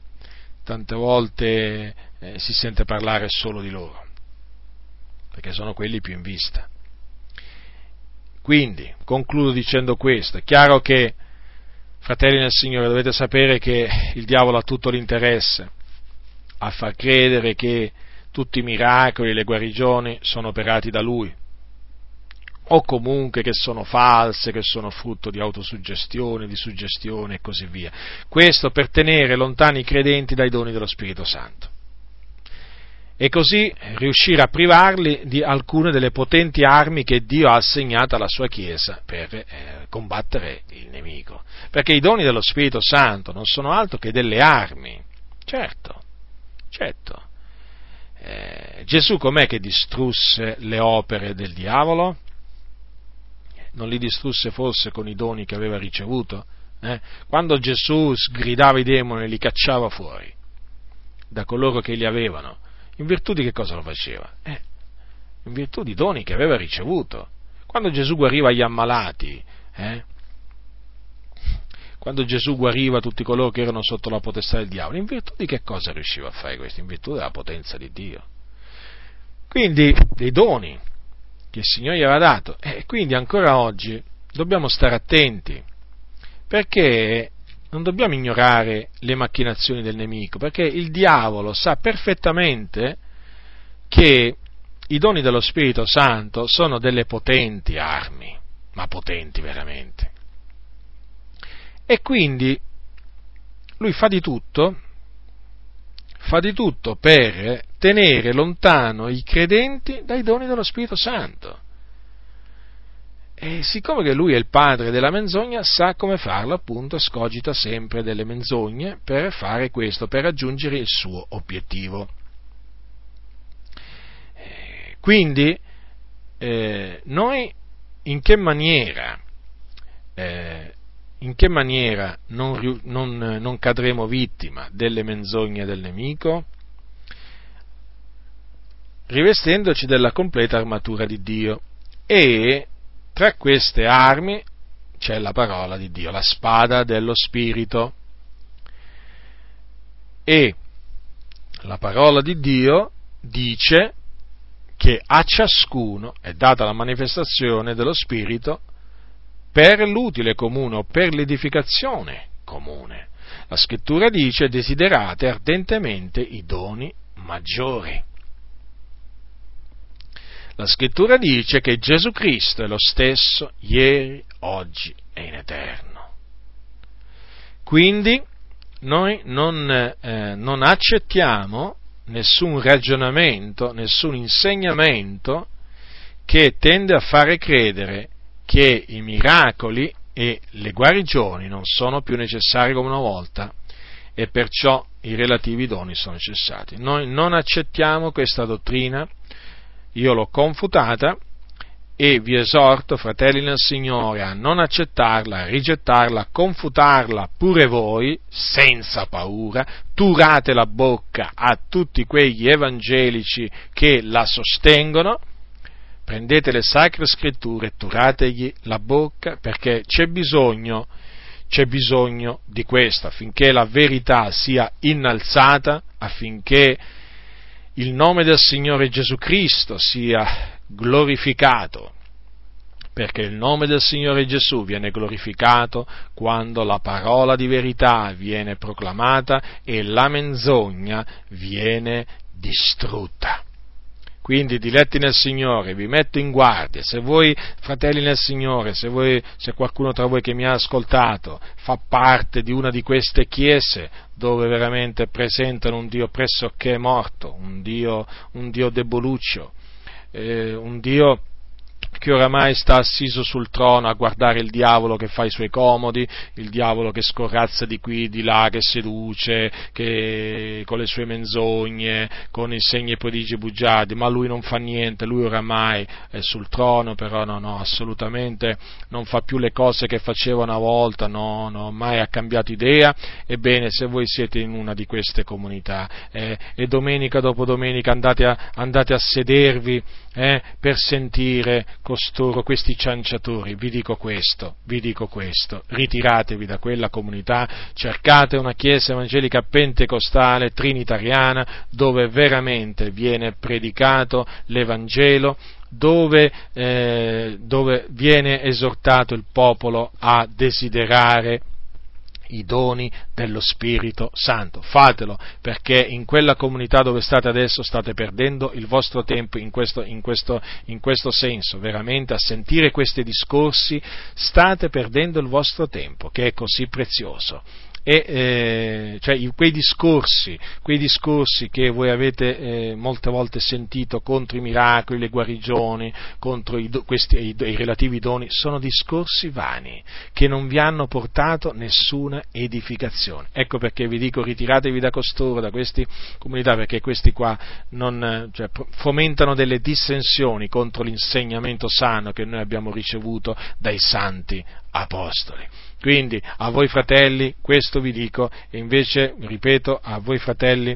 si sente parlare solo di loro, perché sono quelli più in vista. Quindi, concludo dicendo questo: è chiaro che, fratelli nel Signore, dovete sapere che il diavolo ha tutto l'interesse a far credere che tutti i miracoli e le guarigioni sono operati da lui, o comunque che sono false, che sono frutto di autosuggestione, di suggestione e così via. Questo per tenere lontani i credenti dai doni dello Spirito Santo e così riuscire a privarli di alcune delle potenti armi che Dio ha assegnato alla sua Chiesa per combattere il nemico. Perché i doni dello Spirito Santo non sono altro che delle armi. Certo. Gesù com'è che distrusse le opere del diavolo? Non li distrusse forse con i doni che aveva ricevuto? Quando Gesù sgridava i demoni e li cacciava fuori da coloro che li avevano, in virtù di che cosa lo faceva? In virtù di doni che aveva ricevuto. Quando Gesù guariva gli ammalati, quando Gesù guariva tutti coloro che erano sotto la potestà del diavolo, in virtù di che cosa riusciva a fare questo? In virtù della potenza di Dio. Quindi, dei doni che il Signore gli aveva dato, e quindi ancora oggi dobbiamo stare attenti, perché non dobbiamo ignorare le macchinazioni del nemico, perché il diavolo sa perfettamente che i doni dello Spirito Santo sono delle potenti armi, ma potenti veramente. E quindi lui fa di tutto per tenere lontano i credenti dai doni dello Spirito Santo. E siccome che lui è il padre della menzogna, sa come farlo, appunto, scogita sempre delle menzogne per fare questo, per raggiungere il suo obiettivo. Quindi, noi in che maniera non cadremo vittima delle menzogne del nemico? Rivestendoci della completa armatura di Dio. E tra queste armi c'è la parola di Dio, la spada dello Spirito. E la parola di Dio dice che a ciascuno è data la manifestazione dello Spirito per l'utile comune o per l'edificazione comune. La Scrittura dice: desiderate ardentemente i doni maggiori. La Scrittura dice che Gesù Cristo è lo stesso ieri, oggi e in eterno. Quindi noi non accettiamo nessun ragionamento, nessun insegnamento che tende a fare credere che i miracoli e le guarigioni non sono più necessari come una volta e perciò i relativi doni sono cessati. Noi non accettiamo questa dottrina. Io l'ho confutata e vi esorto, fratelli nel Signore, a non accettarla, a rigettarla, a confutarla pure voi, senza paura. Turate la bocca a tutti quegli evangelici che la sostengono, prendete le sacre scritture, turategli la bocca, perché c'è bisogno di questo, affinché la verità sia innalzata, affinché il nome del Signore Gesù Cristo sia glorificato, perché il nome del Signore Gesù viene glorificato quando la parola di verità viene proclamata e la menzogna viene distrutta. Quindi, diletti nel Signore, vi metto in guardia. Se voi, fratelli nel Signore, se qualcuno tra voi che mi ha ascoltato fa parte di una di queste chiese dove veramente presentano un Dio pressoché morto, un Dio deboluccio, un Dio che oramai sta assiso sul trono a guardare il diavolo che fa i suoi comodi, il diavolo che scorrazza di qui, di là, che seduce, che con le sue menzogne, con i segni e prodigi bugiardi, ma lui non fa niente, lui oramai è sul trono, però no, assolutamente non fa più le cose che faceva una volta, no, ormai ha cambiato idea. Ebbene, se voi siete in una di queste comunità e domenica dopo domenica andate a sedervi per sentire questi cianciatori, vi dico questo, ritiratevi da quella comunità, cercate una chiesa evangelica pentecostale, trinitariana, dove veramente viene predicato l'Evangelo, dove viene esortato il popolo a desiderare i doni dello Spirito Santo. Fatelo, perché in quella comunità dove state adesso state perdendo il vostro tempo in questo senso, veramente a sentire questi discorsi state perdendo il vostro tempo, che è così prezioso. Quei discorsi che voi avete molte volte sentito contro i miracoli, le guarigioni, contro i relativi doni, sono discorsi vani, che non vi hanno portato nessuna edificazione. Ecco perché vi dico, ritiratevi da costoro, da queste comunità, perché questi qua fomentano delle dissensioni contro l'insegnamento sano che noi abbiamo ricevuto dai santi apostoli. Quindi a voi fratelli questo vi dico, e invece, ripeto, a voi fratelli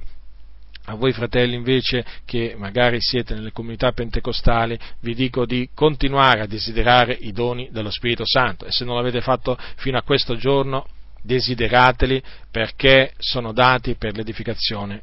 invece che magari siete nelle comunità pentecostali, vi dico di continuare a desiderare i doni dello Spirito Santo, e se non l'avete fatto fino a questo giorno, desiderateli, perché sono dati per l'edificazione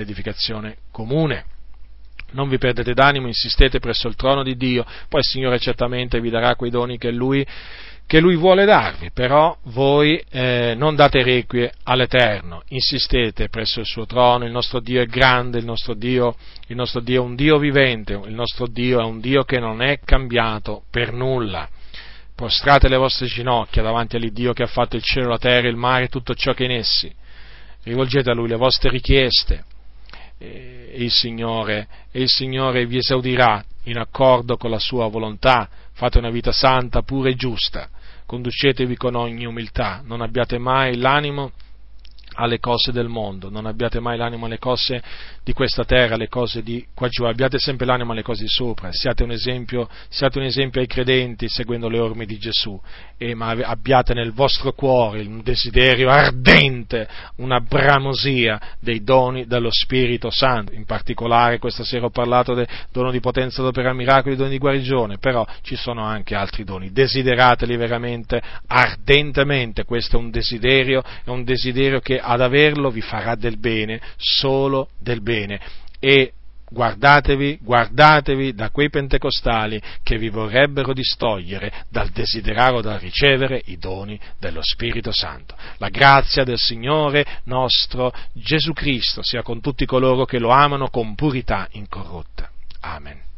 comune. Non vi perdete d'animo, insistete presso il trono di Dio, poi il Signore certamente vi darà quei doni che Lui vuole darvi, però voi non date requie all'Eterno, insistete presso il suo trono. Il nostro Dio è grande, il nostro Dio è un Dio vivente, il nostro Dio è un Dio che non è cambiato per nulla. Prostrate le vostre ginocchia davanti all'Iddio che ha fatto il cielo, la terra, il mare e tutto ciò che è in essi, rivolgete a Lui le vostre richieste, e il Signore vi esaudirà in accordo con la sua volontà. Fate una vita santa, pura e giusta, conducetevi con ogni umiltà, non abbiate mai l'animo alle cose del mondo, non abbiate mai l'animo alle cose di questa terra, alle cose di qua giù, abbiate sempre l'animo alle cose di sopra, siate un esempio ai credenti seguendo le orme di Gesù, ma abbiate nel vostro cuore un desiderio ardente, una bramosia dei doni dello Spirito Santo. In particolare questa sera ho parlato del dono di potenza ad operare miracoli, dono di guarigione, però ci sono anche altri doni, desiderateli veramente ardentemente. Questo è un desiderio che ad averlo vi farà del bene, solo del bene, e guardatevi da quei pentecostali che vi vorrebbero distogliere dal desiderare o dal ricevere i doni dello Spirito Santo. La grazia del Signore nostro Gesù Cristo sia con tutti coloro che lo amano con purità incorrotta. Amen.